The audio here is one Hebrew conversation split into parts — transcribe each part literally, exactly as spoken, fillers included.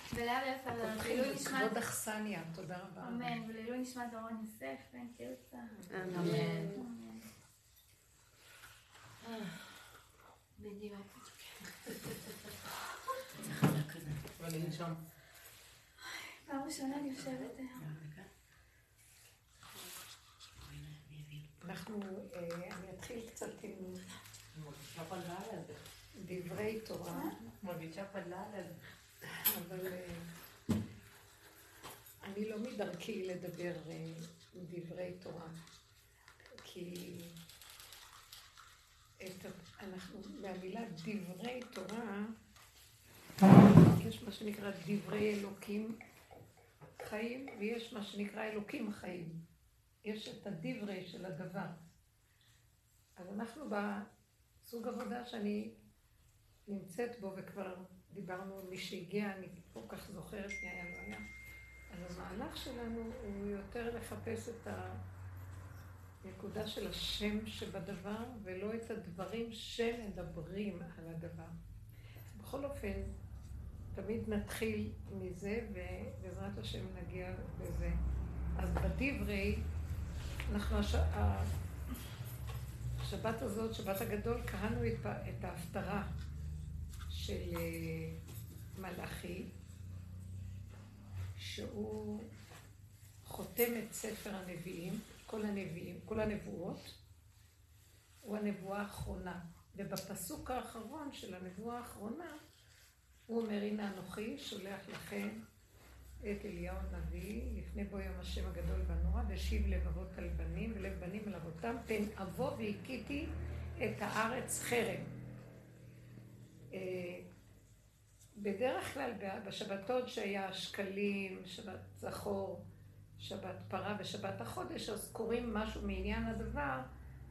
ולאבי הסבלנות, ולעילוי נשמת... כבוד אכסניה, תודה רבה. אמן, ולעילוי נשמת דורון יוסף, בן תרצה. אמן. בדיוק. אבל אני שם. פעם ראשונה אני יושבת היום. אנחנו, אני אתחיל קצת עם דברי תורה. מרגישה פדלה על זה. אבל אני לא מדרכי לדבר דברי תורה, כי את, אנחנו, מהמילה דברי תורה, יש מה שנקרא דברי אלוקים חיים, ויש מה שנקרא אלוקים חיים. יש את הדברי של הדבר. אז אנחנו בסוג עבודה שאני נמצאת בו, וכבר דיברנו על מי שהגיע, אני כל כך זוכרת מי היה לא היה. אז המהלך שלנו הוא יותר לחפש את הנקודה של השם שבדבר, ולא את הדברים שמדברים על הדבר. בכל אופן, תמיד נתחיל מזה, ובעזרת השם נגיע לזה. אז בדברי, אנחנו הש... השבת הזאת, שבת הגדול, קראנו את, את ההפטרה של מלאכי, שהוא חותם את ספר הנביאים, כל הנביאים, כל הנבואות, הוא הנבואה האחרונה. ובפסוק האחרון של הנבואה האחרונה, הוא אומר, הנה אנוכי שולח לכם את אליהו הנביא, לפני בו יום השם הגדול והנורא, ושיב לב אבות על בנים ולב בנים על אבותם, פן אבוא והכיתי את הארץ חרם. בדרך כלל בשבתות שהיה שקלים, שבת זכור, שבת פרה ושבת החודש, אז קוראים משהו מעניין הדבר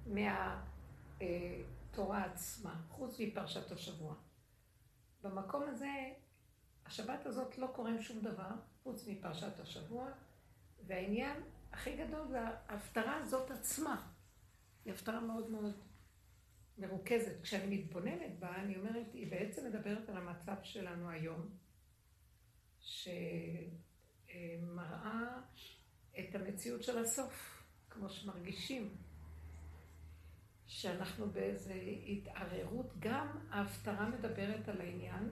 מהתורה עצמה, חוץ מפרשת השבוע. במקום הזה, השבת הזאת לא קוראים שום דבר, חוץ מפרשת השבוע, והעניין הכי גדול זה ההפטרה הזאת עצמה. היא הפטרה מאוד מאוד מרוכזת. כשאני מתבוננת בה, אני אומרת, היא בעצם מדברת על המצב שלנו היום, שמראה את המציאות של הסוף, כמו שמרגישים, שאנחנו באיזו התערערות. גם ההפטרה מדברת על העניין,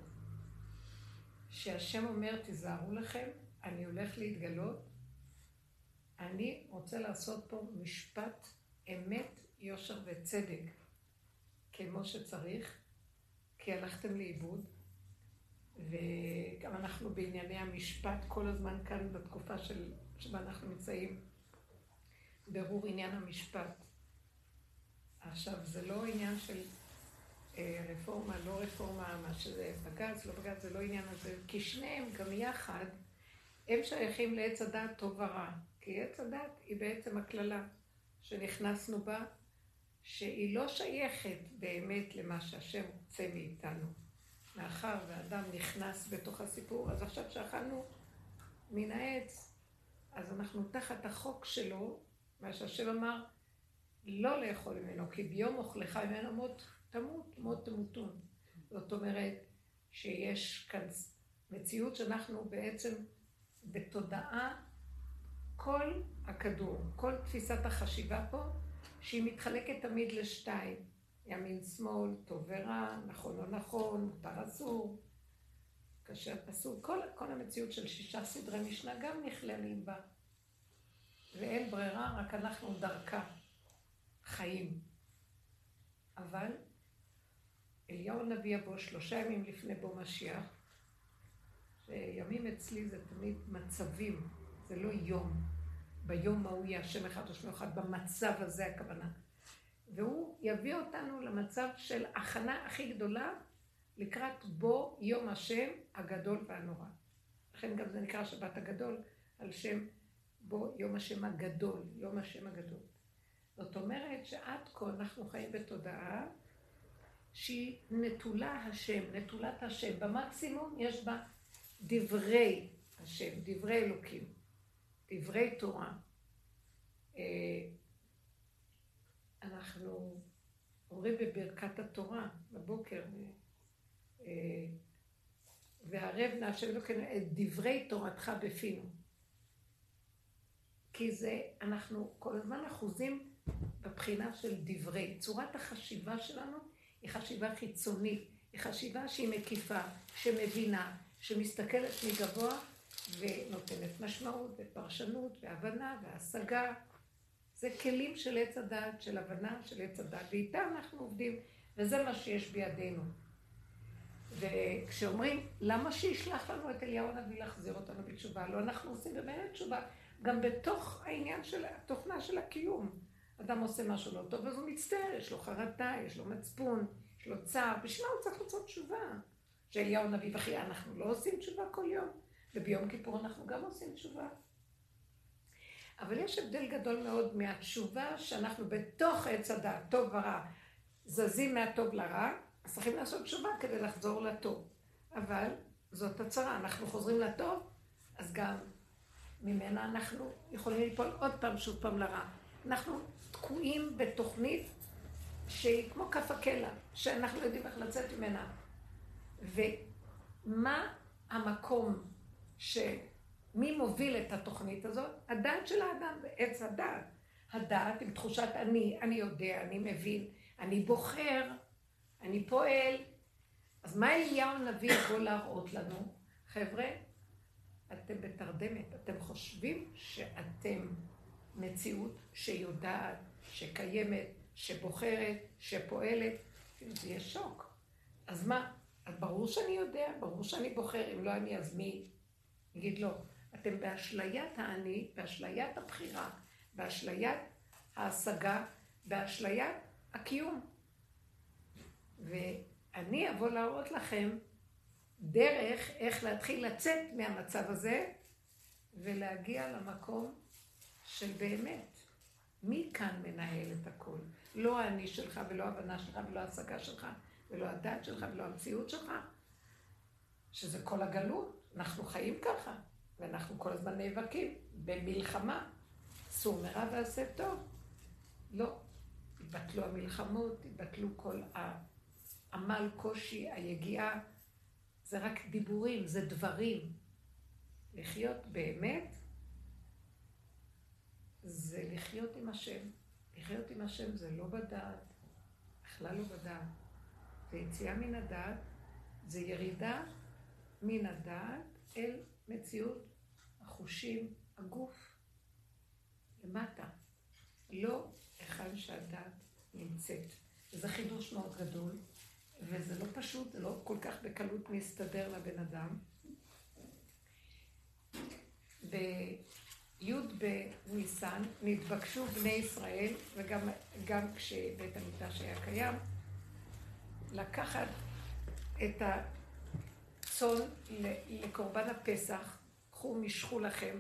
שהשם אומר, תיזהרו לכם, אני הולך להתגלות, אני רוצה לעשות פה משפט אמת, יושר וצדק, כמו שצריך, כי הלכתם לאיבוד, וגם אנחנו בענייני המשפט כל הזמן כאן בתקופה של, שבה אנחנו מצאים ברור עניין המשפט. עכשיו, זה לא עניין של רפורמה, לא רפורמה, מה שזה בג"ץ, לא בג"ץ, זה לא עניין הזה, כי שניהם גם יחד, הם שייכים לעץ הדעת טוב ורע, כי עץ הדעת היא בעצם הכללה שנכנסנו בה, שהיא לא שייכת באמת למה שהשם רוצה מאיתנו. מאחר והאדם נכנס בתוך הסיפור, אז עכשיו שאכלנו מן העץ, אז אנחנו תחת החוק שלו, מה שהשם אמר, לא לאכול ממנו, כי ביום אוכלך ממנו מות תמות, מות תמותון. זאת אומרת שיש כאן מציאות שאנחנו בעצם בתודעה, כל הכדור, כל תפיסת החשיבה פה, שהיא מתחלקת תמיד לשתיים, ימין שמאל, טוב ורע, נכון או נכון, מותר אסור, כאשר אסור, כל, כל המציאות של שישה סדרי משנה גם נכללים בה, ואין ברירה, רק אנחנו דרכה חיים. אבל אליהו הנביא יבוא שלושה ימים לפני בו משיח, שימים אצלי זה תמיד מצבים, זה לא יום. ביום ההוא יהיה השם אחד או שמו אחד, במצב הזה הכוונה. והוא יביא אותנו למצב של הכנה הכי גדולה, לקראת בו יום השם הגדול והנורא. לכן גם זה נקרא שבת הגדול, על שם בו יום השם הגדול, יום השם הגדול. זאת אומרת שעד כה אנחנו חיים בתודעה, שהיא נטולה השם, נטולת השם. במקסימום יש בה דברי השם, דברי אלוקים, דברי תורה. אנחנו אומרים בברכת התורה בבוקר, והערב נא השם אלוקינו את דברי תורתך בפינו. כי זה, אנחנו כל הזמן אחוזים בבחינה של דברי. צורת החשיבה שלנו היא חשיבה חיצונית, היא חשיבה שהיא מקיפה, שמבינה, שמסתכלת מגבוה ונותנת משמעות ופרשנות והבנה והשגה. זה כלים של עץ הדעת, של הבנה של עץ הדעת, ואיתה אנחנו עובדים, וזה מה שיש בידינו. וכשאומרים, למה שישלח לנו את אליהו הנביא להחזיר אותנו בתשובה? לא, אנחנו עושים באמת תשובה, גם בתוך העניין של התוכנה של הקיום. אדם עושה משהו לא טוב, אז הוא מצטער, יש לו חרטה, יש לו מצפון, יש לו צער, בשביל מה הוא צריך לעשות תשובה? שאליהו הנביא וכי אנחנו לא עושים תשובה כל יום, וביום כיפור אנחנו גם עושים תשובה. אבל יש הבדל גדול מאוד מהתשובה שאנחנו בתוך עץ הדעת, טוב ורע, זזים מהטוב לרע, אז צריכים לעשות תשובה כדי לחזור לטוב. אבל זאת הצרה, אנחנו חוזרים לטוב, אז גם ממנה אנחנו יכולים ליפול עוד פעם, שוב פעם לרע. אנחנו תקועים בתוכנית שהיא כמו כף הקלע, שאנחנו יודעים איך לצאת ממנה. ומה המקום שמי מוביל את התוכנית הזאת? הדעת של האדם, עץ הדעת. הדעת עם תחושת אני, אני יודע, אני מבין, אני בוחר, אני פועל. אז מה אליהו הנביא יכול להראות לנו? חבר'ה, אתם בתרדמת, אתם חושבים שאתם מציאות שיודעת, שקיימת, שבוחרת, שפועלת, זה יהיה שוק. אז מה? אז ברור שאני יודע, ברור שאני בוחר, אם לא אני אז מי? נגיד לא, אתם באשליית האני, באשליית הבחירה, באשליית ההשגה, באשליית הקיום. ואני אבוא להראות לכם דרך איך להתחיל לצאת מהמצב הזה ולהגיע למקום של באמת. מי כאן מנהל את הכל? לא האני שלך ולא ההבנה שלך ולא ההשגה שלך ולא הדת שלך ולא המציאות שלך. שזה כל הגלות. אנחנו חיים ככה ואנחנו כל הזמן נאבקים במלחמה. סור מרע ועשה טוב. לא. יבטלו המלחמות, יבטלו כל העמל, קושי, היגיעה. זה רק דיבורים, זה דברים. לחיות באמת זה לחיות עם השם. לחיות עם השם זה לא בדעת, בכלל לא בדעת. זה יציאה מן הדעת, זה ירידה מן הדעת אל מציאות החושים, הגוף, למטה. לא היכן שהדעת נמצאת. וזה חידוש מאוד גדול, וזה לא פשוט, זה לא כל כך בקלות מסתדר לבן אדם. בי' בניסן נתבקשו בני ישראל, וגם גם כשבית המקדש היה קיים, לקחת את הצאן לקורבן הפסח, קחו משכו לכם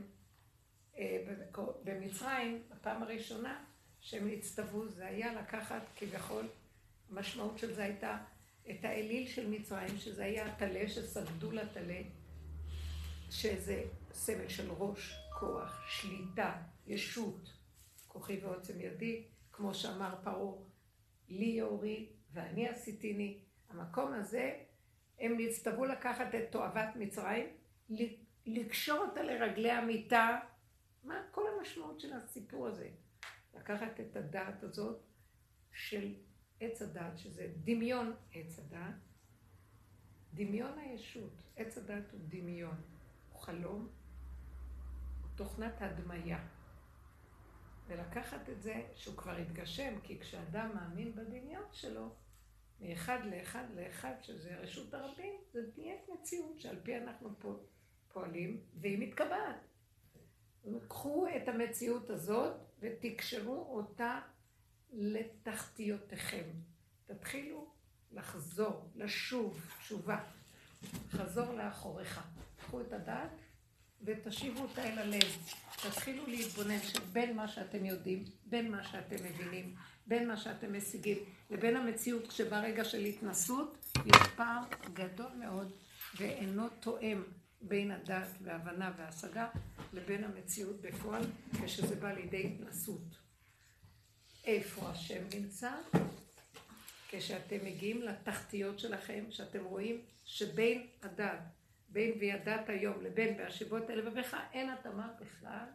במצרים, בפעם הראשונה שהם הצטוו, זה היה לקחת כביכול, המשמעות של זה הייתה את האליל של מצרים, שזה היה הטלה, שסגדו לטלה, שזה סמל של ראש, כוח, שליטה, ישות, כוחי ועוצם ידי, כמו שאמר פרעה, לי יאורי ואני עשיתיני. המקום הזה, הם נצטוו לקחת את תועבת מצרים, לקשור אותה לרגלי המיטה. מה כל המשמעות של הסיפור הזה? לקחת את הדעת הזאת של עץ הדעת, שזה דמיון עץ הדעת, דמיון הישות. עץ הדעת הוא דמיון, הוא חלום, הוא תוכנת הדמיה. ולקחת את זה שהוא כבר התגשם, כי כשאדם מאמין בדמיון שלו, מאחד לאחד לאחד, שזה רשות הרבים, זה נהיית מציאות שעל פי אנחנו פה פועלים, והיא מתקבעת. קחו את המציאות הזאת ותקשרו אותה לתחתיותיכם. תתחילו לחזור, לשוב, תשובה. חזור לאחוריך. קחו את הדעת ותשיבו אותה אל הלב. תתחילו להתבונן שבין מה שאתם יודעים, בין מה שאתם מבינים, בין מה שאתם משיגים, לבין המציאות כשברגע של התנסות, יש פער גדול מאוד ואינו תואם בין הדעת והבנה והשגה לבין המציאות בפועל כשזה בא לידי התנסות. איפה השם נמצא? כשאתם מגיעים לתחתיות שלכם, שאתם רואים שבין הדעת בין וידעת היום לבין והשיבות אל לבביך, אין התאמה בכלל.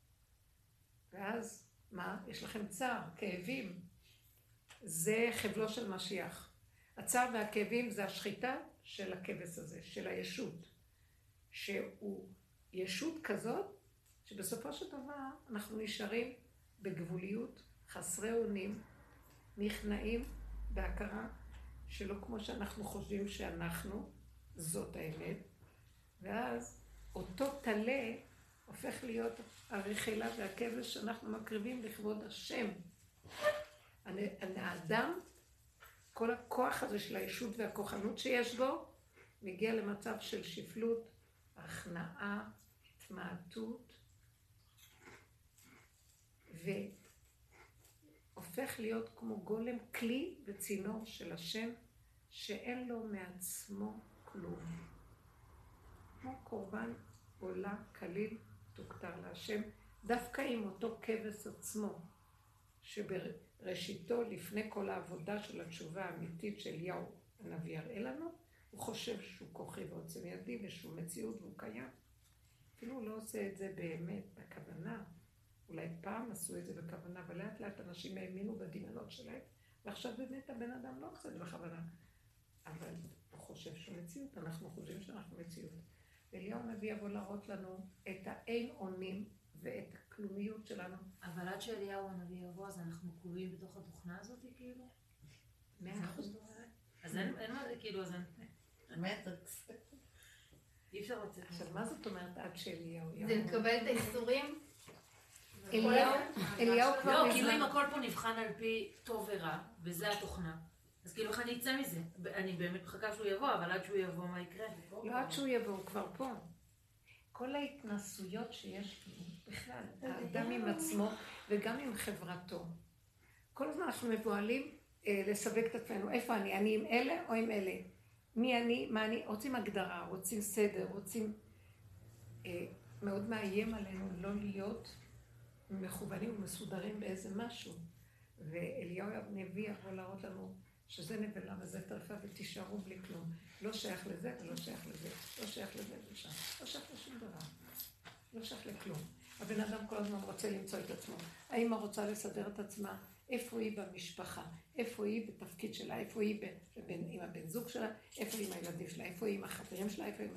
ואז, מה? יש לכם צער, כאבים. זה חבלו של משיח. הצער והכאבים זה השחיטה של הכבש הזה, של הישות. שהוא ישות כזאת, שבסופו של דבר אנחנו נשארים בגבוליות, חסרי אונים, נכנעים בהכרה שלא כמו שאנחנו חושבים שאנחנו, זאת האמת. ואז אותו תלה הופך להיות הרכילה והכבש שאנחנו מקריבים לכבוד השם. האדם, כל הכוח הזה של הישות והכוחנות שיש בו, מגיע למצב של שפלות, הכנעה, התמעטות, והופך להיות כמו גולם, כלי וצינור של השם, שאין לו מעצמו כלום. כמו קורבן עולה כליל תוכתר להשם, דווקא עם אותו כבש עצמו, שבראשיתו, לפני כל העבודה של התשובה האמיתית של אליהו הנביא יראה לנו, הוא חושב שהוא כוחי ועוצם ידי ושהוא מציאות והוא קיים. אפילו הוא לא עושה את זה באמת, בכוונה. אולי פעם עשו את זה בכוונה, אבל לאט לאט אנשים האמינו בדמיונות שלהם, ועכשיו באמת הבן אדם לא עושה את זה בכוונה. אבל הוא חושב שהוא מציאות, אנחנו חושבים שאנחנו מציאות. ואליהו הנביא יבוא להראות לנו את האין אונים ואת הכלומיות שלנו. אבל עד שאליהו הנביא יבוא, אז אנחנו קוראים בתוך התוכנה הזאת, כאילו? מאה אחוז. אז אין מה זה, כאילו, אז אין... מטריקס. אי אפשר לצאת. עכשיו, מה זאת אומרת עד שאליהו יבוא? זה לקבל את האיסורים? אליהו, אליהו כבר לא, כאילו מזמן. אם הכל פה נבחן על פי טוב ורע, וזה התוכנה, אז כאילו איך אני אצא מזה? אני באמת מחכה שהוא יבוא, אבל עד שהוא יבוא, מה יקרה? לא עד שהוא יבוא, הוא כבר פה. כל ההתנסויות שיש לנו, בכלל, האדם עם עצמו וגם עם חברתו. כל הזמן אנחנו מבועלים אה, לסווג את עצמנו. איפה אני? אני עם אלה או עם אלה? מי אני? מה אני? רוצים הגדרה, רוצים סדר, רוצים... אה, מאוד מאיים עלינו לא להיות מכוונים ומסודרים באיזה משהו. ואליהו הנביא יבוא להראות לנו שזה נבלה וזה טרפה ותישארו בלי כלום. לא שייך לזה ולא שייך לזה, לא שייך לזה ושם. לא שייך לשום דבר. לא שייך לכלום. הבן אדם כל הזמן רוצה למצוא את עצמו. האמא רוצה לסדר את עצמה, איפה היא במשפחה, איפה היא בתפקיד שלה, איפה היא בין, עם הבן זוג שלה, איפה היא עם הילדים שלה, איפה היא עם החברים שלה, איפה היא...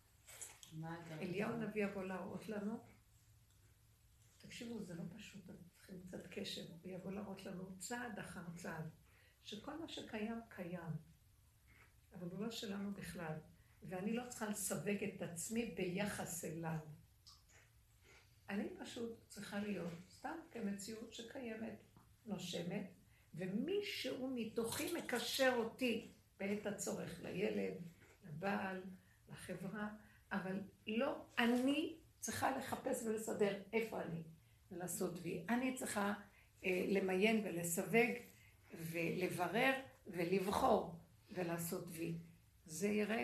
אליהו הנביא יבוא להראות לנו, תקשיבו, זה לא פשוט, אתם צריכים קצת קשב, הוא יבוא להראות לנו צעד אחר צעד, שכל מה שקיים, קיים, אבל הוא לא שלנו בכלל, ואני לא צריכה לסווג את עצמי ביחס אליו. אני פשוט צריכה להיות סתם כמציאות שקיימת, נושמת, ומישהו מתוכי מקשר אותי בעת הצורך לילד, לבעל, לחברה, אבל לא, אני צריכה לחפש ולסדר איפה אני, ולעשות וי. אני צריכה אה, למיין ולסווג ולברר ולבחור ולעשות וי. זה ירד.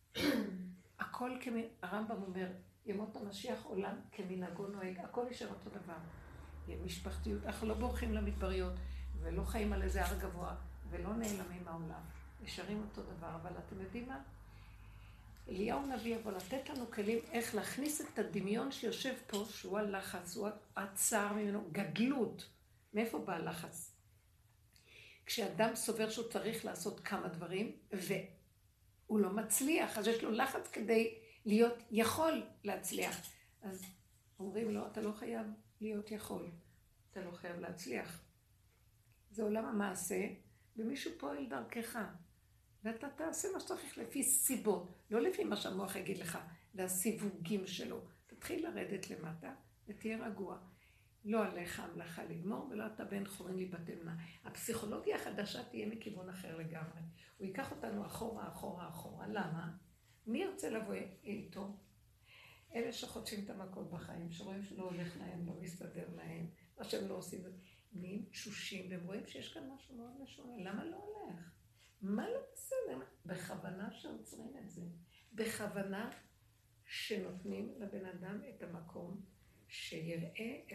הכל כמי, הרמב"ם אומר, ימות המשיח עולם כמנהגו נוהג, הכל יישאר אותו דבר. משפחתיות, אנחנו לא בורחים למדבריות ולא חיים על איזה הר גבוה ולא נעלמים מהעולם. נשארים אותו דבר, אבל אתם יודעים מה? אליהו נביא יבוא לתת לנו כלים איך להכניס את הדמיון שיושב פה, שהוא הלחץ, הוא הצער ממנו, גדלות. מאיפה בא הלחץ? כשאדם סובר שהוא צריך לעשות כמה דברים, והוא לא מצליח, אז יש לו לחץ כדי להיות יכול להצליח. אז אומרים לו, אתה לא חייב להיות יכול, אתה לא חייב להצליח. זה עולם המעשה, ומישהו פועל דרכך. ואתה תעשה מה שצריך לפי סיבות, לא לפי מה שהמוח יגיד לך, והסיווגים שלו. תתחיל לרדת למטה ותהיה רגוע. לא עליך המלאכה לגמור, ולא אתה בן חורין להיבטלנה. הפסיכולוגיה החדשה תהיה מכיוון אחר לגמרי. הוא ייקח אותנו אחורה, אחורה, אחורה. למה? מי ירצה לבוא איתו? אלה שחודשים את המכות בחיים, שרואים שלא הולך להם, לא מסתדר להם, מה שהם לא עושים, נהיים תשושים, והם רואים שיש כאן משהו מאוד משונה. למה לא הולך? מה לא בסדר? בכוונה שעוצרים את זה. בכוונה שנותנים לבן אדם את המקום שיראה את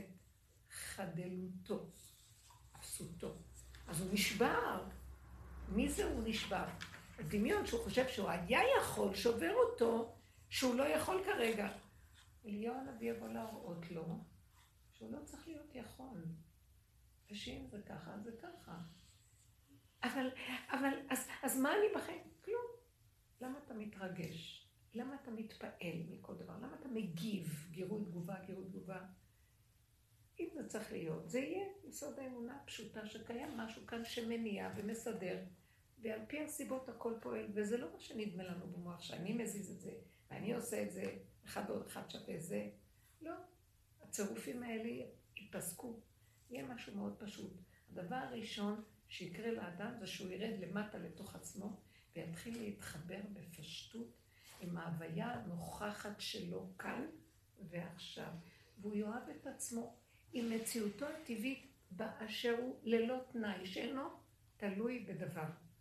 חדלותו, אפסותו. אז הוא נשבר. מי זה הוא נשבר? הדמיון שהוא חושב שהוא היה יכול, שובר אותו, שהוא לא יכול כרגע. אליהו הנביא יבוא להראות לו שהוא לא צריך להיות יכול. ושאם זה ככה, אז זה ככה. אבל, אבל, אז, אז מה אני בחיים? כלום. למה אתה מתרגש? למה אתה מתפעל מכל דבר? למה אתה מגיב? גירוי תגובה, גירוי תגובה. אם זה צריך להיות, זה יהיה יסוד האמונה הפשוטה שקיים משהו כאן שמניע ומסדר, ועל פי הסיבות הכל פועל, וזה לא מה שנדמה לנו במוח, שאני מזיז את זה, ואני עושה את זה, אחד ועוד אחד שווה זה. לא. הצירופים האלה ייפסקו. יהיה משהו מאוד פשוט. הדבר הראשון שיקרה לאדם זה שהוא ירד למטה לתוך עצמו, ויתחיל להתחבר בפשטות עם ההוויה הנוכחת שלו כאן ועכשיו. והוא יאהב את עצמו עם מציאותו הטבעית באשר הוא ללא תנאי, שאינו תלוי בדבר.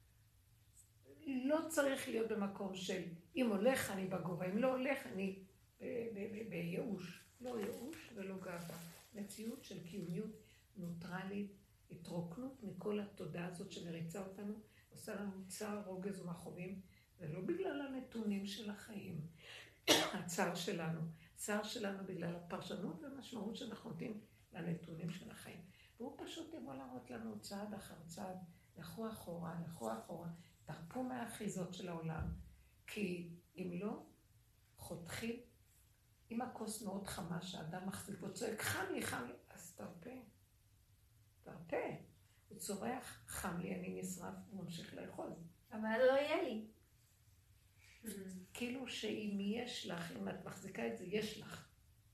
לא צריך להיות במקום של אם הולך אני בגובה, אם לא הולך אני בייאוש. לא ייאוש ולא גאווה. מציאות של קיומיות נוטרלית, התרוקנות מכל התודעה הזאת שמריצה אותנו, עושה לנו צער, רוגז ומחובים, זה לא בגלל הנתונים של החיים, הצער שלנו, הצער שלנו בגלל הפרשנות והמשמעות שאנחנו נותנים לנתונים של החיים. והוא פשוט יבוא להראות לנו צעד אחר צעד, לכו אחורה, לכו אחורה, תרפו מהאחיזות של העולם, כי אם לא, חותכים, אם הכוס מאוד חמה שהאדם מחזיק וצועק, חם לי, חם לי, אז תרפה, תרפה. הוא צורח, חם לי, אני נשרף, הוא ממשיך לאכול. אבל לא יהיה לי. כאילו שאם יש לך, אם את מחזיקה את זה, יש לך.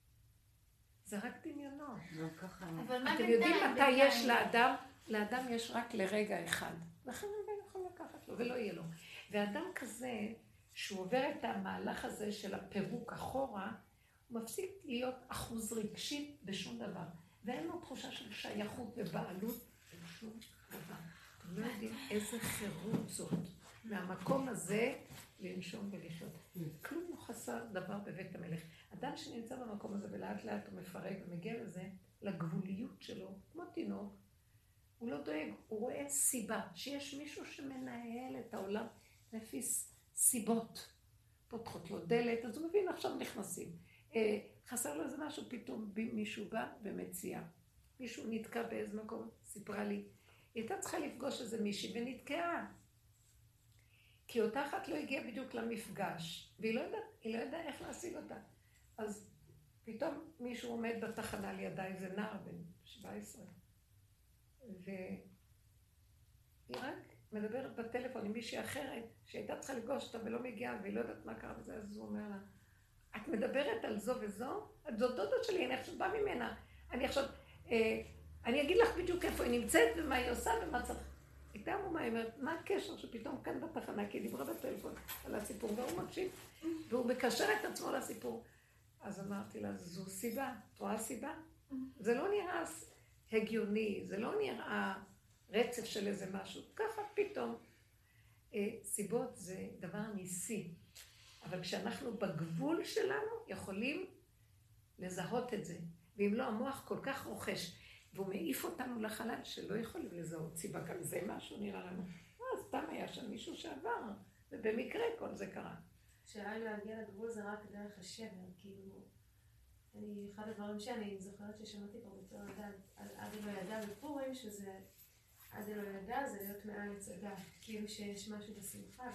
זה רק דמיונות. אבל מה אתם בינתיים? יודעים מתי יש לאדם? לאדם יש רק לרגע אחד. לכן רגע יכול לקחת לו ולא יהיה לו. ואדם כזה, שהוא עובר את המהלך הזה של הפירוק אחורה, הוא מפסיק להיות אחוז רגשי בשום דבר. ואין לו תחושה של שייכות ובעלות בשום דבר. אתם לא יודעים איזה חירות זאת. מהמקום הזה לנשום ולחיות. כלום לא חסר דבר בבית המלך. אדם שנמצא במקום הזה ולאט לאט הוא מפרק ומגיע לזה, לגבוליות שלו, כמו תינוק, הוא לא דואג, הוא רואה סיבה, שיש מישהו שמנהל את העולם לפי סיבות. פותחות לו דלת, אז הוא מבין, עכשיו נכנסים. אה, חסר לו איזה משהו, פתאום מישהו בא ומציע. מישהו נתקע באיזה מקום, סיפרה לי. היא הייתה צריכה לפגוש איזה מישהי ונתקעה. כי אותה אחת לא הגיעה בדיוק למפגש, והיא לא יודעת, היא לא יודעת איך להשיג אותה. אז פתאום מישהו עומד בתחנה לידה, איזה נער בן שבע עשרה. והיא רק מדברת בטלפון עם מישהי אחרת, שהייתה צריכה לפגוש אותה ולא מגיעה, והיא לא יודעת מה קרה בזה, אז הוא אומר לה, את מדברת על זו וזו? זאת דודה שלי, אני עכשיו באה ממנה. אני עכשיו, אה, אני אגיד לך בדיוק איפה היא נמצאת ומה היא עושה ומה צריך. הייתה אמורה, היא אומרת, מה הקשר שפתאום כאן בתחנה, כי היא דיברה בטלפון על הסיפור, והוא מקשיב, והוא מקשר את עצמו לסיפור. אז אמרתי לה, זו סיבה, את רואה סיבה? זה לא נראה הגיוני, זה לא נראה רצף של איזה משהו, ככה פתאום. סיבות זה דבר ניסי, אבל כשאנחנו בגבול שלנו יכולים לזהות את זה, ואם לא, המוח כל כך רוכש, והוא מעיף אותנו לחלל שלא יכולים לזהות סיבה, גם זה משהו נראה לנו. אז סתם היה שם מישהו שעבר, ובמקרה כל זה קרה. שאלה אם להגיע לגבול זה רק דרך השבר, כאילו, אני, אחד הדברים שאני זוכרת ששמעתי פה בתור ידע, על עד לא ידע בפורים, שזה, עד לא ידע זה להיות מעל לצדה, כאילו שיש משהו בשמחה,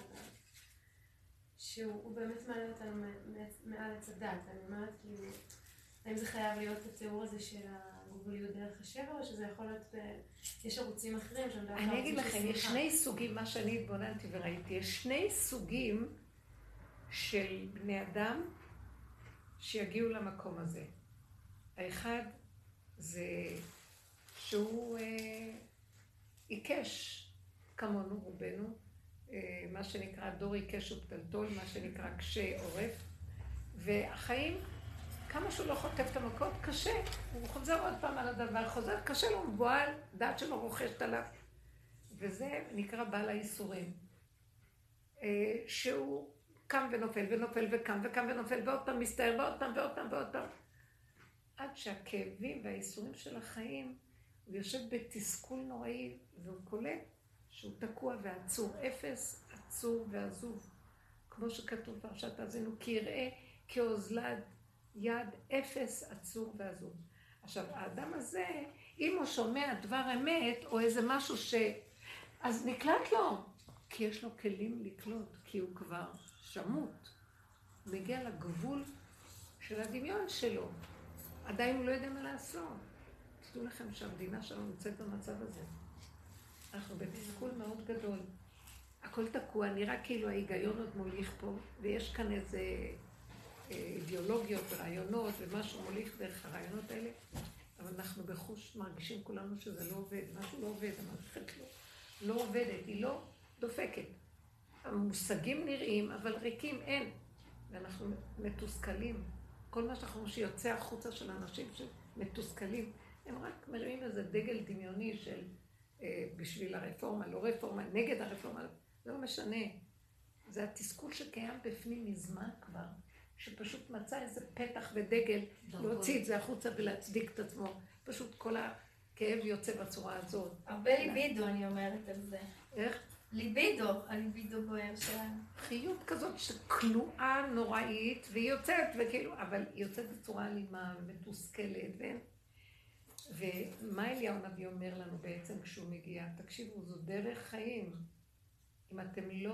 שהוא באמת מעלה אותנו מעל לצדה, אני אומרת כאילו, האם זה חייב להיות התיאור הזה של הגבוליות דרך השבר, או שזה יכול להיות, יש ערוצים אחרים שהם דרך הערוצים של שמחה? אני אגיד לכם, יש שני סוגים, מה שאני התבוננתי וראיתי, יש שני סוגים של בני אדם שיגיעו למקום הזה. האחד זה שהוא אה, עיקש כמונו רובנו, אה, מה שנקרא דור עיקש ופתלתול, מה שנקרא קשה עורף, והחיים, כמה שהוא לא חוטף את המכות, קשה, הוא חוזר עוד פעם על הדבר, חוזר, קשה לו, מבועל, דעת שלו רוכשת עליו, וזה נקרא בעל האיסורים, אה, שהוא קם ונופל ונופל וקם וקם ונופל ועוד פעם מסתער ועוד פעם ועוד פעם ועוד פעם. עד שהכאבים והאיסורים של החיים, הוא יושב בתסכול נוראי והוא קולט שהוא תקוע ועצור, אפס, עצור ועזוב. כמו שכתוב פרשת האזינו, כי יראה כאוזלת יד אפס עצור ועזוב. עכשיו, האדם הזה, אם הוא שומע דבר אמת, או איזה משהו ש... אז נקלט לו, כי יש לו כלים לקלוט, כי הוא כבר שמות. הוא מגיע לגבול של הדמיון שלו. עדיין הוא לא יודע מה לעשות. תדעו לכם שהמדינה שלנו נמצאת במצב הזה. אנחנו בתסכול מאוד גדול. הכל תקוע, נראה כאילו ההיגיון עוד מוליך פה, ויש כאן איזה אידיאולוגיות ורעיונות, ומשהו מוליך דרך הרעיונות האלה, אבל אנחנו בחוש מרגישים כולנו שזה לא עובד, משהו לא עובד, המערכת לא, לא עובדת, היא לא דופקת. המושגים נראים, אבל ריקים אין, ואנחנו מתוסכלים. כל מה שאנחנו שיוצא החוצה של אנשים שמתוסכלים, הם רק מראים איזה דגל דמיוני של אה, בשביל הרפורמה, לא רפורמה, נגד הרפורמה, זה לא משנה. זה התסכול שקיים בפנים מזמן כבר, שפשוט מצא איזה פתח ודגל, להוציא את זה החוצה ולהצדיק את עצמו. פשוט כל הכאב יוצא בצורה הזאת. הרבה ליבידו, אני אומרת על זה. איך? ליבידו, הליבידו בוער שלנו. חיות כזאת שכלואה נוראית, והיא יוצאת, וכאילו, אבל היא יוצאת בצורה אלימה ומתוסכלת, ואין. ומה אליהו הנביא אומר לנו בעצם כשהוא מגיע? תקשיבו, זו דרך חיים. אם אתם לא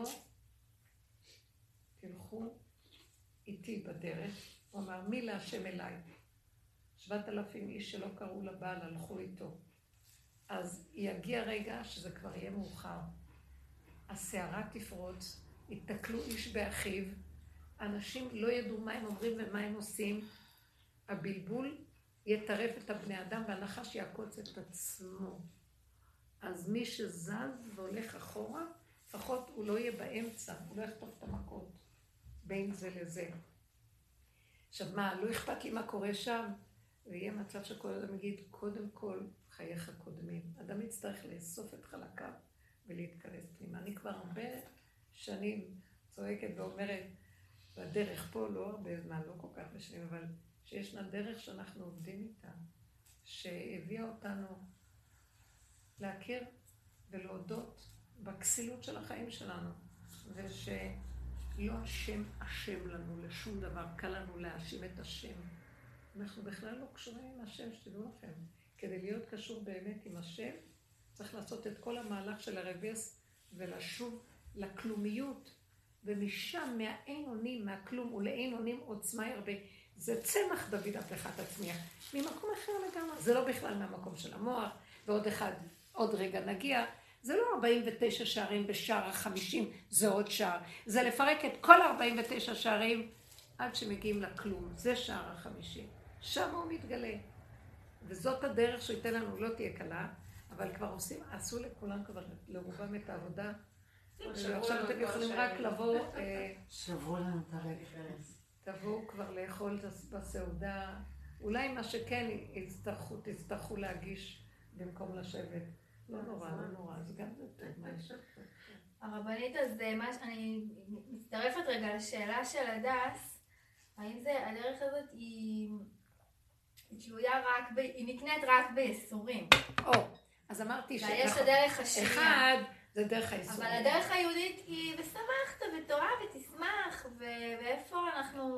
תלכו איתי בדרך, הוא אמר, מי להשם אליי? שבעת אלפים איש שלא קראו לבעל, הלכו איתו. אז יגיע רגע שזה כבר יהיה מאוחר. הסערה תפרוץ, יתקלו איש באחיו, אנשים לא ידעו מה הם אומרים ומה הם עושים, הבלבול יטרף את הבני אדם והנחש יעקוץ את עצמו. אז מי שזז והולך אחורה, לפחות הוא לא יהיה באמצע, הוא לא יכתוב את המכות בין זה לזה. עכשיו מה, לא אכפת לי מה קורה שם, ויהיה מצב שכל אדם יגיד, קודם כל חייך קודמים. אדם יצטרך לאסוף את חלקיו ולהתכנס פנימה. אני כבר הרבה שנים צועקת ואומרת, בדרך פה לא הרבה זמן, לא כל כך בשנים, אבל שישנה דרך שאנחנו עובדים איתה, שהביאה אותנו להכיר ולהודות בכסילות של החיים שלנו, ושלא השם אשם לנו לשום דבר, קל לנו להאשים את השם. אנחנו בכלל לא קשורים עם השם, שתדעו לכם. כדי להיות קשור באמת עם השם, צריך לעשות את כל המהלך של הרבס ולשוב לכלומיות, ומשם מהאין אונים, מהכלום ולאין אונים עוצמה הרבה. זה צמח דוד עבדך תצמיח, ממקום אחר לגמרי. זה לא בכלל מהמקום של המוח, ועוד אחד, עוד רגע נגיע. זה לא ארבעים ותשע שערים בשער החמישים, זה עוד שער. זה לפרק את כל ארבעים ותשע שערים עד שמגיעים לכלום. זה שער החמישים. שם הוא מתגלה. וזאת הדרך שייתן לנו, לא תהיה קלה, אבל כבר עושים, עשו לכולם כבר, לרובם את העבודה. עכשיו אתם יכולים רק לבוא... שברו לנו את הרגל. תבואו כבר לאכול בסעודה. אולי מה שכן יצטרכו, תצטרכו להגיש במקום לשבת. לא נורא, לא נורא, זה גם זה טוב, מה יש? הרבנית, אז אני מצטרפת רגע לשאלה של הדס, האם זה, הדרך הזאת היא תלויה רק, היא נקנית רק ביסורים. או, אז אמרתי ש... ויש הדרך השנייה. אחד, זה דרך היסורים. אבל הדרך היהודית היא ושמחת ותורה ותשמח, ואיפה אנחנו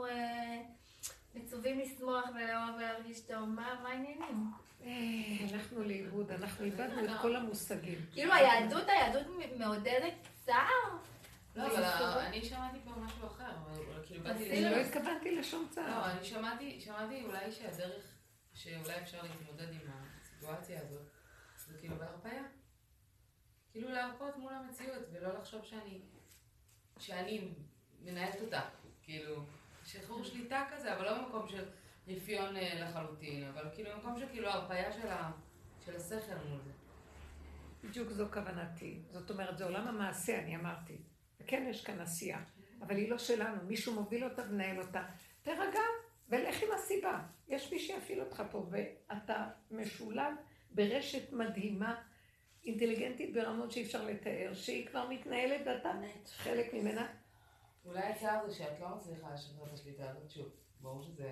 מצווים לשמוח ולאהוב ולהרגיש טוב, מה העניינים? הלכנו לאיבוד, אנחנו איבדנו את כל המושגים. כאילו היהדות, היהדות מעודדת צער? לא, אבל אני שמעתי כבר משהו אחר, אני לא התכוונתי לשום צער. לא, אני שמעתי אולי שהדרך, שאולי אפשר להתמודד עם הסיטואציה הזאת, זה כאילו בהרפאיה. כאילו להרפות מול המציאות, ולא לחשוב שאני, שאני מנהלת אותה. כאילו, שחרור שליטה כזה, אבל לא במקום של רפיון לחלוטין, אבל כאילו במקום שכאילו ההרפאיה של, ה, של השכל מול זה. בדיוק זו כוונתי. זאת אומרת, זה עולם המעשה, אני אמרתי. וכן יש כאן עשייה, אבל היא לא שלנו. מישהו מוביל אותה ונהל אותה. תרגע, ולך עם הסיבה. יש מי שיפעיל אותך פה, ואתה משולב ברשת מדהימה, אינטליגנטית ברמות שאי אפשר לתאר, שהיא כבר מתנהלת ואתה חלק ממנה. אולי הצער זה שאת לא מצליחה לשחרר את השליטה הזאת שוב. ברור שזה...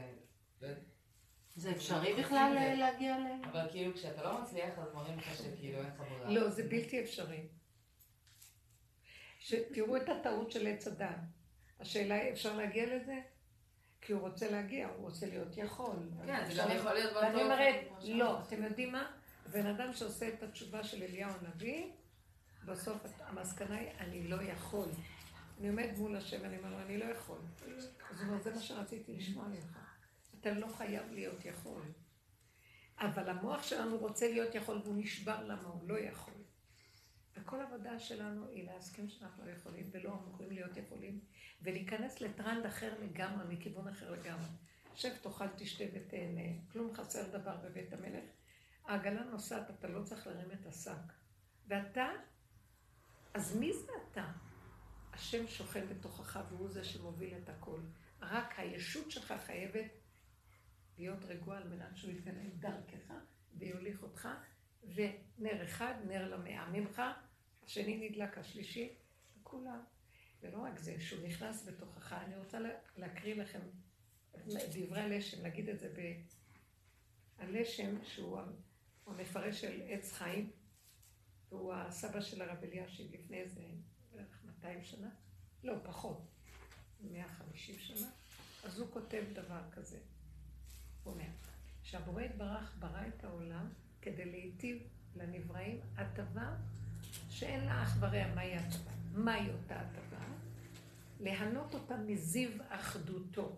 זה אפשרי בכלל להגיע ל... אבל כאילו כשאתה לא מצליח אז מראים לך שכאילו אין לך ברירה. לא, זה בלתי אפשרי. שתראו את הטעות של עץ אדם. השאלה היא, אפשר להגיע לזה? כי הוא רוצה להגיע, הוא רוצה להיות יכול. כן, זה גם יכול להיות באותו... ואני אומרת, לא, אתם יודעים מה? בן אדם שעושה את התשובה של אליהו הנביא, בסוף המסקנה היא, אני לא יכול. אני עומד מול השם, אני אומר, אני לא יכול. אז הוא אומר, זה מה שרציתי לשמוע ממך. אתה לא חייב להיות יכול. אבל המוח שלנו רוצה להיות יכול, והוא נשבר למה הוא לא יכול. וכל העבודה שלנו היא להסכים שאנחנו לא יכולים, ולא אמורים להיות יכולים, ולהיכנס לטרנד אחר לגמרי, מכיוון אחר לגמרי. שב, תאכל, תשתה ותהנה, כלום חסר דבר בבית המלך. העגלה נוסעת, אתה לא צריך להרים את השק. ואתה, אז מי זה אתה? השם שוכן בתוכך והוא זה שמוביל את הכל. רק הישות שלך חייבת להיות רגוע על מנת שהוא יתגלה דרכך ויוליך אותך, ונר אחד, נר למאה ממך, השני נדלק, השלישי, וכולם. ולא רק זה, שהוא נכנס בתוכך. אני רוצה להקריא לכם דברי הלשם, להגיד את זה ב... הלשם שהוא המפרש של עץ חיים, והוא הסבא של הרב אלישיב לפני איזה בערך מאתיים שנה, לא, פחות, מאה וחמישים שנה, אז הוא כותב דבר כזה. הוא אומר, שהבורא יתברך ברא את העולם כדי להיטיב לנבראים הטבה שאין לה אח ורע. מהי הטבה? מהי אותה הטבה? להנות אותה מזיו אחדותו.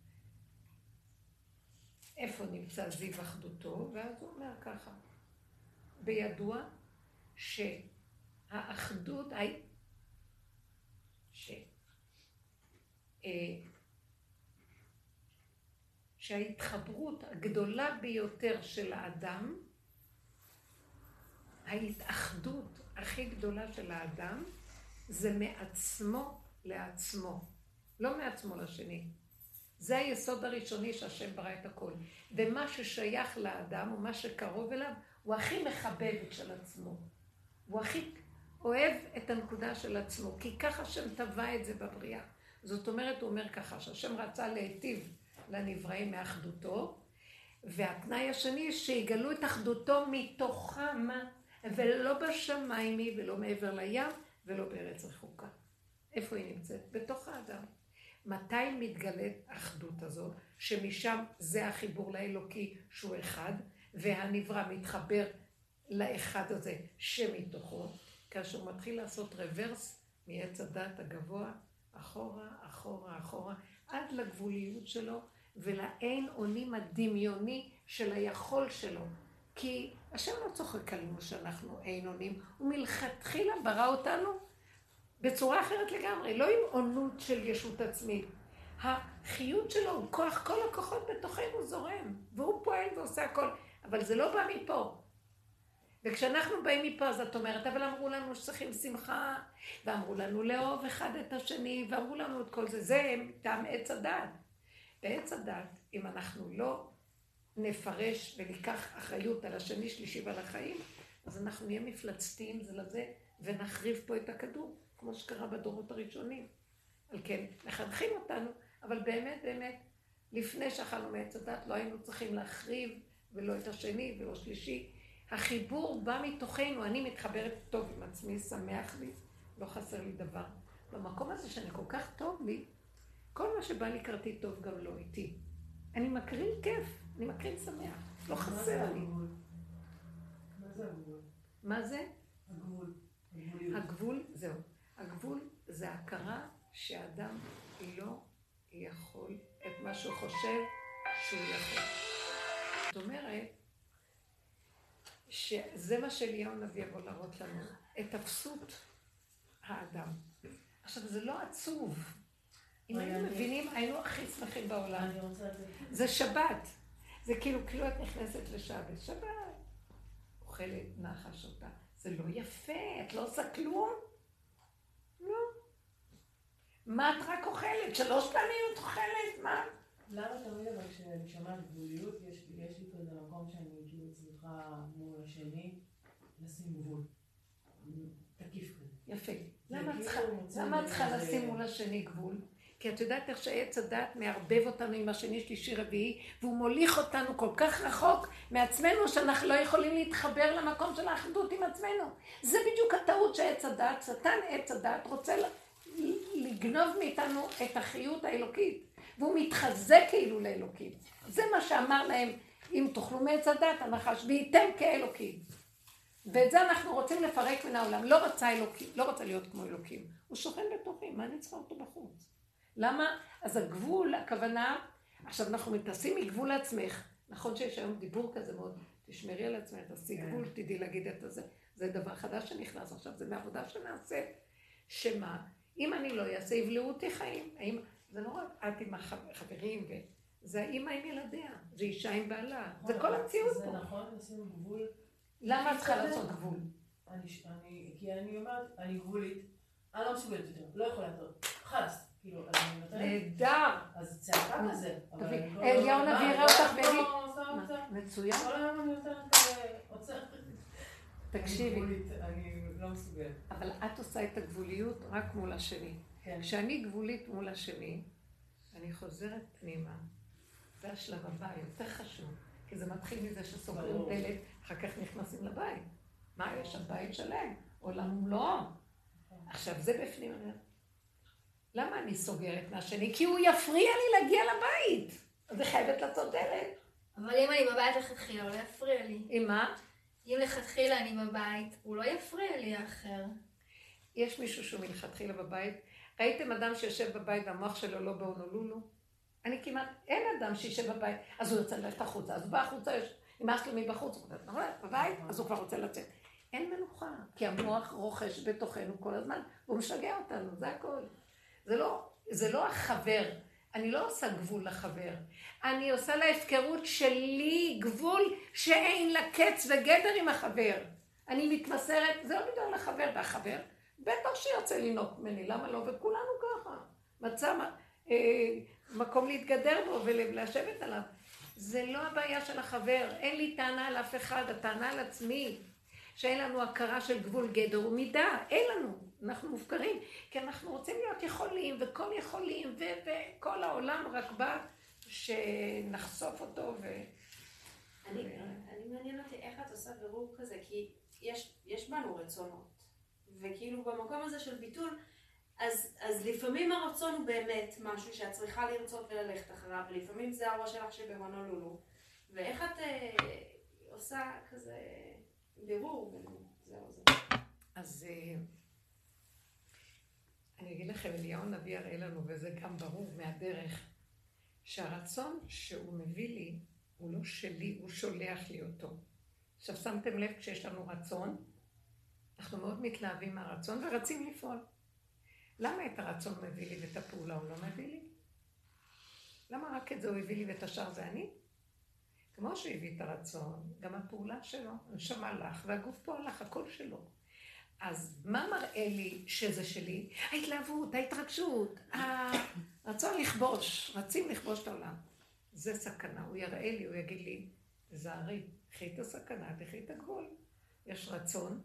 איפה נמצא זיו אחדותו? ואז הוא אומר ככה, בידוע שהאחדות, ש... שההתחברות הגדולה ביותר של האדם, ההתאחדות הכי גדולה של האדם, זה מעצמו לעצמו, לא מעצמו לשני. זה היסוד הראשוני שהשם ברא את הכל. ומה ששייך לאדם, או מה שקרוב אליו, הוא הכי מחבב של עצמו. הוא הכי אוהב את הנקודה של עצמו, כי ככה השם טבע את זה בבריאה. זאת אומרת, הוא אומר ככה, שהשם רצה להיטיב לנבראים מאחדותו, והתנאי השני שיגלו את אחדותו מתוכם, ולא בשמיים היא, ולא מעבר לים, ולא בארץ רחוקה. איפה היא נמצאת? בתוך האדם. מתי מתגלית האחדות הזאת, שמשם זה החיבור לאלוקי שהוא אחד, והנברא מתחבר לאחד הזה שמתוכו, כאשר הוא מתחיל לעשות רוורס מעץ הדת הגבוה, אחורה, אחורה, אחורה, עד לגבוליות שלו, ולאין אונים הדמיוני של היכול שלו. כי השם לא צוחק עלינו שאנחנו אין אונים, הוא מלכתחילה ברא אותנו בצורה אחרת לגמרי, לא עם עונות של ישות עצמית. החיות שלו הוא כוח, כל הכוחות בתוכנו זורם, והוא פועל ועושה הכל, אבל זה לא בא מפה. וכשאנחנו באים מפה, אז את אומרת, אבל אמרו לנו שצריכים שמחה, ואמרו לנו לאהוב אחד את השני, ואמרו לנו את כל זה, זה טעם עץ הדת. בעץ הדת, אם אנחנו לא נפרש וניקח אחריות על השני, שלישי ועל החיים, אז אנחנו נהיה מפלצתיים זה לזה, ונחריב פה את הכדור, כמו שקרה בדורות הראשונים. על כן, מחנכים אותנו, אבל באמת, באמת, לפני שאכלנו מעץ הדת, לא היינו צריכים להחריב, ולא את השני ולא שלישי. החיבור בא מתוכנו, אני מתחברת טוב עם עצמי, שמח לי, לא חסר לי דבר. במקום הזה שאני כל כך טוב לי, כל מה שבא לי קראתי טוב גם לא איתי. אני מקרין כיף, אני מקרין שמח, לא חסר לי. מה זה הגבול? מה זה? הגבול. הגבול, זהו. הגבול זה הכרה שאדם לא יכול את מה שהוא חושב שהוא יכול. זאת אומרת, שזה מה שאליהו הנביא יבוא להראות לנו, את אפסות האדם. עכשיו, זה לא עצוב. אם היינו מבינים, היינו הכי שמחים בעולם. זה שבת. זה כאילו, כאילו את נכנסת לשבת. שבת. אוכלת נחש אותה. זה לא יפה, את לא עושה כלום? לא. מה את רק אוכלת? שלוש פעמים את אוכלת, מה? למה תמיד אבל כשאני שומעת גבוליות, יש לי כזה מקום שאני כאילו צריכה מול השני לשים גבול. תקיף כזה. יפה. למה את צריכה לשים מול השני גבול? כי את יודעת איך שעץ הדת מערבב אותנו עם השני, שלישי, רביעי, והוא מוליך אותנו כל כך רחוק מעצמנו שאנחנו לא יכולים להתחבר למקום של האחדות עם עצמנו. זה בדיוק הטעות שעץ הדת, שטן עץ הדת, רוצה לגנוב מאיתנו את החיות האלוקית, והוא מתחזק כאילו לאלוקים. זה מה שאמר להם, אם תאכלו מעץ הדת, הנחש, וייתם כאלוקים. ואת זה אנחנו רוצים לפרק מן העולם. לא רצה אלוקים, לא רצה להיות כמו אלוקים. הוא שוכן בתוכי, מה אני צריכה אותו בחוץ? למה? אז הגבול, הכוונה, עכשיו אנחנו מתעשים מגבול לעצמך. נכון שיש היום דיבור כזה מאוד, תשמרי על עצמך, תעשי גבול, תדעי להגיד את זה. זה דבר חדש שנכנס עכשיו, זה מעבודה שנעשה. שמה? אם אני לא אעשה, יבלעו אותי חיים. האם, זה לא רק את עם החברים, זה האמא עם ילדיה, זה אישה עם בעלה, זה כל המציאות פה. זה נכון, נשים גבול. למה את צריכה לעשות גבול? אני, כי אני אומרת, אני גבולית, אני לא מסוגלת יותר, לא יכולה יותר, חלס, כאילו, אז אני נותנת. נהדר. אז צעקה כזה. אליהו נביא יראה אותך ויגיד, מצוין. כל היום אני נותנת עוצר. תקשיבי. אני לא מסוגלת. אבל את עושה את הגבוליות רק מול השני. כשאני גבולית מול השני, אני חוזרת פנימה. זה השלב הבא, יותר חשוב. כי זה מתחיל מזה שסוגרים דלת, אחר כך נכנסים לבית. מה, יש שם בית שלם? עולם ומלואו. עכשיו, זה בפנים. למה אני סוגרת מהשני? כי הוא יפריע לי להגיע לבית. אז היא חייבת לעשות דלת. אבל אם אני בבית לכתחילה, הוא לא יפריע לי. עם מה? אם לכתחילה אני בבית, הוא לא יפריע לי האחר. יש מישהו שהוא מלכתחילה בבית? ראיתם אדם שיושב בבית והמוח שלו לא בהונולולו? אני כמעט, אין אדם שישב בבית, אז הוא יוצא ללכת החוצה, אז הוא בא החוצה, יש נמאס לו מבחוץ, הוא אומר, בבית, אז הוא כבר רוצה לצאת. אין מנוחה, כי המוח רוכש בתוכנו כל הזמן, והוא משגע אותנו, זה הכל. זה לא, זה לא החבר, אני לא עושה גבול לחבר, אני עושה להפקרות שלי גבול שאין לה קץ וגדר עם החבר. אני מתמסרת, זה לא בגלל החבר, והחבר, בטח שיוצא לנוק ממני, למה לא? וכולנו ככה. מצא אה, מקום להתגדר בו ולשבת עליו. זה לא הבעיה של החבר, אין לי טענה על אף אחד, הטענה על עצמי, שאין לנו הכרה של גבול גדר ומידה, אין לנו, אנחנו מופקרים, כי אנחנו רוצים להיות יכולים וכל יכולים, ו- וכל העולם רק בא שנחשוף אותו. ו... אני, אני מעניין אותי איך את עושה בירור כזה, כי יש, יש בנו רצונות, וכאילו במקום הזה של ביטול, אז, אז לפעמים הרצון הוא באמת משהו שאת צריכה לרצות וללכת אחריו, ולפעמים זה הראש שלך שבהונולולו, ואיך את אה, עושה כזה בירור בין זה או זה? אז אה, אני אגיד לכם, אליהו נביא יראה לנו, וזה גם ברור מהדרך, שהרצון שהוא מביא לי, הוא לא שלי, הוא שולח לי אותו. עכשיו שמתם לב, כשיש לנו רצון, אנחנו מאוד מתלהבים מהרצון ורצים לפעול. למה את הרצון מביא לי ואת הפעולה הוא לא מביא לי? למה רק את זה הוא הביא לי ואת השאר זה אני? כמו שהוא הביא את הרצון, גם הפעולה שלו, הנשמה לך והגוף פה הלך, הכל שלו. אז מה מראה לי שזה שלי? ההתלהבות, ההתרגשות, הרצון לכבוש, רצים לכבוש את העולם. זה סכנה, הוא יראה לי, הוא יגיד לי, זהרי, קחי את הסכנה, תקחי את הגבול. יש רצון,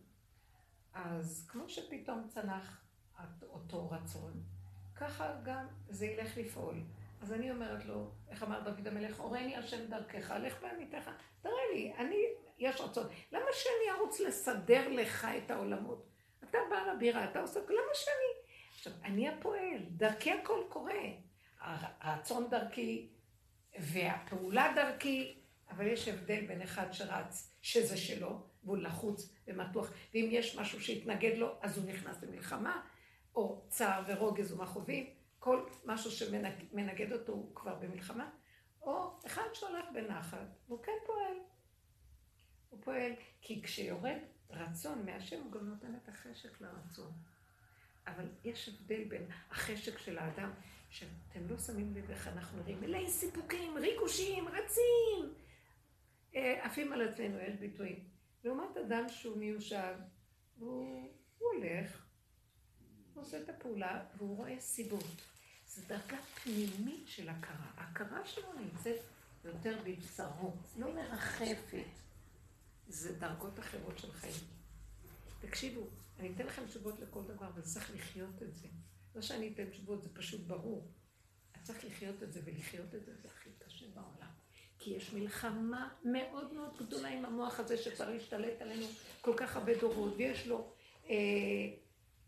אז כמו שפתאום צנח אותו רצון, ככה גם זה ילך לפעול. אז אני אומרת לו, איך אמר דוד המלך, אורני השם דרכך, לך בעמיתך, תראה לי, אני, יש רצון. למה שאני ארוץ לסדר לך את העולמות? אתה בא לבירה, אתה עושה, למה שאני? עכשיו, אני הפועל, דרכי הכל קורה. הרצון דרכי והפעולה דרכי, אבל יש הבדל בין אחד שרץ, שזה שלו, והוא לחוץ ומתוח, ואם יש משהו שהתנגד לו, אז הוא נכנס למלחמה, או צער ורוגז ומחובים, כל משהו שמנגד אותו הוא כבר במלחמה, או אחד שהולך בנחת, והוא כן פועל. הוא פועל, כי כשיורד רצון מהשם, הוא גם נותן את החשק לרצון. אבל יש הבדל בין החשק של האדם, שאתם לא שמים לב איך אנחנו נראים, מלאי סיפוקים, ריגושים, רצים, עפים על עצמנו, יש ביטויים. לעומת אדם שהוא מיושב, והוא הולך, הוא עושה את הפעולה, והוא רואה סיבות. זו דרגה פנימית של הכרה. ההכרה שלו נמצאת יותר בבשרו, לא מרחפת. זה דרגות אחרות של חיים. תקשיבו, אני אתן לכם תשובות לכל דבר, אבל צריך לחיות את זה. לא שאני אתן תשובות, זה פשוט ברור. את צריך לחיות את זה, ולחיות את זה זה הכי קשה בעולם. כי יש מלחמה מאוד מאוד גדולה עם המוח הזה שצריך להשתלט עלינו כל כך הרבה דורות, ויש לו אה,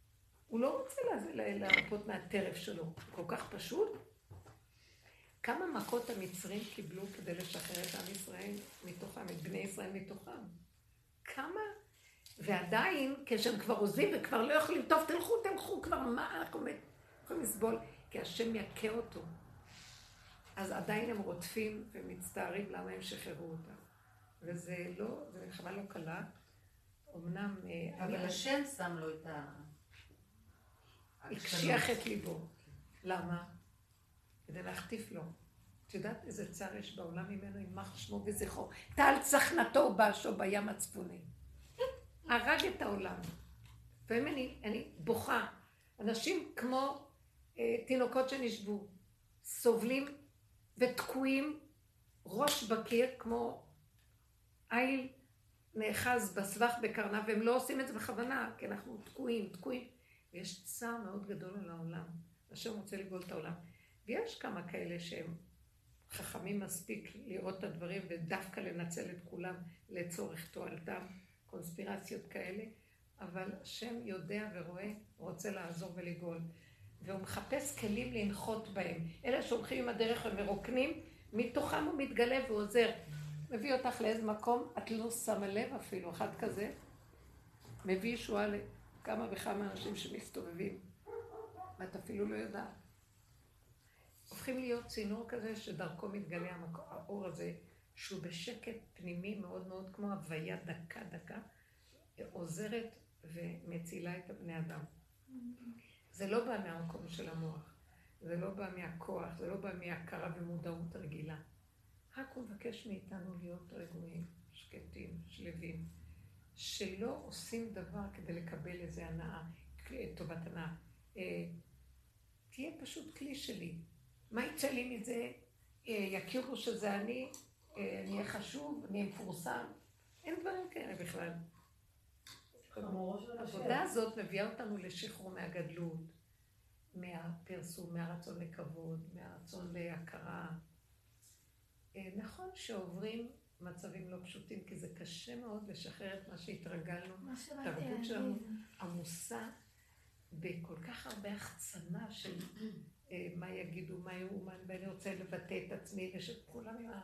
הוא לא רוצה להרפות מהטרף שלו, כל כך פשוט. כמה מכות המצרים קיבלו כדי לשחרר את עם ישראל מתוכם, את בני ישראל מתוכם? כמה? ועדיין, כשהם כבר עוזבים וכבר לא יכולים, טוב, תלכו, תלכו, כבר מה אנחנו יכולים לסבול? כי השם יקה אותו. אז עדיין הם רודפים ומצטערים למה הם שחררו אותם. וזה לא, זה מלחמה לא קלה. אמנם... אבל השם שם לו את ה... הקשיח את ליבו. למה? כדי להחטיף לו. את יודעת איזה צער יש בעולם ממנו, יימח שמו וזכרו. טל צחנתו באשו בים הצפוני. הרג את העולם. לפעמים אני, אני בוכה. אנשים כמו אה, תינוקות שנשבו, סובלים ותקועים ראש בקיר, כמו איל נאחז בסבך בקרנה, והם לא עושים את זה בכוונה, כי אנחנו תקועים, תקועים. ויש צער מאוד גדול על העולם. השם רוצה לגאול את העולם. ויש כמה כאלה שהם חכמים מספיק לראות את הדברים, ודווקא לנצל את כולם לצורך תועלתם, קונספירציות כאלה, אבל השם יודע ורואה, רוצה לעזור ולגאול. והוא מחפש כלים לנחות בהם. אלה שהולכים עם הדרך ומרוקנים, מתוכם הוא מתגלה ועוזר. מביא אותך לאיזה מקום, את לא שמה לב אפילו, אחד כזה, מביא ישועה לכמה וכמה אנשים שמסתובבים, ואת אפילו לא יודעת. הופכים להיות צינור כזה שדרכו מתגלה האור הזה, שהוא בשקט פנימי מאוד מאוד כמו הוויה דקה דקה, עוזרת ומצילה את הבני אדם. זה לא בא מהמקום של המוח, זה לא בא מהכוח, זה לא בא מהכרה ומודעות רגילה. רק הוא מבקש מאיתנו להיות רגועים, שקטים, שלווים, שלא עושים דבר כדי לקבל איזה הנאה, טובת הנאה. תהיה פשוט כלי שלי. מה יצא לי מזה? יכירו שזה אני, אני אהיה חשוב, אני אהיה מפורסם. אין דברים כאלה בכלל. העבודה הזאת מביאה אותנו לשחרור מהגדלות, מהפרסום, מהרצון לכבוד, מהרצון להכרה. נכון שעוברים מצבים לא פשוטים, כי זה קשה מאוד לשחרר את מה שהתרגלנו. התרבות שלנו עמוסה בכל כך הרבה החצנה של מה יגידו, מה יאומן, ואני רוצה לבטא את עצמי, ושכולם עם ה...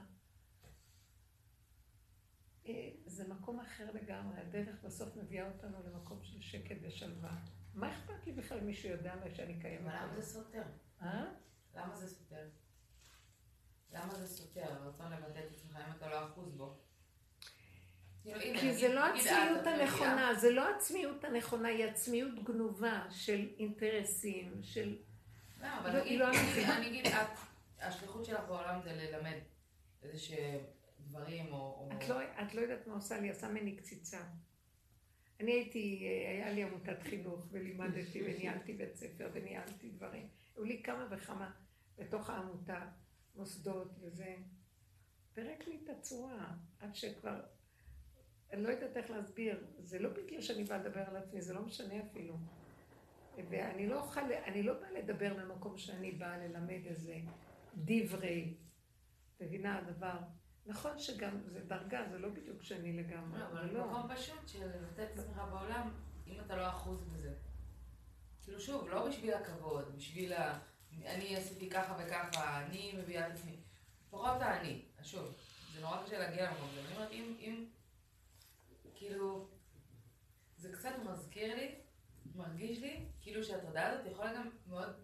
זה מקום אחר לגמרי, הדרך בסוף מביאה אותנו למקום של שקט ושלווה. מה אכפת לי בכלל מישהו יודע מה שאני קיימת? אבל למה זה סותר? אה? למה זה סותר? למה זה סותר? הרצון לבטא את עצמך אם אתה לא אחוז בו. כי זה לא עצמיות הנכונה, זה לא עצמיות הנכונה, היא עצמיות גנובה של אינטרסים, של... לא, אבל אני אגיד, השליחות שלך בעולם זה ללמד איזה שדברים או... את לא יודעת מה עושה לי, עשה מני קציצה. אני הייתי, היה לי עמותת חינוך ולימדתי וניהלתי בית ספר וניהלתי דברים. היו לי כמה וכמה בתוך העמותה, מוסדות וזה. פרק לי את הצורה, עד שכבר... אני לא יודעת איך להסביר, זה לא בגלל שאני באה לדבר על עצמי, זה לא משנה אפילו. ואני לא אוכל, אני לא באה לדבר במקום שאני באה ללמד איזה דברי, מבינה הדבר. נכון שגם זה דרגה, זה לא בדיוק שאני לגמרי. לא, אבל מקום פשוט של לתת עצמך בעולם, אם אתה לא אחוז בזה. כאילו שוב, לא בשביל הכבוד, בשביל ה... אני עשיתי ככה וככה, אני מביאה את עצמי. פחות האני, שוב, זה נורא קשה להגיע למקום הזה. אני אומרת, אם, אם, כאילו, זה קצת מזכיר לי, מרגיש לי, כאילו שההטרדה הזאת יכולה גם מאוד,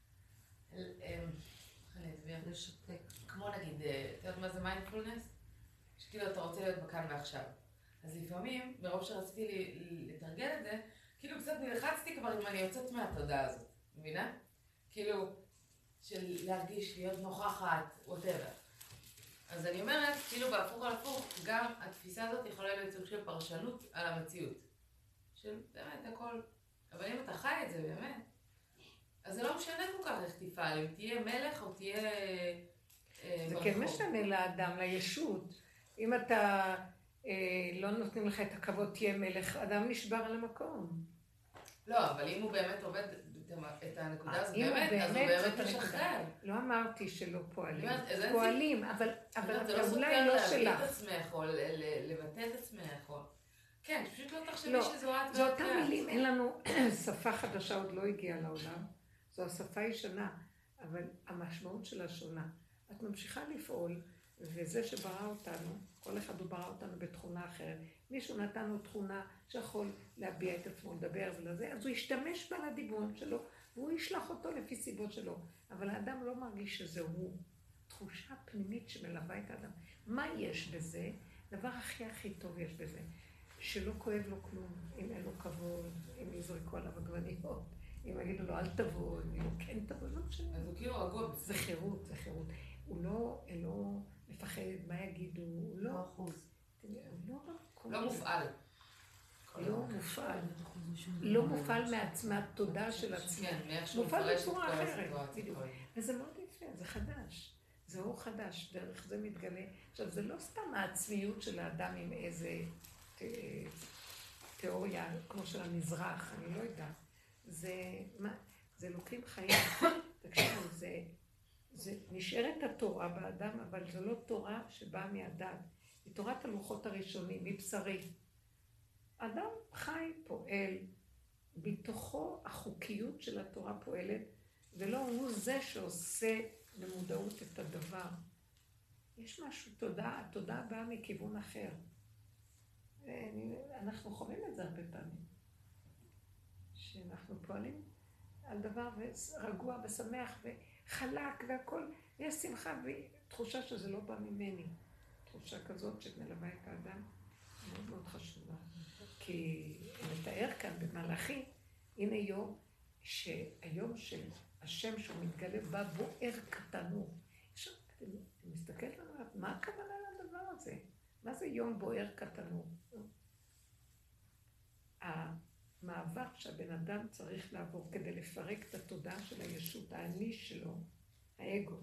איך אני אסביר? לשתק. כמו נגיד, אתה יודעת מה זה מיינדפולנס? שכאילו אתה רוצה להיות בכאן ועכשיו. אז לפעמים, ברוב שרציתי לתרגל את זה, כאילו קצת נלחצתי כבר אם אני יוצאת מההטרדה הזאת, מבינה? כאילו, של להרגיש, להיות נוכחת, whatever. אז אני אומרת, כאילו בהפוך על הפוך, גם התפיסה הזאת יכולה להיות סוג של פרשנות על המציאות. של באמת הכל, אבל אם אתה חי את זה באמת, אז זה לא משנה כל כך איך תפעל, אם תהיה מלך או תהיה אה, זה כן משנה לאדם, לישות. אם אתה אה, לא נותנים לך את הכבוד, תהיה מלך, אדם נשבר על המקום. לא, אבל אם הוא באמת עובד את הנקודה הזאת באמת, אז הוא באמת משחרר. לא אמרתי שלא פועלים, זה פועלים, אבל אולי לא שלך. להביא את עצמך או לבטא את עצמך או... כן, פשוט לא תחשבי לא, שזו את זה ואת אותם ואת. מילים, אין לנו, שפה חדשה עוד לא הגיעה לעולם, זו השפה ישנה, אבל המשמעות שלה שונה. את ממשיכה לפעול, וזה שברא אותנו, כל אחד הוא ברא אותנו בתכונה אחרת. מישהו נתן לו תכונה שיכול להביע את עצמו, לדבר ולזה, אז הוא ישתמש בה לדיבור שלו, והוא ישלח אותו לפי סיבות שלו. אבל האדם לא מרגיש שזה הוא. תחושה פנימית שמלווה את האדם. מה יש בזה? דבר הכי הכי טוב יש בזה. שלא כואב לו כלום, אם אין לו כבוד, אם יזרקו עליו עגבניות, אם יגידו לו אל תבוא, אם הוא כן תבוא, לא משנה. אז הוא כאילו רגוע. זה חירות, זה חירות. הוא לא, לא מפחד מה יגידו, הוא לא... לא אחוז. הוא לא... לא מופעל. לא מופעל. לא מופעל מהתודעה של עצמו. כן, מאיך שהוא מופעל מפרש את בצורה כל אחרת. הסיטואציה. בדיוק. וזה מאוד יפה, זה חדש. זה אור חדש, דרך זה מתגלה. עכשיו, זה לא סתם העצמיות של האדם עם איזה תיאוריה, כמו של המזרח, אני לא יודעת. זה, מה, זה לוקחים חיים. תקשיבו, זה, זה נשארת התורה באדם, אבל זו לא תורה שבאה מהדת. היא תורת הלוחות הראשונים, מבשרי. אדם חי, פועל, בתוכו החוקיות של התורה פועלת, ולא הוא זה שעושה במודעות את הדבר. יש משהו, תודעה, התודעה באה מכיוון אחר. אנחנו חווים את זה הרבה פעמים. שאנחנו פועלים על דבר רגוע ושמח וחלק והכל, יש שמחה ותחושה שזה לא בא ממני. תחושה כזאת שמלווה את האדם, מאוד מאוד חשובה. כי נתאר כאן במלאכי, הנה יום, שהיום של השם שהוא מתגלה בא בוער קטנות. עכשיו, אתם מסתכלת עליו, מה הכוונה לדבר הזה? מה זה יום בוער קטנות? המעבר שהבן אדם צריך לעבור כדי לפרק את התודעה של הישות, האני שלו, האגו,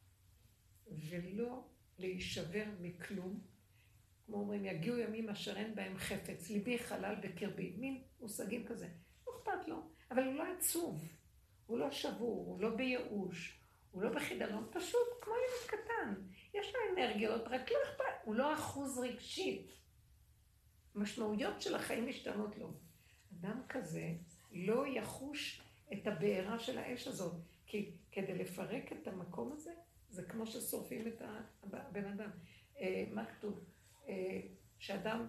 ולא להישבר מכלום, כמו אומרים, יגיעו ימים אשר אין בהם חפץ, ליבי חלל בקרבי, מין מושגים כזה, לא אכפת לו, אבל הוא לא עצוב, הוא לא שבור, הוא לא בייאוש, הוא לא בחידלון, פשוט כמו ילד קטן, יש לו אנרגיות, רק לא אכפת, הוא לא אחוז רגשית, משמעויות של החיים משתנות לו. אדם כזה לא יחוש את הבעירה של האש הזאת, כי כדי לפרק את המקום הזה, זה כמו ששורפים את הבן אדם. מה כתוב? שאדם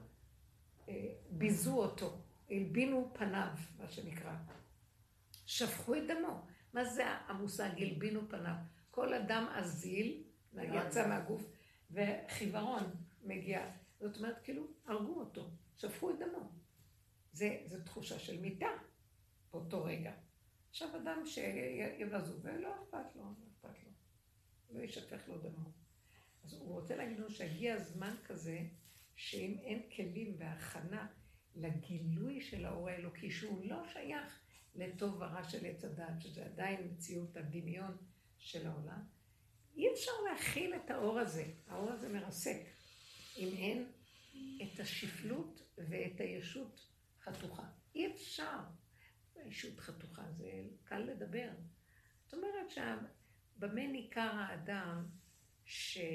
ביזו אותו, הלבינו פניו, מה שנקרא. שפכו את דמו. מה זה המושג הלבינו פניו? כל אדם אזיל, יצא מהגוף, וחיוורון מגיע. זאת אומרת, כאילו, הרגו אותו, שפכו את דמו. זה, זה תחושה של מיטה, באותו רגע. עכשיו אדם שיבזו, ולא אכפת לו, לא אכפת לו. לא ישפך לו דמו. אז הוא רוצה להגיד לנו שהגיע הזמן כזה, שאם אין כלים והכנה לגילוי של האור האלוקי, שהוא לא שייך לטוב ורע של עץ הדת, שזה עדיין מציאות הדמיון של העולם, אי אפשר להכיל את האור הזה. האור הזה מרסק. אם אין את השפלות ואת הישות חתוכה. אי אפשר. הישות חתוכה, זה קל לדבר. זאת אומרת שבמה ניכר האדם שהוא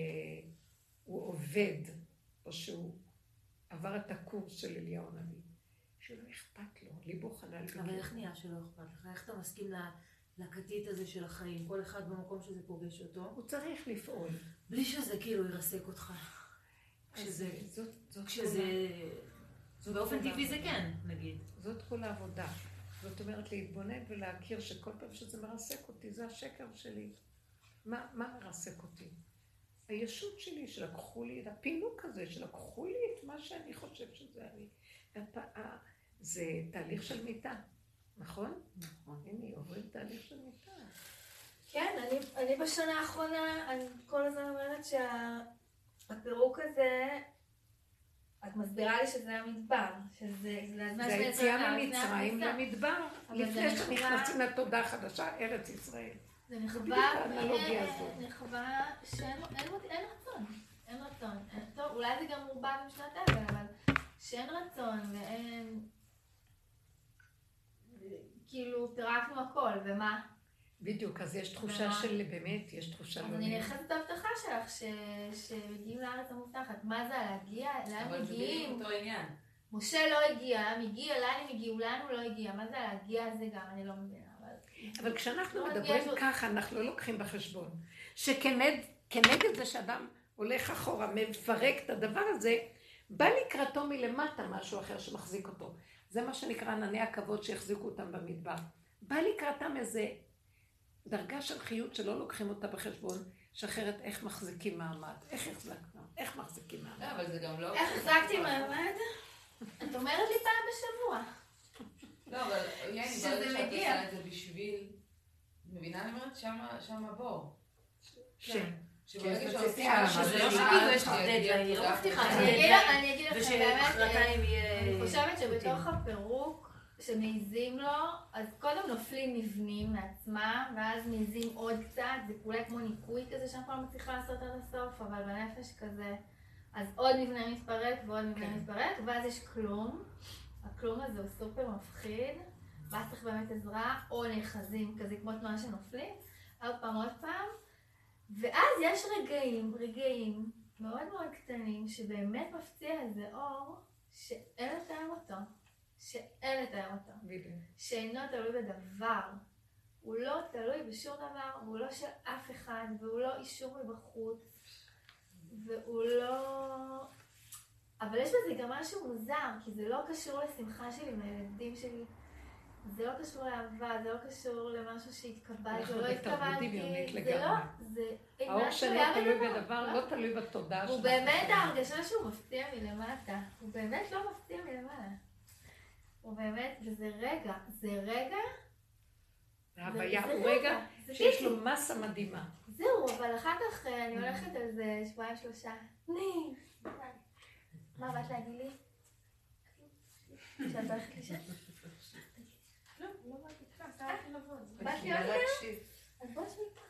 עובד, או שהוא עבר את הקורס של אליהו הנביא, שלא אכפת לו, ליבו חלל. אבל איך נהיה שלא אכפת לך? איך אתה מסכים לקטית הזה של החיים? כל אחד במקום שזה פוגש אותו? הוא צריך לפעול. בלי שזה כאילו ירסק אותך. כשזה... זאת, זאת כשזה... באופן טבעי זה כן, נגיד. זאת כל העבודה. זאת אומרת, להתבונן ולהכיר שכל פעם שזה מרסק אותי, זה השקר שלי. מה, מה מרסק אותי? הישות שלי, שלקחו לי את הפינוק הזה, שלקחו לי את מה שאני חושב שזה אני. הפעה, זה תהליך של מיטה, נכון? נכון. הנה, עוברים תהליך של מיטה. כן, אני, אני בשנה האחרונה, אני כל הזמן אומרת שהפירוק הזה, את מסבירה לי שזה המדבר, שזה... זה היציאה ממצרים למדבר, לפני שנכנסים לתודעה החדשה, ארץ ישראל. זה נחווה, נחווה שאין רצון, אין רצון. טוב, אולי זה גם מורבע במשנת אבל, אבל שאין רצון ואין... כאילו, פירקנו הכל, ומה? בדיוק, אז יש תחושה של באמת, יש תחושה לא... אז אני נכנסת את ההבטחה שלך, שמגיעים לארץ המובטחת. מה זה להגיע? לאן מגיעים? אבל זה בדיוק אותו עניין. משה לא הגיע, הם הגיע, לאן הם הגיעו, לאן הוא לא הגיע, מה זה להגיע הזה גם, אני לא מבינה. אבל כשאנחנו מדברים ככה, אנחנו לא לוקחים בחשבון, שכנגד זה שאדם הולך אחורה, מפרק את הדבר הזה, בא לקראתו מלמטה משהו אחר שמחזיק אותו. זה מה שנקרא ענני הכבוד שהחזיקו אותם במדבר. בא לקראתם איזה דרגה של חיות שלא לוקחים אותה בחשבון, שאחרת איך מחזיקים מעמד, איך החזקנו, איך מחזיקים מעמד. לא, אבל זה גם לא... איך החזקתי מעמד? את אומרת לי פעם בשבוע. לא, אבל יאני, ברגע שאת עושה את זה בשביל... מבינה? אני אומרת, שמה בור. כן. שברגע שעושים... שזה לא שכאילו יש לך דדליין, היא לא מבטיחה. אני אגיד לכם באמת, אני חושבת שבתוך הפירוק שמעיזים לו, אז קודם נופלים מבנים מעצמם, ואז מעיזים עוד קצת, זה אולי כמו ניקוי כזה שאני כבר מצליחה לעשות עד הסוף, אבל בנפש כזה, אז עוד מבנה מתפרק ועוד מבנה מתפרק, ואז יש כלום. הכלום הזה הוא סופר מפחיד, ואז צריך באמת עזרה, או נאחזים כזה כמו תנועה שנופלים, עוד פעם עוד פעם, ואז יש רגעים, רגעים מאוד מאוד קטנים, שבאמת מפציע איזה אור, שאין לתאר אותו. שאין לתאר אותו. שאינו תלוי בדבר. הוא לא תלוי בשום דבר, והוא לא של אף אחד, והוא לא אישור מבחוץ, והוא לא... אבל יש בזה גם משהו מוזר, כי זה לא קשור לשמחה שלי מהילדים שלי. זה לא קשור לאהבה, זה לא קשור למשהו שהתקבלתי או לא התקבלתי. זה לא, זה... האור שלו תלוי בדבר, לא תלוי בתודעה שלו. הוא באמת ההרגשה שהוא מפתיע מלמטה. הוא באמת לא מפתיע מלמעלה. הוא באמת, וזה רגע, זה רגע... ההוויה הוא רגע שיש לו מסה מדהימה. זהו, אבל אחר כך אני הולכת על זה שבועיים שלושה. ני, מה באת להגיד לי? שאת הולכת לישון? לא, לא באתי איתך, אתה הולכת לבוא. באתי עוד פעם? אז בוא שבי איתך.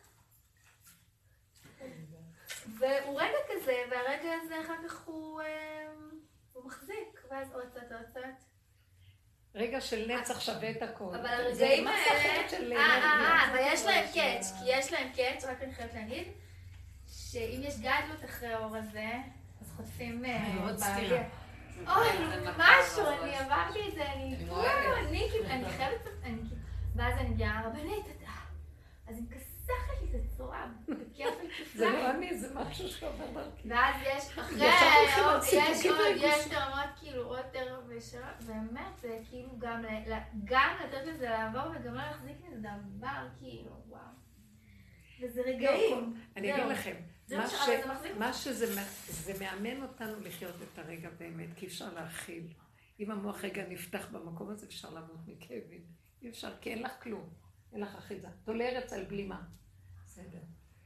והוא רגע כזה, והרגע הזה אחר כך הוא מחזיק, ואז עוד קצת, עוד קצת. רגע של נצח שווה את הכל. אבל הרגעים האלה... אה, אה, אבל יש להם קאץ', כי יש להם קאץ', רק אני חייבת להגיד, שאם יש גדלות אחרי האור הזה, אז חוטפים באוויר. אוי, משהו, אני עברתי את זה, אני... אני אני חייבת... ואז אני מגיעה רבנית, אז היא מכסחת לי את הצורה, בכיפל כפליים. זה לא אני, זה משהו שעובר דרכי. ואז יש אחרי... יש תרמות כאילו עוד תרם ושרה, באמת זה כאילו גם לתת לזה לעבור וגם לא להחזיק לזה דבר, כאילו, וואו. וזה רגעים. אני אגיד לכם, מה שזה מאמן אותנו לחיות את הרגע באמת, כי אפשר להכיל. אם המוח רגע נפתח במקום הזה, אפשר לעמוד מכאבים. אי אפשר, כי אין לך כלום. אין לך אחיזה. תולרת על בלימה. בסדר.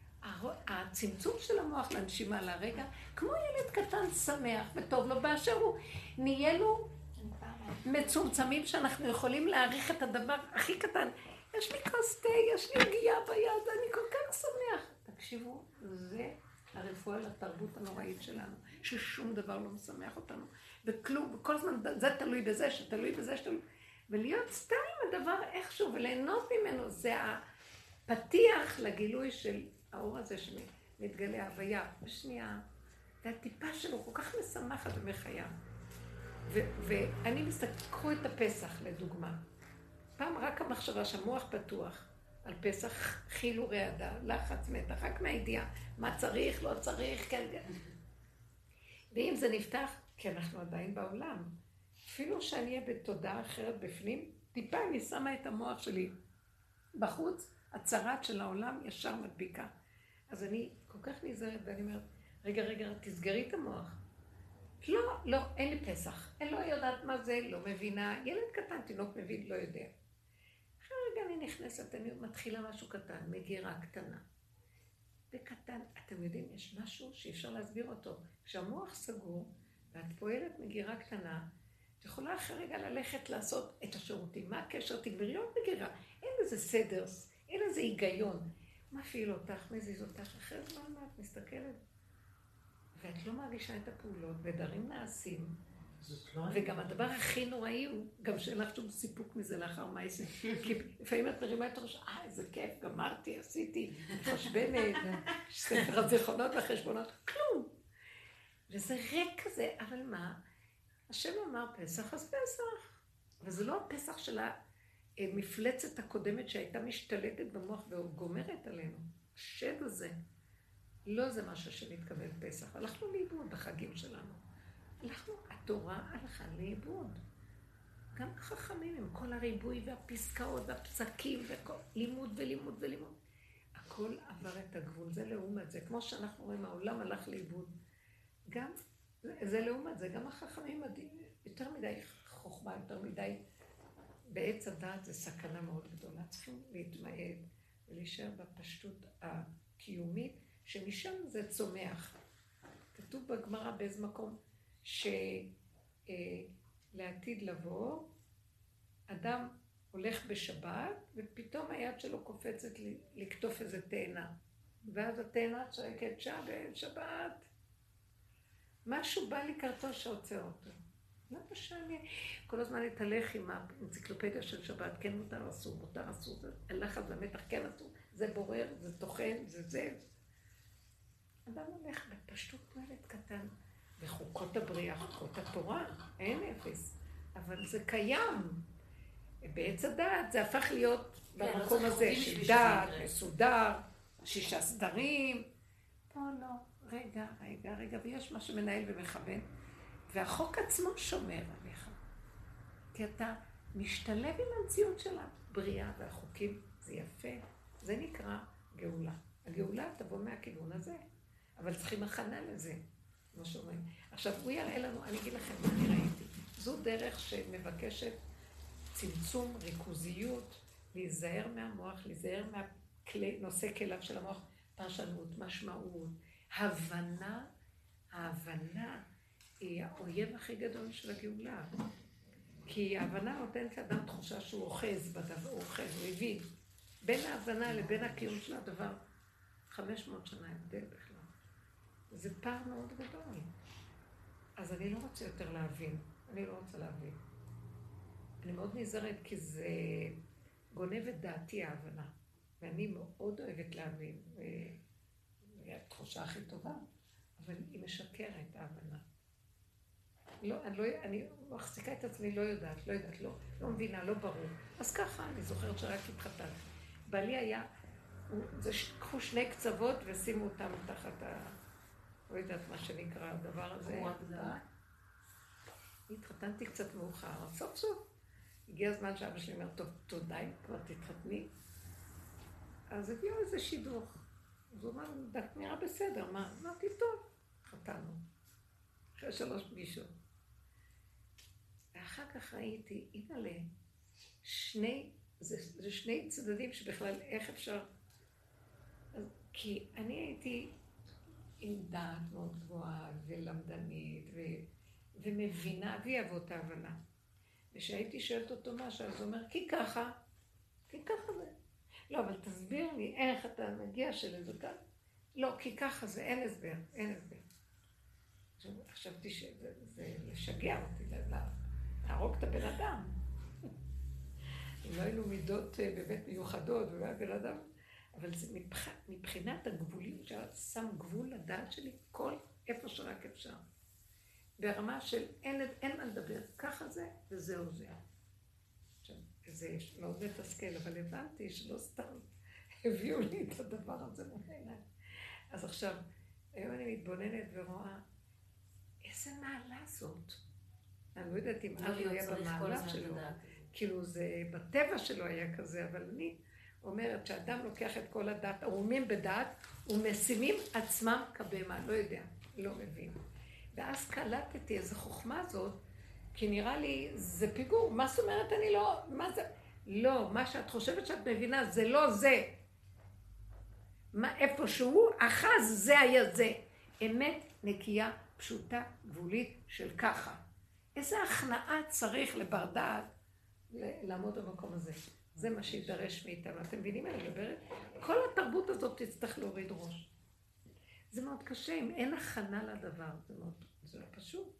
הצמצום של המוח לנשימה לרגע, כמו ילד קטן שמח וטוב לו באשר הוא, נהיינו מצומצמים שאנחנו יכולים להעריך את הדבר הכי קטן. יש לי כוס תה, יש לי עגייה ביד, אני כל כך שמח. תקשיבו, זה הרפואה לתרבות הנוראית שלנו, ששום דבר לא משמח אותנו. וכלום, וכל הזמן זה תלוי בזה, שתלוי בזה, שתלוי... ולהיות סתם עם הדבר איכשהו וליהנות ממנו, זה הפתיח לגילוי של האור הזה שמתגלה ההוויה. בשנייה, והטיפה שלו כל כך משמחת ומחיה. ואני מסתכל, קחו את הפסח לדוגמה. פעם רק המחשבה שהמוח פתוח על פסח חילו רעדה, לחץ מתח, רק מהידיעה, מה צריך, לא צריך, כן, כן. ואם זה נפתח, כי אנחנו עדיין בעולם. אפילו שאני אהיה בתודעה אחרת בפנים, טיפה אני שמה את המוח שלי בחוץ, הצרת של העולם ישר מדביקה. אז אני כל כך נזהרת ואני אומרת, רגע, רגע, תסגרי את המוח. לא, לא, אין לי פסח. אני לא יודעת מה זה, לא מבינה. ילד קטן, תינוק מבין, לא יודע. אחרי רגע אני נכנסת, אני מתחילה משהו קטן, מגירה קטנה. בקטן, אתם יודעים, יש משהו שאי אפשר להסביר אותו. כשהמוח סגור ואת פועלת מגירה קטנה, את יכולה אחרי רגע ללכת לעשות את השירותים. מה הקשר? תגברי עוד מגירה. אין איזה סדר, אין איזה היגיון. מפעיל אותך, מזיז אותך, אחרי זמן מה את מסתכלת. ואת לא מרגישה את הפעולות, ודברים נעשים. וגם הדבר הכי נוראי הוא, גם שאין לך שום סיפוק מזה לאחר מה יעשה. כי לפעמים את מרימה את הראש, אה, איזה כיף, גמרתי, עשיתי, חשבנת, ספר הזיכרונות והחשבונות, כלום. וזה ריק כזה, אבל מה? השם אמר פסח, אז פסח. אבל זה לא הפסח של המפלצת הקודמת שהייתה משתלטת במוח וגומרת עלינו. השד הזה. לא זה משהו שמתקבל פסח. הלכנו לאיבוד בחגים שלנו. הלכנו, התורה הלכה לאיבוד. גם החכמים עם כל הריבוי והפסקאות והפסקים ולימוד ולימוד ולימוד. הכל עבר את הגבול, זה לעומת זה. כמו שאנחנו רואים, העולם הלך לאיבוד. גם, זה, זה לעומת זה, גם החכמים יותר מדי חוכמה, יותר מדי בעץ הדעת, זה סכנה מאוד גדולה. צריכים להתמעד ולהישאר בפשטות הקיומית, שמשם זה צומח. כתוב בגמרא באיזה מקום, שלעתיד לבוא, אדם הולך בשבת, ופתאום היד שלו קופצת לקטוף איזה תאנה. ואז התאנה צועקת, שבת, שבת. משהו בא לקראתו שעוצר אותו. למה שאני כל הזמן אתהלך עם האנציקלופדיה של שבת, כן מותר אסור, מותר אסור, זה הלחץ והמתח, כן אסור, זה בורר, זה טוחן, זה זה. אדם הולך בפשטות פועלת קטן, בחוקות הבריאה, חוקות התורה, אין אפס, אבל זה קיים. בעץ הדעת זה הפך להיות במקום הזה של דעת, מסודר, שישה סדרים. פה לא, רגע, רגע, רגע, ויש מה שמנהל ומכוון, והחוק עצמו שומר עליך. כי אתה משתלב עם המציאות של הבריאה והחוקים, זה יפה, זה נקרא גאולה. הגאולה תבוא מהכיוון הזה, אבל צריכים הכנה לזה, כמו שאומרים. עכשיו, הוא יראה לנו, אני אגיד לכם מה אני ראיתי. זו דרך שמבקשת צמצום, ריכוזיות, להיזהר מהמוח, להיזהר מהנושא כליו של המוח, פרשנות, משמעות, הבנה, ההבנה היא האויב הכי גדול של הגאולה. כי ההבנה נותנת לאדם תחושה שהוא אוחז בדבר, הוא אוחז, הוא הבין. בין ההבנה לבין הקיום של הדבר, חמש מאות שנה הבדל בכלל. זה פער מאוד גדול. אז אני לא רוצה יותר להבין, אני לא רוצה להבין. אני מאוד נזהרת כי זה גונב את דעתי ההבנה. ואני מאוד אוהבת להבין, והיא התחושה הכי טובה, אבל היא משקרת ההבנה. לא, אני, לא, אני מחזיקה את עצמי, לא יודעת, לא יודעת, לא, לא מבינה, לא ברור. אז ככה, אני זוכרת שרק התחתן. בעלי היה, זה קחו שני קצוות ושימו אותם תחת ה... לא יודעת מה שנקרא הדבר הזה. התחתנתי קצת מאוחר, סוף סוף. הגיע הזמן שאבא שלי אומר, טוב, תודה, כבר תתחתני. אז הביאו איזה שידוך. אז הוא אמר, נראה בסדר, מה? אמרתי, טוב, חתנו. אחרי שלוש פגישות. ואחר כך ראיתי, אימא'לה, שני, זה, זה שני צדדים שבכלל איך אפשר... אז, כי אני הייתי עם דעת מאוד גבוהה ולמדנית ו, ומבינה, אבי אבות ההבנה. ושהייתי שואלת אותו משהו, אז הוא אומר, כי ככה, כי ככה זה. לא, אבל תסביר לי איך אתה מגיע של זה כאן. לא, כי ככה זה, אין הסבר, אין הסבר. חשבתי שזה זה לשגע אותי, להרוג את הבן אדם. אם לא היינו מידות באמת מיוחדות, והיה בן אדם, אבל זה מבח... מבחינת הגבולים, ששם גבול לדעת שלי כל איפה שרק אפשר. ברמה של אין, אין מה לדבר, ככה זה וזהו זה. עכשיו, זה מאוד מתסכל, אבל הבנתי שלא סתם הביאו לי את הדבר הזה ממנה. אז עכשיו, היום אני מתבוננת ורואה, איזה מעלה זאת. אני לא יודעת אם אבי היה במעלה שלו, כאילו זה בטבע שלו היה כזה, אבל אני אומרת שאדם לוקח את כל הדת, ערומים בדת, ומשימים עצמם כבמה, לא יודע, לא מבין. ואז קלטתי איזו חוכמה הזאת, כי נראה לי, זה פיגור, מה זאת אומרת אני לא, מה זה? לא, מה שאת חושבת שאת מבינה, זה לא זה. מה, איפה שהוא, אחז זה היה זה. אמת נקייה, פשוטה, גבולית של ככה. איזה הכנעה צריך לבר דעת לעמוד במקום הזה. זה מה שידרש מאיתנו. אתם מבינים מה אני מדברת? כל התרבות הזאת תצטרך להוריד ראש. זה מאוד קשה, אם אין הכנה לדבר, זה מאוד, זה לא פשוט.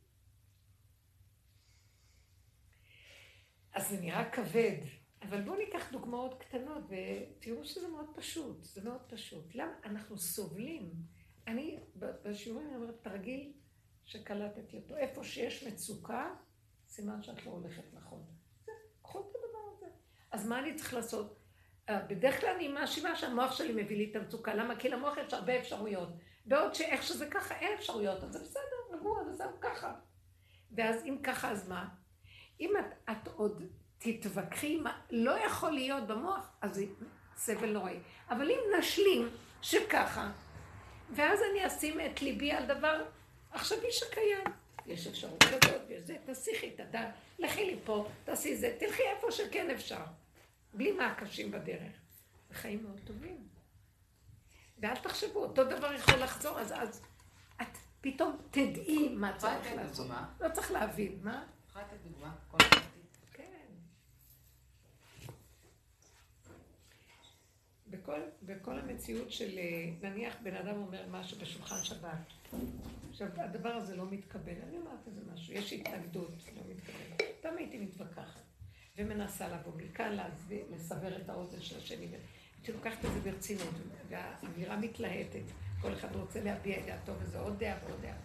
אז זה נראה כבד, אבל בואו ניקח דוגמאות קטנות ותראו שזה מאוד פשוט, זה מאוד פשוט. למה? אנחנו סובלים. אני בשיעורים אני אומרת, תרגיל שקלטתי אותו. איפה שיש מצוקה, סימן שאת לא הולכת נכון. זה, קחו את הדבר הזה. אז מה אני צריך לעשות? בדרך כלל אני מאשימה שהמוח שלי מביא לי את המצוקה. למה? כי למוח יש הרבה אפשרויות. בעוד שאיך שזה ככה, אין אפשרויות, אז זה בסדר, רגוע, וזהו ככה. ואז אם ככה, אז מה? אם את, את עוד תתווכחי מה לא יכול להיות במוח, אז זה סבל נוראי. אבל אם נשלים שככה, ואז אני אשים את ליבי על דבר עכשווי שקיים. יש אפשרות כזאת, ויש זה, תסיכי את הדעת, לכי לי פה, תעשי זה, תלכי איפה שכן אפשר. בלי מעקשים בדרך. זה חיים מאוד טובים. ואל תחשבו, אותו דבר יכול לחזור, אז, אז את פתאום תדעי מה צריך לעשות. לא צריך להבין, מה? יכולה לתת דוגמה? כל פרטית. כן. בכל, בכל המציאות של, נניח בן אדם אומר משהו בשולחן שבת, עכשיו הדבר הזה לא מתקבל, אני אומרת איזה משהו, יש התנגדות, לא מתקבל. פעם הייתי מתווכחת ומנסה לבוא מכאן, להסביר, לסבר את האוזן של השני, הייתי לוקחת את זה ברצינות, והאווירה מתלהטת, כל אחד רוצה להביע את דעתו, וזה עוד דעה ועוד דעה.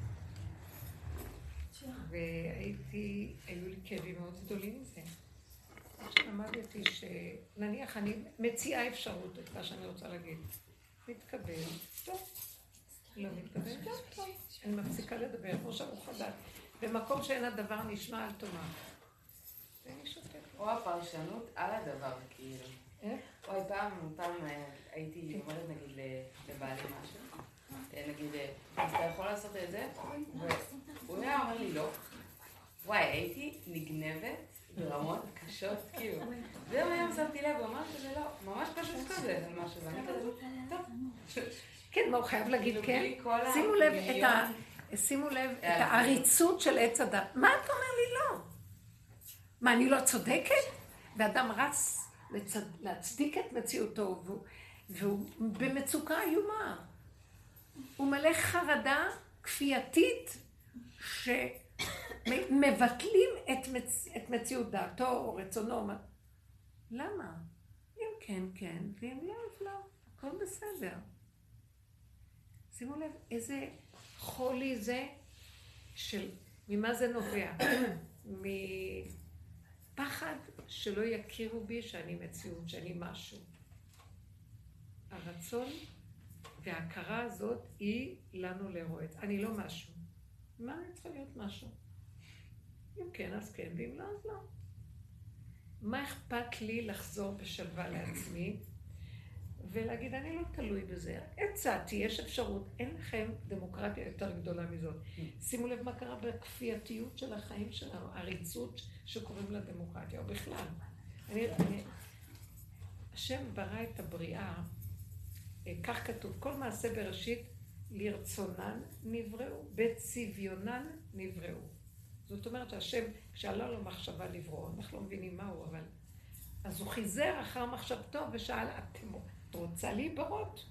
והייתי, היו לי כאבים מאוד גדולים מזה. עכשיו למדתי שנניח אני מציעה אפשרות את מה שאני רוצה להגיד. מתקבל, טוב. לא מתקבל, טוב, טוב. אני מפסיקה לדבר, כמו שארוך הדעת. במקום שאין הדבר נשמע על תומה. ואני שותפת. או הפרשנות על הדבר, כאילו. איך? אוי, פעם, פעם הייתי אומרת נגיד לבעלי משהו. נגיד, אז אתה יכול לעשות את זה? והוא היה אומר לי לא. וואי, הייתי נגנבת ברמות קשות, כאילו. ויום היום שמתי לב, הוא אמר שזה לא, ממש פשוט כזה, על משהו, ואני כזה, טוב. כן, מה הוא חייב להגיד כן? שימו לב את ה... שימו לב את העריצות של עץ הדת. מה אתה אומר לי לא? מה, אני לא צודקת? ואדם רץ להצדיק את מציאותו, והוא במצוקה איומה. הוא מלא חרדה כפייתית שמבטלים את, מצ... את מציאות דעתו או רצונו. למה? אם כן, כן, ואם לא, אז לא. הכל בסדר. שימו לב איזה חולי זה של... ממה זה נובע? מפחד שלא יכירו בי שאני מציאות, שאני משהו. הרצון וההכרה הזאת היא לנו לרועץ. אני לא משהו. מה אני צריכה להיות משהו? אם כן, אז כן, ואם לא, אז לא. מה אכפת לי לחזור בשלווה לעצמי ולהגיד, אני לא תלוי בזה. הצעתי, יש אפשרות. אין לכם דמוקרטיה יותר גדולה מזאת. שימו לב מה קרה בכפייתיות של החיים שלנו, הריצות שקוראים לה דמוקרטיה, או בכלל. אני, אני, השם ברא את הבריאה, כך כתוב, כל מעשה בראשית לרצונן נבראו, בצביונן נבראו. זאת אומרת שהשם, כשעלה לו מחשבה לברוא, אנחנו לא מבינים מהו, אבל... אז הוא חיזר אחר מחשבתו ושאל, את רוצה להיברות?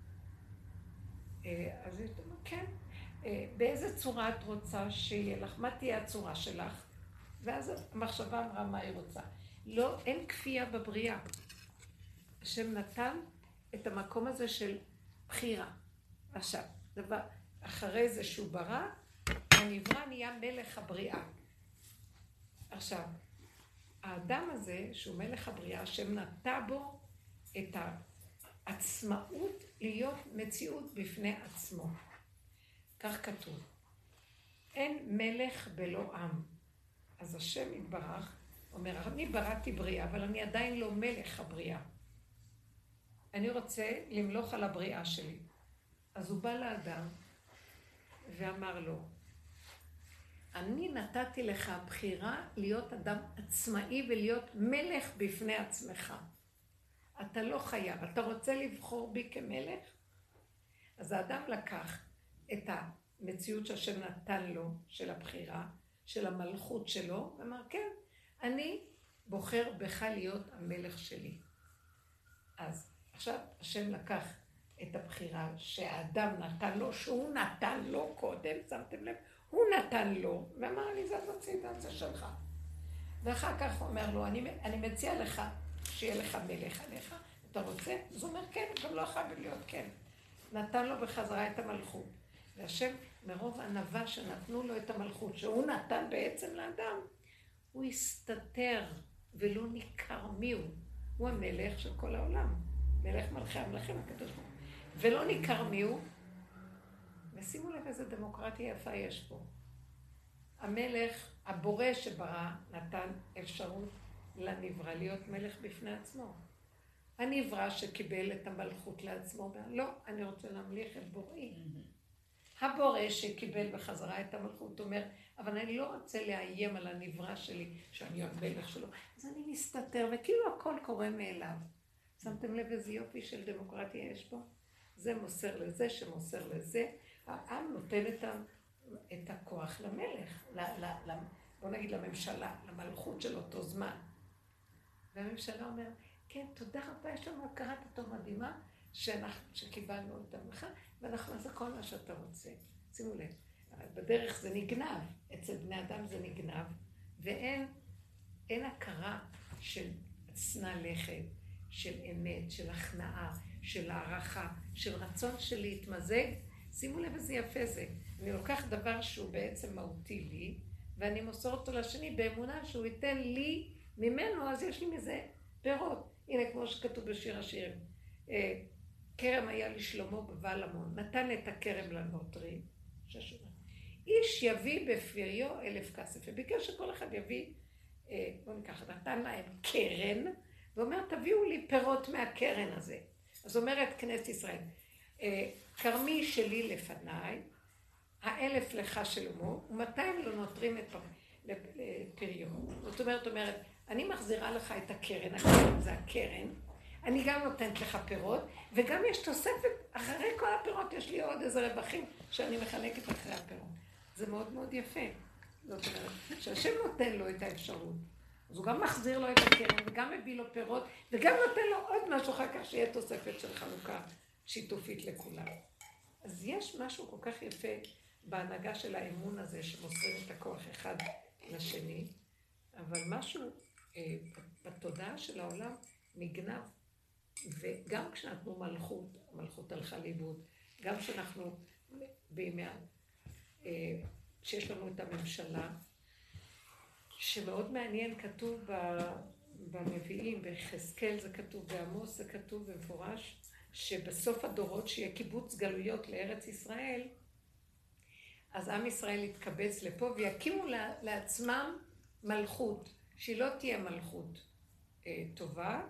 אז היא אומרת, כן. באיזה צורה את רוצה שיהיה לך? מה תהיה הצורה שלך? ואז המחשבה אמרה מה היא רוצה. לא, אין כפייה בבריאה. השם נתן את המקום הזה של בחירה. עכשיו, דבר, אחרי זה שהוא ברא, הנברא נהיה מלך הבריאה. עכשיו, האדם הזה, שהוא מלך הבריאה, השם נטע בו את העצמאות להיות מציאות בפני עצמו. כך כתוב. אין מלך בלא עם. אז השם יתברך, אומר, אני בראתי בריאה, אבל אני עדיין לא מלך הבריאה. אני רוצה למלוך על הבריאה שלי. אז הוא בא לאדם ואמר לו, אני נתתי לך בחירה להיות אדם עצמאי ולהיות מלך בפני עצמך. אתה לא חייב, אתה רוצה לבחור בי כמלך? אז האדם לקח את המציאות שהשם נתן לו, של הבחירה, של המלכות שלו, ואמר, כן, אני בוחר בך להיות המלך שלי. אז עכשיו השם לקח את הבחירה שהאדם נתן לו, שהוא נתן לו קודם, שמתם לב? הוא נתן לו, ואמר לי, זה מצידה, זה שלך. ואחר כך הוא אומר לו, אני, אני מציע לך שיהיה לך מלך עליך, אתה רוצה? אז הוא אומר, כן, גם לא חייב להיות כן. נתן לו בחזרה את המלכות. והשם, מרוב ענווה שנתנו לו את המלכות, שהוא נתן בעצם לאדם, הוא הסתתר ולא ניכר מי הוא. הוא המלך של כל העולם. מלך מלכי המלכים הקדוש ברוך הוא. ולא ניכר מי הוא. ושימו לב איזה דמוקרטיה יפה יש פה. המלך, הבורא שברא, נתן אפשרות לנברא להיות מלך בפני עצמו. הנברא שקיבל את המלכות לעצמו, לא, אני רוצה להמליך את בוראי. הבורא שקיבל בחזרה את המלכות אומר, אבל אני לא רוצה לאיים על הנברא שלי, שאני המלך שלו. אז אני מסתתר, וכאילו הכל קורה מאליו. שמתם לב איזה יופי של דמוקרטיה יש פה? זה מוסר לזה, שמוסר לזה. העם נותן את, ה, את הכוח למלך, ל, ל, ל, בוא נגיד לממשלה, למלכות של אותו זמן. והממשלה אומרת, כן, תודה רבה, יש לנו הכרת הטוב מדהימה, שאנחנו, שקיבלנו את המלכה, ואנחנו נעשה כל מה שאתה רוצה. שימו לב, בדרך זה נגנב, אצל בני אדם זה נגנב, ואין אין הכרה של צנע לכת, של אמת, של הכנעה, של הערכה, של רצון של להתמזג. שימו לב איזה יפה זה. אני לוקח דבר שהוא בעצם מהותי לי, ואני מוסר אותו לשני באמונה שהוא ייתן לי ממנו, אז יש לי מזה פירות. הנה, כמו שכתוב בשיר השירים. כרם היה לשלמה בבעל המון, נתן את הכרם לנוטרים, ששונה. איש יביא בפריו אלף כסף, וביקש שכל אחד יביא, בואו ניקח, נתן להם קרן, ואומר, תביאו לי פירות מהקרן הזה. אז אומרת כנסת ישראל, כרמי שלי לפניי, האלף לך שלמה, ומאתיים לא נותרים את פריו. זאת אומרת, אומרת, אני מחזירה לך את הקרן, הקרן זה הקרן, אני גם נותנת לך פירות, וגם יש תוספת, אחרי כל הפירות יש לי עוד איזה רווחים שאני מחלקת אחרי הפירות. זה מאוד מאוד יפה. זאת אומרת, שהשם נותן לו את האפשרות. אז הוא גם מחזיר לו את הקרן, וגם מביא לו פירות, וגם נותן לו עוד משהו אחר כך שיהיה תוספת של חלוקה שיתופית לכולם. אז יש משהו כל כך יפה בהנהגה של האמון הזה, שמוסרים את הכוח אחד לשני, אבל משהו אה, בתודעה של העולם נגנב. וגם כשנתנו מלכות, המלכות הלכה לאיבוד, גם כשאנחנו בימי, שיש לנו את הממשלה, שמאוד מעניין, כתוב בנביאים, בחזקאל זה כתוב, בעמוס זה כתוב במפורש, שבסוף הדורות שיהיה קיבוץ גלויות לארץ ישראל, אז עם ישראל יתקבץ לפה ויקימו לעצמם מלכות, שהיא לא תהיה מלכות טובה,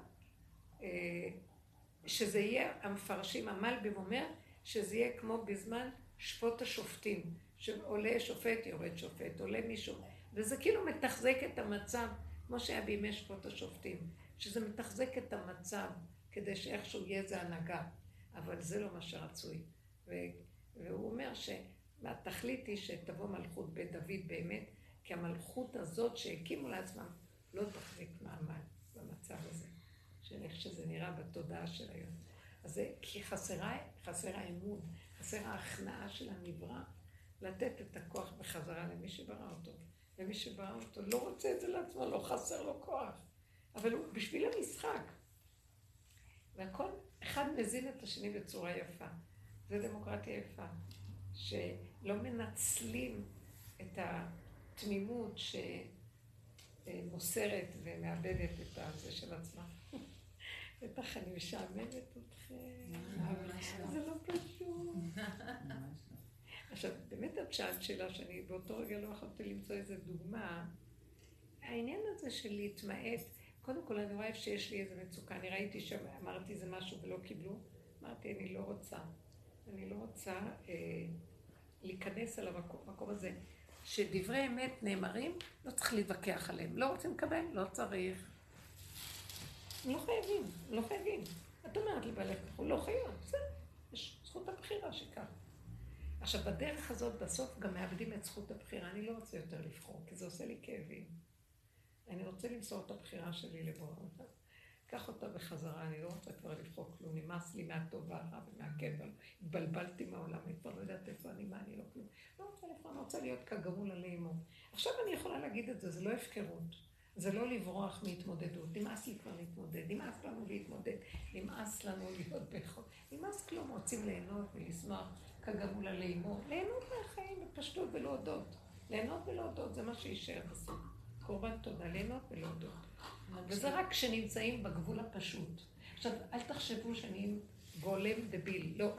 שזה יהיה, המפרשים, המלבים אומר, שזה יהיה כמו בזמן שפוט השופטים, שעולה שופט, יורד שופט, עולה מישהו, וזה כאילו מתחזק את המצב, כמו שהיה בימי שפוט השופטים, שזה מתחזק את המצב, כדי שאיכשהו יהיה זה הנהגה, אבל זה לא מה שרצוי. והוא אומר שהתכלית היא שתבוא מלכות בית דוד באמת, כי המלכות הזאת שהקימו לעצמם לא תחזיק מעמד במצב הזה. של איך שזה נראה בתודעה של היום. אז זה כי חסרה, חסר האמון, חסר ההכנעה של הנברא, לתת את הכוח בחזרה למי שברא אותו. ומי שברא אותו לא רוצה את זה לעצמו, לא חסר לו כוח. אבל הוא בשביל המשחק. והכל, אחד מזין את השני בצורה יפה. זה דמוקרטיה יפה. שלא מנצלים את התמימות שמוסרת ומאבדת את זה של עצמה. בטח אני משעמדת אתכם, זה לא פשוט. עכשיו, באמת את שאלת שאלה שאני באותו רגע לא יכולתי למצוא איזו דוגמה. העניין הזה של להתמעט, קודם כל אני רואה שיש לי איזו מצוקה, אני ראיתי שאמרתי איזה משהו ולא קיבלו, אמרתי אני לא רוצה, אני לא רוצה אה, להיכנס על המקום הזה, שדברי אמת נאמרים, לא צריך להתווכח עליהם, לא רוצים לקבל, לא צריך. לא חייבים, לא חייבים. את אומרת לבעלך, אנחנו לא חייבים, בסדר, יש זכות הבחירה שכך. עכשיו, בדרך הזאת בסוף גם מאבדים את זכות הבחירה, אני לא רוצה יותר לבחור, כי זה עושה לי כאבים. אני רוצה למסור את הבחירה שלי לבורא אותה. קח אותה בחזרה, אני לא רוצה כבר לבחור כלום, נמאס לי מהטוב והרע ומהכבל, התבלבלתי מהעולם, אני כבר לא יודעת איפה אני, מה אני לא כלום. לא רוצה לבחור, אני רוצה להיות כגמול עלי אמו. עכשיו אני יכולה להגיד את זה, זה לא הפקרות. זה לא לברוח מהתמודדות, נמאס לי כבר להתמודד, נמאס לנו להתמודד, נמאס לנו להיות בחור, נמאס כלום, רוצים ליהנות ולשמוח כגמול לאמור. ליהנות מהחיים בפשטות ולהודות. ליהנות ולהודות, זה מה שישאר בסוף. קורבן תודה, ליהנות ולהודות. וזה רק כשנמצאים בגבול הפשוט. עכשיו, אל תחשבו שאני גולם דביל, לא.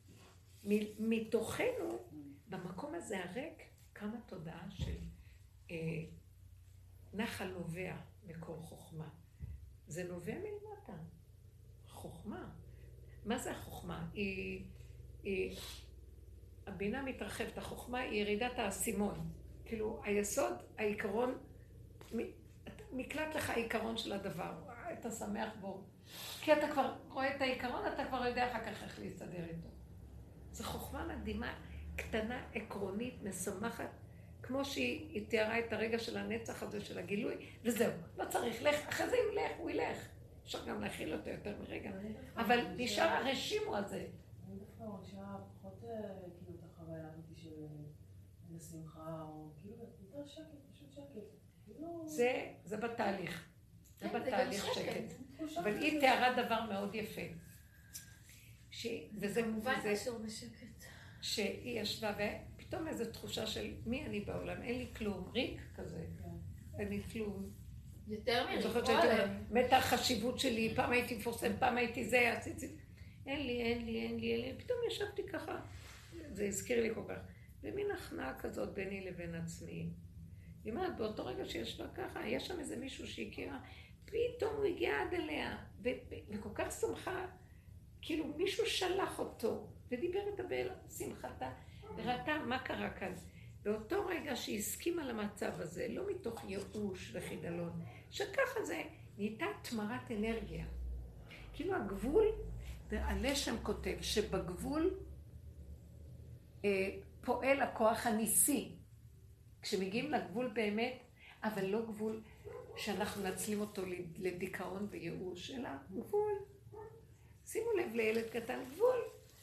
מתוכנו, במקום הזה הריק, כמה תודעה של אה, נחל נובע מקור חוכמה. זה נובע מלמטה. חוכמה. מה זה החוכמה? היא, היא, הבינה מתרחבת, החוכמה היא ירידת האסימון. כאילו, היסוד, העיקרון, מקלט לך העיקרון של הדבר. אתה שמח בו. כי אתה כבר רואה את העיקרון, אתה כבר יודע אחר כך איך להסתדר איתו. זו חוכמה מדהימה, קטנה, עקרונית, משמחת, כמו שהיא תיארה את הרגע של הנצח הזה של הגילוי, וזהו, לא צריך, לך, אחרי זה ילך, הוא ילך. אפשר גם להכיל אותו יותר מרגע, אבל נשאר הרשימו הזה. אני דווקא מרגישה פחות כאילו את החוויה הזאת של שמחה, או כאילו יותר שקט, פשוט שקט. זה, זה בתהליך. זה בתהליך שקט. אבל היא תיארה דבר מאוד יפה. וזה מובן קשור בשקט. שהיא ישבה ופתאום איזו תחושה של מי אני בעולם, אין לי כלום, ריק כזה. אין לי כלום. יותר מריק. אני זוכרת שהייתי מתה החשיבות שלי, פעם הייתי מפורסם, פעם הייתי זה, עשיתי... אין לי, אין לי, אין לי, אין לי. פתאום ישבתי ככה. זה הזכיר לי כל כך. ומין הכנעה כזאת ביני לבין עצמי. היא אומרת, באותו רגע שישבה ככה, יש שם איזה מישהו שהכירה, פתאום הוא הגיע עד אליה, וכל כך שמחה, כאילו מישהו שלח אותו, ודיבר איתה בשמחתה, וראתה מה קרה כאן. באותו רגע שהיא הסכימה למצב הזה, לא מתוך ייאוש וחידלון, שככה זה נהייתה תמרת אנרגיה. כאילו הגבול, והלשם כותב שבגבול אה, פועל הכוח הניסי. כשמגיעים לגבול באמת, אבל לא גבול שאנחנו נצלים אותו לדיכאון וייאוש, אלא גבול. שימו לב לילד קטן, גבול.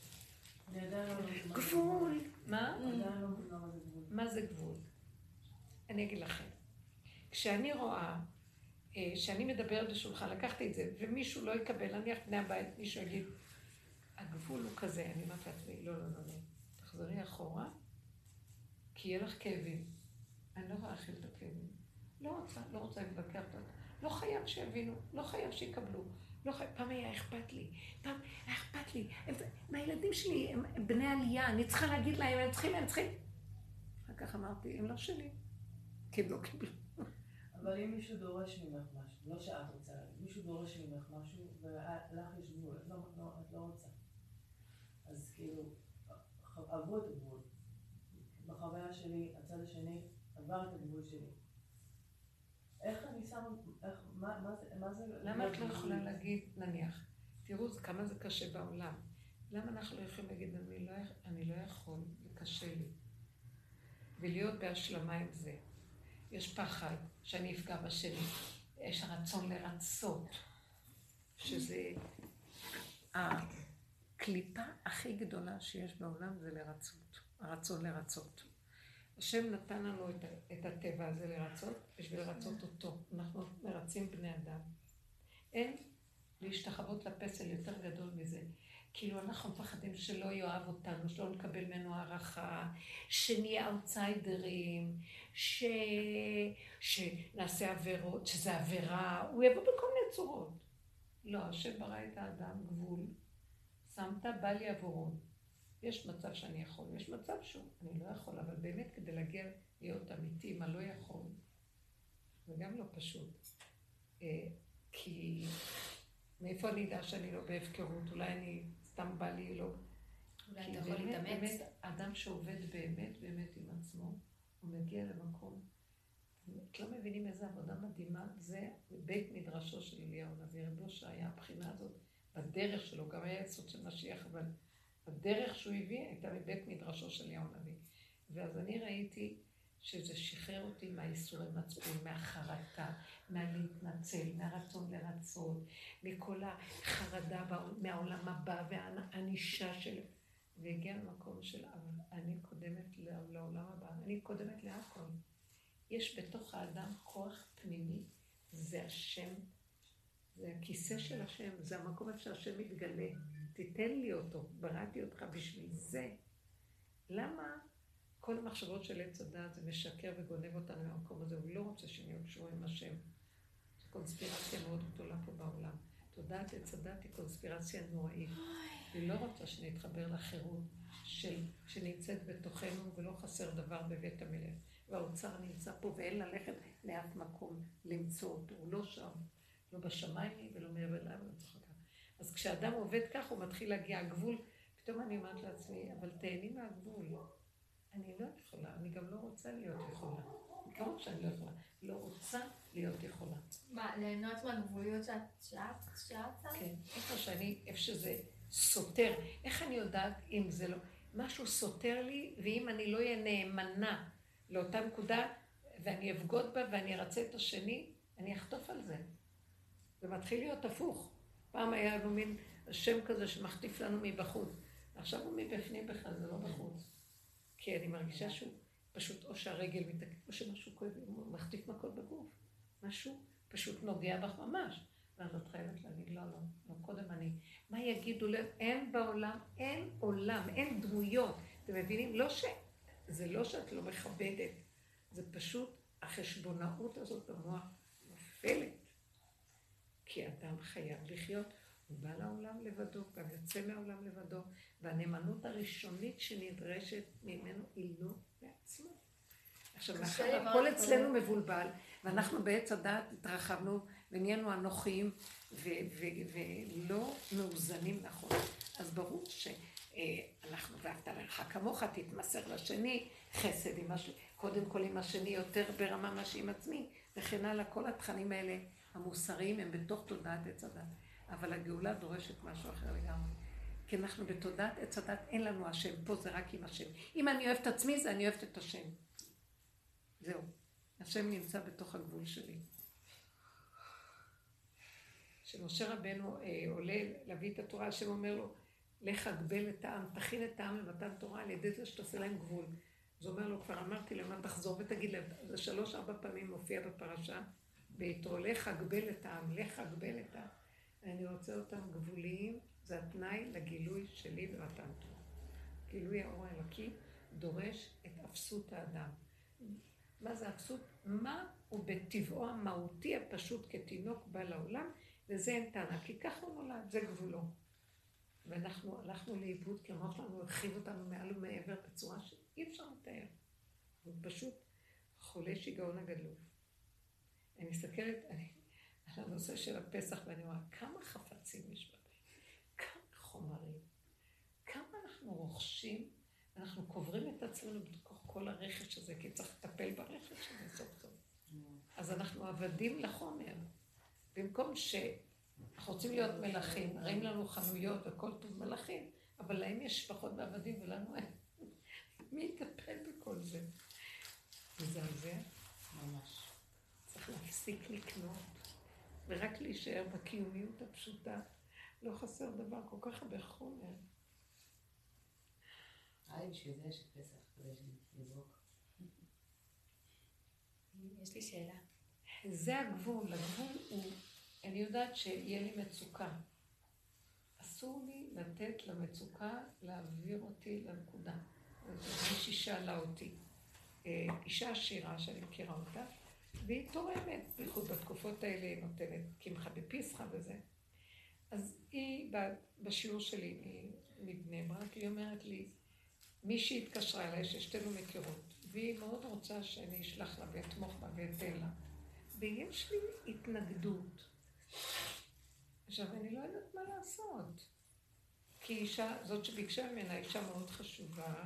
גבול. מה? מה זה גבול? אני אגיד לכם. כשאני רואה שאני מדברת בשולחן, לקחתי את זה, ומישהו לא יקבל, נניח בני הבית, מישהו יגיד, הגבול הוא כזה, אני אומרת לעצמי, לא, לא, לא, לא. תחזרי אחורה, כי יהיה לך כאבים. אני לא יכולה להכיל את הכאבים. לא רוצה, לא רוצה לבקר אותה. לא חייב שיבינו, לא חייב שיקבלו. לא חייב, פעם היה אכפת לי, פעם היה אכפת לי. מהילדים שלי הם בני עלייה, אני צריכה להגיד להם, הם צריכים, הם צריכים. אחר כך אמרתי, הם לא שלי. כי הם לא קיבלו. אבל אם מישהו דורש ממך משהו, לא שאת רוצה להגיד, מישהו דורש ממך משהו, ולך יש גבול, את לא רוצה. אז כאילו, עברו את הגבול. בחוויה שלי, הצד השני, עבר את הגבול שלי. איך אני שמה, איך, מה, מה זה, מה זה... למה את לא יכולה להגיד, נניח, תראו כמה זה קשה בעולם. למה אנחנו לא יכולים להגיד, אני לא, אני לא יכול, זה קשה לי. ולהיות בהשלמה עם זה. יש פחד שאני אפגע בשני. יש הרצון לרצות, שזה הקליפה הכי גדולה שיש בעולם, זה לרצות. הרצון לרצות. השם נתן לנו את, את הטבע הזה לרצות, בשביל לרצות אותו. אנחנו מרצים בני אדם. אין להשתחוות לפסל יותר גדול מזה. כאילו אנחנו מפחדים שלא יאהב אותנו, שלא נקבל ממנו הערכה, שנהיה אאוטסיידרים, ש... שנעשה עבירות, שזה עבירה, הוא יבוא בכל מיני צורות. לא, השם ברא את האדם גבול, שמת בא לי עבורו. יש מצב שאני יכול, יש מצב שהוא, אני לא יכול, אבל באמת כדי להגיע להיות אמיתי, מה לא יכול, זה גם לא פשוט. כי מאיפה אני יודע שאני לא בהפקרות, אולי אני סתם בא לי, לא. אולי אתה יכול להתאמץ. באמת, אדם שעובד באמת, באמת עם עצמו, הוא מגיע למקום. את לא מבינים איזה עבודה מדהימה, זה בית מדרשו של אליהו הנביא, רבו שהיה הבחינה הזאת, בדרך שלו, גם היה יסוד של משיח, אבל הדרך שהוא הביא הייתה מבית מדרשו של אליהו הנביא. ואז אני ראיתי שזה שחרר אותי מהייסורי מצפון, מהחרטה, מהלהתנצל, מהרצון לרצות, מכל החרדה מהעולם הבא והענישה של... והגיע למקום של, אבל אני קודמת לעולם הבא, אני קודמת להכל. יש בתוך האדם כוח פנימי, זה השם, זה הכיסא של השם, זה המקום איפה שהשם מתגלה. תיתן לי אותו, בראתי אותך בשביל זה. למה כל המחשבות של עץ הדעת זה משקר וגונב אותנו מהמקום הזה? הוא לא רוצה שנהיה קשורים עם השם. זו קונספירציה מאוד גדולה פה בעולם. תודעת עץ הדעת היא קונספירציה נוראית. היא לא רוצה שנתחבר לחירות של, שנמצאת בתוכנו ולא חסר דבר בבית המלך. והאוצר נמצא פה ואין ללכת לאף מקום למצוא אותו. הוא לא שם, לא בשמיים ולא מעבר להם. אז כשאדם עובד כך הוא מתחיל להגיע הגבול. פתאום אני אומרת לעצמי, אבל תהני מהגבול. אני לא יכולה, אני גם לא רוצה להיות יכולה. לא רק שאני לא יכולה, לא רוצה להיות יכולה. מה, ליהנות מהגבוליות שאת שאת? שאת? כן, איפה שאני, איפה שזה סותר. איך אני יודעת אם זה לא... משהו סותר לי, ואם אני לא אהיה נאמנה לאותה נקודה, ואני אבגוד בה ואני ארצה את השני, אני אחטוף על זה. זה מתחיל להיות הפוך. פעם היה לנו מין שם כזה שמחטיף לנו מבחוץ. עכשיו הוא מבפנים בכלל, זה לא בחוץ. כי אני מרגישה שהוא פשוט או שהרגל מתעקף, או שמשהו כואב, הוא מחטיף מכות בגוף. משהו פשוט נוגע בך ממש. ואני לא חייבת להגיד, לא, לא, לא, קודם אני. מה יגידו לב? אין בעולם, אין עולם, אין דמויות. אתם מבינים? לא ש... זה לא שאת לא מכבדת, זה פשוט החשבונאות הזאת במוח נופלת. כי אדם חייב לחיות. הוא בא לעולם לבדו, גם יוצא מהעולם לבדו, והנאמנות הראשונית שנדרשת ממנו היא לא לעצמו. עכשיו, הכל אצלנו מבולבל, ואנחנו בעץ הדעת התרחבנו ונהיינו אנוכיים ולא מאוזנים נכון. אז ברור שאנחנו ואהבת לרעך כמוך, תתמסר לשני, חסד עם השני, קודם כל עם השני יותר ברמה מה שעם עצמי, וכן הלאה, כל התכנים האלה המוסריים הם בתוך תודעת עץ הדעת. אבל הגאולה דורשת משהו אחר לגמרי. כי אנחנו בתודעת עץ הדת, אין לנו השם, פה זה רק עם השם. אם אני אוהבת את עצמי, זה אני אוהבת את השם. זהו. השם נמצא בתוך הגבול שלי. כשמשה רבנו אה, עולה להביא את התורה, השם אומר לו, לך אגבל את העם, תכין את העם למתן תורה, על ידי זה שתעשה להם גבול. זה אומר לו, כבר אמרתי למה תחזור ותגיד להם, זה שלוש ארבע פעמים מופיע בפרשה, ביתרו, לך אגבל את העם, לך אגבל את העם. אני רוצה אותם גבוליים, זה התנאי לגילוי שלי ומתן תורה. גילוי האור האלוקי דורש את אפסות האדם. מה זה אפסות? מה הוא בטבעו המהותי הפשוט כתינוק בא לעולם, וזה אין טענה, כי ככה הוא נולד, זה גבולו. ואנחנו הלכנו לאיבוד, כי המוח שלנו הרחיב אותנו מעל ומעבר בצורה שאי אפשר לתאר. הוא פשוט חולה שיגעון הגדלות. אני מסתכלת, אני... על הנושא של הפסח, ואני אומר, כמה חפצים יש בבית, כמה חומרים, כמה אנחנו רוכשים, אנחנו קוברים את עצמנו בתוך כל הרכש הזה, כי צריך לטפל ברכש הזה סוף סוף. אז אנחנו עבדים לחומר. במקום שאנחנו רוצים להיות מלאכים, ראים לנו חנויות וכל טוב מלאכים, אבל להם יש שפחות בעבדים ולנו אין. מי יטפל בכל זה? וזה על זה? ממש. צריך להפסיק לקנות. ורק להישאר בקיומיות הפשוטה, לא חסר דבר, כל כך הרבה חומר. היי, בשביל זה יש את פסח, כדי שנזרוק. יש לי שאלה. זה הגבול, הגבול הוא, אני יודעת שיהיה לי מצוקה. אסור לי לתת למצוקה להעביר אותי לנקודה. מישהי שאלה אותי, אישה עשירה שאני מכירה אותה, והיא תורמת, בייחוד בתקופות האלה היא נותנת קמחה בפיסחה וזה. אז היא, בשיעור שלי מבני ברק, היא אומרת לי, מישהי התקשרה אליי ששתינו מכירות, והיא מאוד רוצה שאני אשלח לה ואתמוך בה ואתן לה. ויש לי התנגדות. עכשיו, אני לא יודעת מה לעשות. כי אישה, זאת שביקשה ממנה, אישה מאוד חשובה,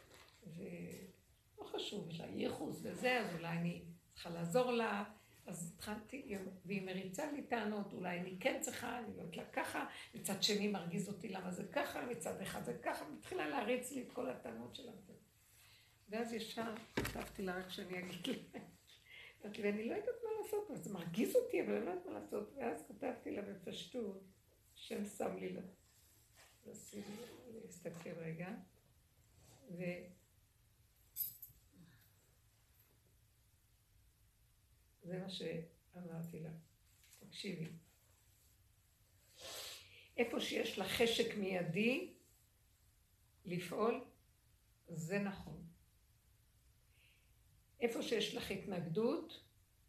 ולא חשוב, יש לה ייחוס וזה, אז אולי אני צריכה לעזור לה, אז התחלתי, והיא מריצה לי טענות, אולי אני כן צריכה, אני לא יודעת לה ככה, מצד שני מרגיז אותי למה זה ככה, מצד אחד זה ככה, מתחילה להריץ לי את כל הטענות שלה. ואז ישר כתבתי לה רק שאני אגיד לה, ואני לא יודעת מה לעשות, זה מרגיז אותי, אבל אני לא יודעת מה לעשות, ואז כתבתי לה בפשטות, שם שם לי לה, להסתכל רגע, ו... זה מה שאמרתי לה, תקשיבי. איפה שיש לה חשק מיידי לפעול, זה נכון. איפה שיש לך התנגדות,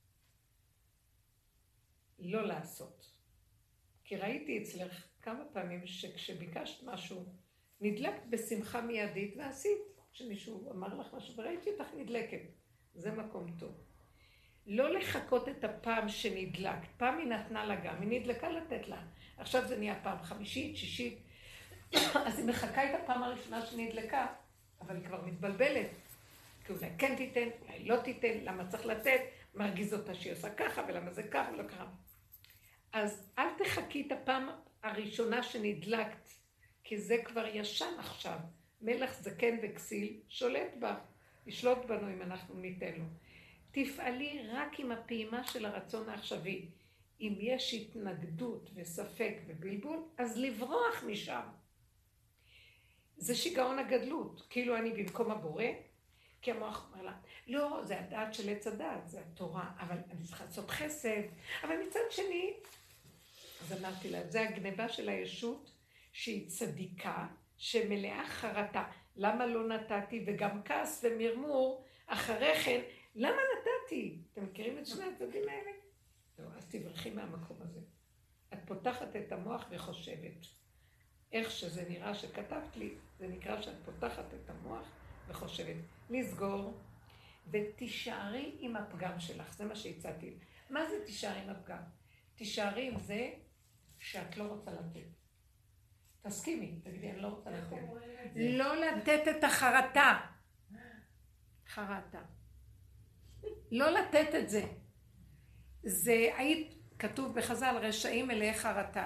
לא לעשות. כי ראיתי אצלך כמה פעמים שכשביקשת משהו, נדלקת בשמחה מיידית ועשית. כשמישהו אמר לך משהו וראיתי אותך נדלקת. זה מקום טוב. לא לחכות את הפעם שנדלקת. פעם היא נתנה לה גם, היא נדלקה לתת לה. עכשיו זה נהיה פעם חמישית, שישית. אז היא מחכה את הפעם הראשונה שנדלקה, אבל היא כבר מתבלבלת. כי אולי כן תיתן, אולי לא תיתן, למה צריך לתת, מרגיז אותה שהיא עושה ככה, ולמה זה ככה ולא ככה. אז אל תחכי את הפעם הראשונה שנדלקת, כי זה כבר ישן עכשיו. מלך זקן וכסיל שולט בה, ישלוט בנו אם אנחנו ניתן לו. תפעלי רק עם הפעימה של הרצון העכשווי. אם יש התנגדות וספק ובלבול, אז לברוח משם. זה שיגעון הגדלות, כאילו אני במקום הבורא, כי המוח אומר לה, לא, זה הדעת של עץ הדעת, זה התורה, אבל אני צריכה לעשות חסד. אבל מצד שני, אז אמרתי לה, זה הגניבה של הישות שהיא צדיקה, שמלאה חרטה. למה לא נתתי? וגם כעס ומרמור, אחרי כן, למה נתתי? אתם מכירים את שני הצדדים האלה? לא, אז תברכי מהמקום הזה. את פותחת את המוח וחושבת. איך שזה נראה שכתבת לי, זה נקרא שאת פותחת את המוח וחושבת. לסגור, ותישארי עם הפגם שלך, זה מה שהצעתי. מה זה תישארי עם הפגם? תישארי עם זה שאת לא רוצה לתת. תסכימי, תגידי, אני לא רוצה לתת. לא לתת את החרטה. חרטה. לא לתת את זה. זה, היית כתוב בחז"ל, רשעים מלאי חרטה.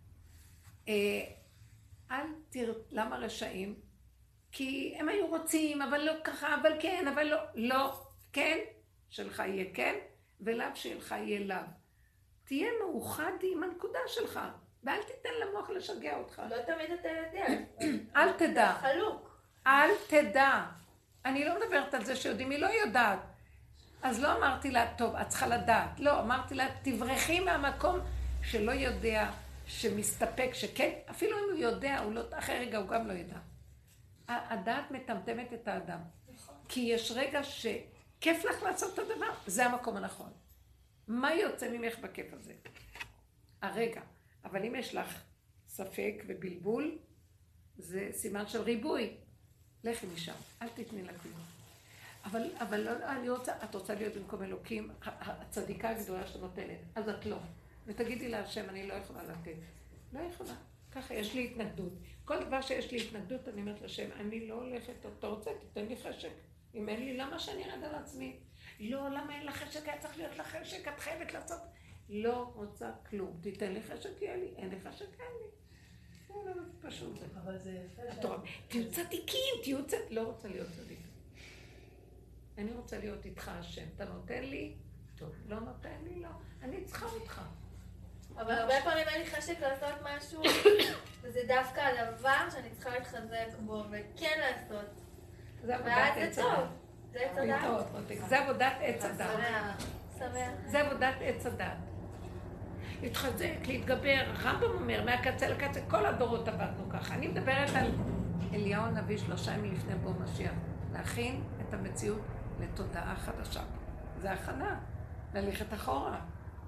אל תראה, למה רשעים? כי הם היו רוצים, אבל לא ככה, אבל כן, אבל לא. לא, כן, שלך יהיה כן, ולאו שלך יהיה לאו. תהיה מאוחד עם הנקודה שלך, ואל תיתן למוח לשגע אותך. לא תמיד אתה יודע. אל תדע. חלוק. אל תדע. אני לא מדברת על זה שיודעים, היא לא יודעת. אז לא אמרתי לה, טוב, את צריכה לדעת. לא, אמרתי לה, תברכי מהמקום שלא יודע, שמסתפק, שכן, אפילו אם הוא יודע, הוא לא, אחרי רגע הוא גם לא ידע. הדעת מטמטמת את האדם. כי יש רגע שכיף לך לעשות את הדבר, זה המקום הנכון. מה יוצא ממך בכיף הזה? הרגע. אבל אם יש לך ספק ובלבול, זה סימן של ריבוי. לכי משם, אל תתני לה כלום. אבל, אבל לא, אני רוצה, את רוצה להיות במקום אלוקים, הצדיקה הגדולה שנותנת, אז את לא. ותגידי לה, השם, אני לא יכולה לתת. לא יכולה. ככה, יש לי התנגדות. כל דבר שיש לי התנגדות, אני אומרת לשם, אני לא הולכת, אתה רוצה, תתן לי חשק. אם אין לי, למה שאני ארד על עצמי? לא, למה אין לך חשק? היה צריך להיות לך חשק, את חייבת לעשות. לא רוצה כלום. תיתן לי חשק, יהיה לי. אין לי חשק, אין לי. לא, לא, פשוט זה. אבל זה יפה. התורה, תהיו צדיקים, תהיו צדיקים. לא רוצה להיות צדיק. אני רוצה להיות איתך, השם. אתה נותן לי? טוב. לא נותן לי? לא. אני צריכה אותך. אבל הרבה פעמים אין לי חשק לעשות משהו, וזה דווקא הדבר שאני צריכה להתחזק בו, וכן לעשות. זה עבודת ואז עץ זה טוב. הדת. זה עץ הדת. זה עבודת עץ הדת. שמח. זה עבודת עץ הדת. להתחזק, להתגבר, הרמב"ם אומר, מהקצה לקצה, כל הדורות עבדנו ככה. אני מדברת על אליהו הנביא שלושה ימים לפני בוא משיח, להכין את המציאות לתודעה חדשה. זה הכנה, ללכת אחורה.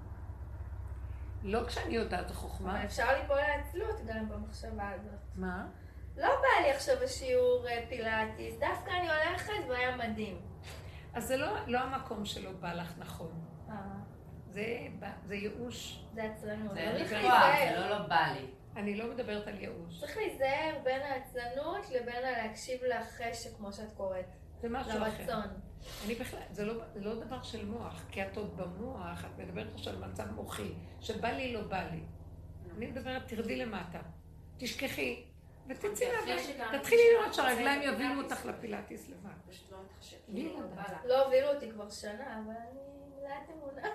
לא כשאני יודעת החוכמה. אבל אפשר ליפול לעצלות גם במחשבה הזאת. מה? לא בא לי עכשיו בשיעור פילאטיס, דווקא אני הולכת והיה מדהים. אז זה לא, לא המקום שלא בא לך נכון. אה. זה, זה ייאוש. זה עצלנות. זה צריך נקרא, להיזהר. זה לא לא בא לי. אני לא מדברת על ייאוש. צריך להיזהר בין העצלנות לבין הלהקשיב לחשק, כמו שאת קוראת. זה משהו אחר. לרצון. אני בכלל, זה לא, זה לא דבר של מוח, כי את עוד במוח, את מדברת עכשיו על מצב מוחי, שבא לי, לא בא לי. אני מדברת, תרדי למטה, תשכחי, ותצאי מהבית. תתחילי לראות שהרגליים יובילו אותך לפילאטיס לבד. פשוט לא מתחשק. לי לא בא לה. לא הובילו אותי כבר שנה, אבל אני מלאת אמונה.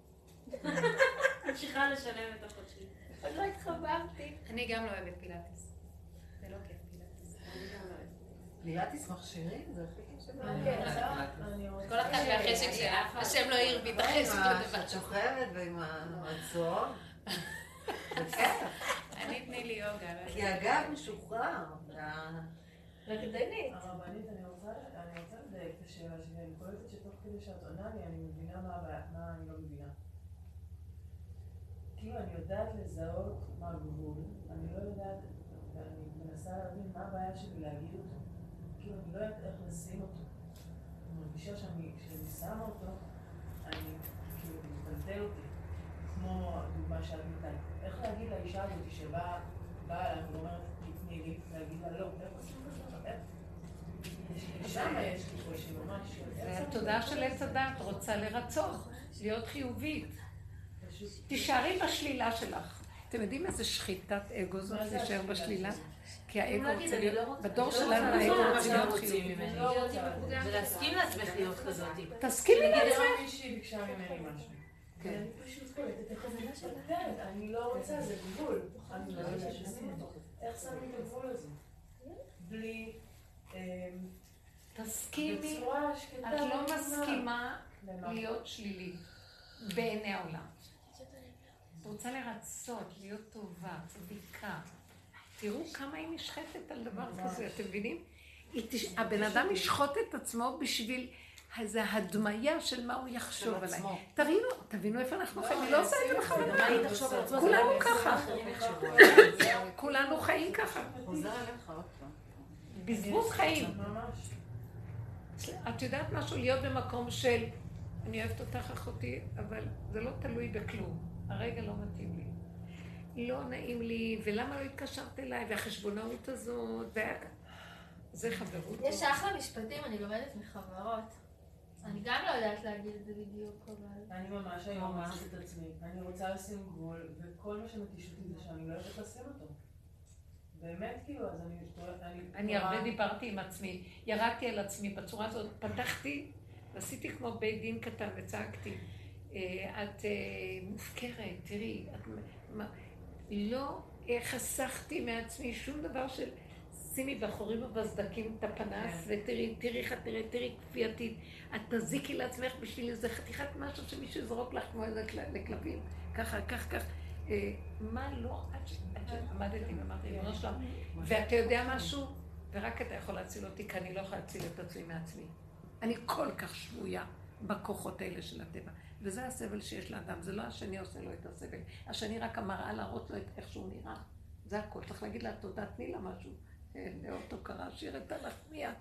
ממשיכה לשלם את החודשי. עוד לא התחברתי. אני גם לא אוהבת פילאטיס. זה לא כיף פילאטיס. אני גם לא אוהבת. פילאטיס מכשירים? זה הכי קשה. כל אחד והחשק שלה. השם לא העיר בי את החשק לדבר. את שוכבת ועם הרצון. זה כיף. אני תני לי יוגה. כי הגב משוחרר. רקדנית. הרבנית, אני רוצה אני רוצה לדייק את השאלה שלי, אני קולטת שתוך כדי שאת עונה לי, אני מבינה מה הבעיה- מה אני לא מבינה. כאילו אני יודעת לזהות מה הגבול, אני לא יודעת, ואני מנסה להבין מה הבעיה שלי להגיד אותו. כאילו אני לא יודעת איך לשים אותו. אני מרגישה שאני, כשאני שמה אותו, אני כאילו מתבלבל אותי. כמו הדוגמה שאת ניתן. איך להגיד לאישה הזאת שבאה באה אליי ואומרת, תתני לי, להגיד לה לא, איך עושים כזה? איך? שם יש לי קושי ממש. והתודעה של עץ הדת רוצה לרצות, להיות חיובית. תישארי בשלילה שלך. אתם יודעים איזה שחיטת אגו זאת להישאר בשלילה? כי האגו רוצה להיות, בדור שלנו האגו רוצה להיות חיובי. ולהסכים לעצמך להיות כזאת. תסכימי לעצמך. מישהי ביקשה ממני משהו. אני פשוט קולטת איך אני מתפתרת, אני לא רוצה, זה גבול. אני לא יודעת לשים אותו. איך שמים את הגבול הזה? בלי... תסכימי, בצורה שקטה. את לא מסכימה להיות שלילית בעיני העולם. את רוצה לרצות, להיות טובה, צדיקה. תראו כמה היא נשחטת על דבר כזה, אתם מבינים? הבן אדם ישחוט את עצמו בשביל איזו הדמיה של מה הוא יחשוב עליי. תבינו, תבינו איפה אנחנו חיים, אני לא עושה את זה בכוונה. כולנו ככה. כולנו חיים ככה. בזבוז חיים. את יודעת משהו? להיות במקום של אני אוהבת אותך אחותי, אבל זה לא תלוי בכלום. הרגע לא מתאים לי. לא נעים לי, ולמה לא התקשרת אליי, והחשבונאות הזאת, זה חברות. יש אחלה משפטים, אני לומדת מחברות. אני גם לא יודעת להגיד את זה בדיוק, אבל... אני ממש היום מוצאת את עצמי. אני רוצה לשים גבול, וכל מה שמתיש אותי זה שאני לא יודעת לשים אותו. באמת כאילו, אז אני... אני הרבה דיברתי עם עצמי, ירדתי על עצמי בצורה הזאת, פתחתי, ועשיתי כמו בית דין קטן וצעקתי. את מופקרת, תראי, את... לא חסכתי מעצמי שום דבר של שימי בחורים ובסדקים את הפנס ותראי, תראי איך תראי, תראי כפייתית. את תזיקי לעצמך בשביל איזה חתיכת משהו שמישהו יזרוק לך כמו איזה לכלבים. ככה, כך, כך. מה לא? את עמדתי ואמרתי, ריבונו שלם, ואתה יודע משהו? ורק אתה יכול להציל אותי, כי אני לא יכולה להציל את עצמי מעצמי. אני כל כך שבויה בכוחות האלה של הטבע. וזה הסבל שיש לאדם, זה לא השני עושה לו את הסבל. השני רק המראה להראות לו איך שהוא נראה. זה הכל. צריך להגיד לה, תודה, תני לה משהו. לאותו קרא, שיר את הלך מיד.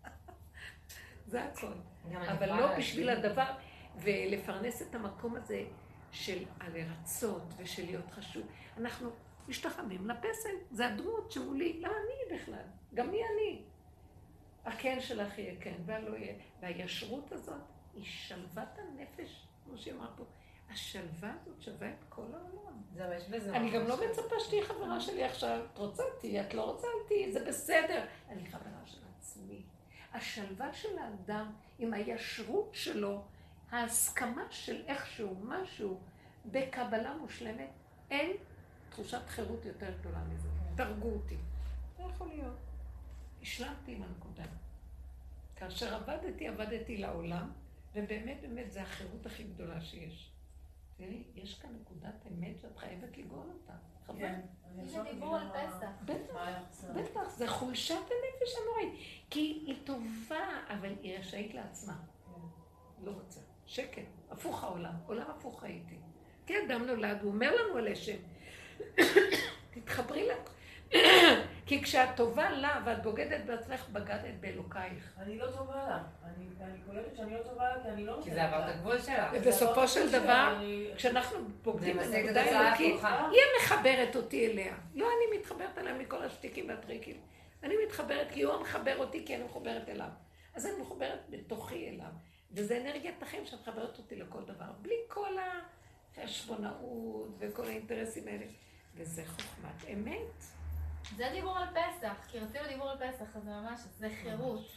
זה הכל. אבל לא בשביל הדבר, ולפרנס את המקום הזה של הלרצות ושל להיות חשוב. אנחנו משתחמים לפסל, זה הדמות שמולי, לא אני בכלל, גם מי אני. הכן שלך יהיה כן, והלא יהיה. והישרות הזאת היא שלוות הנפש, כמו שאמר פה. השלווה הזאת שווה את כל העולם. אני גם לא מצפה שתהי חברה שלי עכשיו. את רוצה אותי, את לא רוצה אותי, זה בסדר. אני חברה של עצמי. השלווה של האדם עם הישרות שלו, ההסכמה של איכשהו, משהו, בקבלה מושלמת, אין תחושת חירות יותר גדולה מזה. תרגו אותי. זה יכול להיות. השלמתי עם הנקודה. כאשר עבדתי, עבדתי לעולם, ובאמת, באמת, זה החירות הכי גדולה שיש. תראי, יש כאן נקודת אמת שאת חייבת לגאול אותה. חבל. יש דיבור על פסח. בטח, בטח, זה חולשת הנפש הנוראית. כי היא טובה, אבל היא רשאית לעצמה. לא רוצה. שקט. הפוך העולם. עולם הפוך הייתי. כי אדם נולד, הוא אומר לנו על השם. תתחברי לה. כי כשאת טובה לה ואת בוגדת בעצמך, בגדת באלוקייך. אני לא טובה לה. אני קולטת שאני לא טובה לה כי אני לא... כי זה עבר את הגבול שלה. ובסופו של דבר, כשאנחנו בוגדים בנקודה אלוקית, היא המחברת אותי אליה. לא אני מתחברת אליה מכל השתיקים והטריקים. אני מתחברת כי הוא המחבר אותי כי אני מחוברת אליו. אז אני מחוברת בתוכי אליו. וזה אנרגיית החיים שאת מחברת אותי לכל דבר. בלי כל החשבונאות וכל האינטרסים האלה. וזה חוכמת אמת. זה דיבור על פסח, כי רצינו דיבור על פסח, אז זה ממש, זה חירות.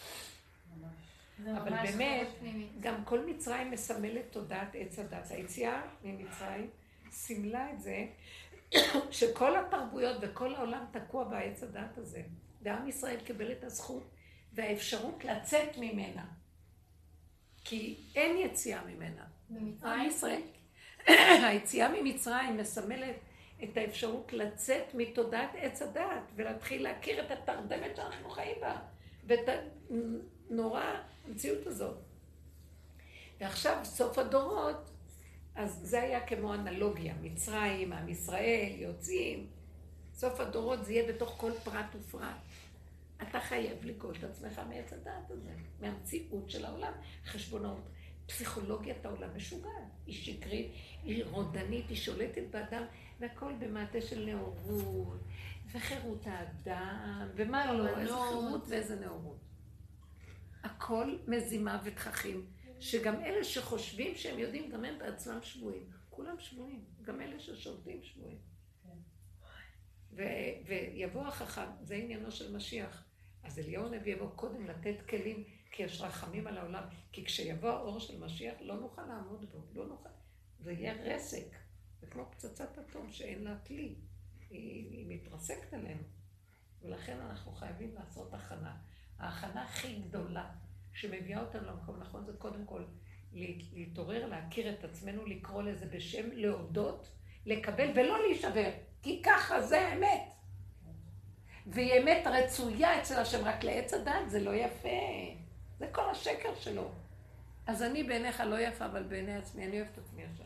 אבל באמת, גם כל מצרים מסמלת תודעת עץ הדת. היציאה ממצרים סימלה את זה, שכל התרבויות וכל העולם תקוע בעץ הדת הזה. ועם ישראל קיבל את הזכות והאפשרות לצאת ממנה. כי אין יציאה ממנה. ממצרים? היציאה ממצרים מסמלת את האפשרות לצאת מתודעת עץ הדעת, ולהתחיל להכיר את התרדמת שאנחנו חיים בה, ואת הנורא המציאות הזאת. ועכשיו, סוף הדורות, אז זה היה כמו אנלוגיה, מצרים, עם ישראל, יוצאים. סוף הדורות זה יהיה בתוך כל פרט ופרט. אתה חייב לגאול את עצמך מעץ הדעת הזה, מהמציאות של העולם, חשבונות. פסיכולוגיית העולם משוגעת, היא שקרית, היא רודנית, היא שולטת באדם, והכל במעטה של נאורות, וחירות האדם, ומה לא, איזה חירות ואיזה נאורות. הכל מזימה ותככים, שגם אלה שחושבים שהם יודעים, גם הם בעצמם שבועים. כולם שבועים, גם אלה ששולטים שבועים. ו- ויבוא החכם, זה עניינו של משיח. אז אליהו הנביא יבוא קודם לתת כלים, כי יש רחמים על העולם, כי כשיבוא האור של משיח לא נוכל לעמוד בו, לא נוכל. זה יהיה רסק, זה כמו פצצת אטום שאין לה כלי, היא, היא מתרסקת עלינו. ולכן אנחנו חייבים לעשות הכנה. ההכנה הכי גדולה שמביאה אותנו למקום נכון, זה קודם כל להתעורר, להכיר את עצמנו, לקרוא לזה בשם, להודות, לקבל ולא להישבר, כי ככה זה האמת. והיא אמת רצויה אצל השם, רק לעץ הדעת, זה לא יפה. זה כל השקר שלו. אז אני בעיניך לא יפה, אבל בעיני עצמי, אני אוהבת את עצמי עכשיו.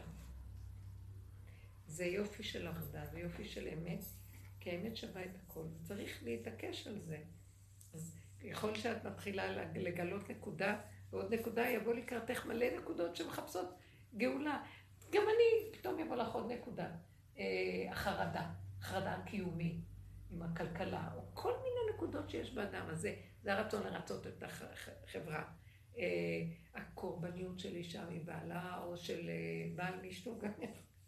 זה יופי של עבודה, זה יופי של אמת, כי האמת שווה את הכל. צריך להתעקש על זה. אז יכול שאת מתחילה לגלות נקודה, ועוד נקודה יבוא לקראתך מלא נקודות שמחפשות גאולה. גם אני, פתאום יבוא לך עוד נקודה. החרדה, החרדה הקיומי, עם הכלכלה, או כל מיני נקודות שיש באדם הזה. זה הרצון לרצות את החברה. הקורבניות של אישה מבעלה, או של בעל מאשתו גם.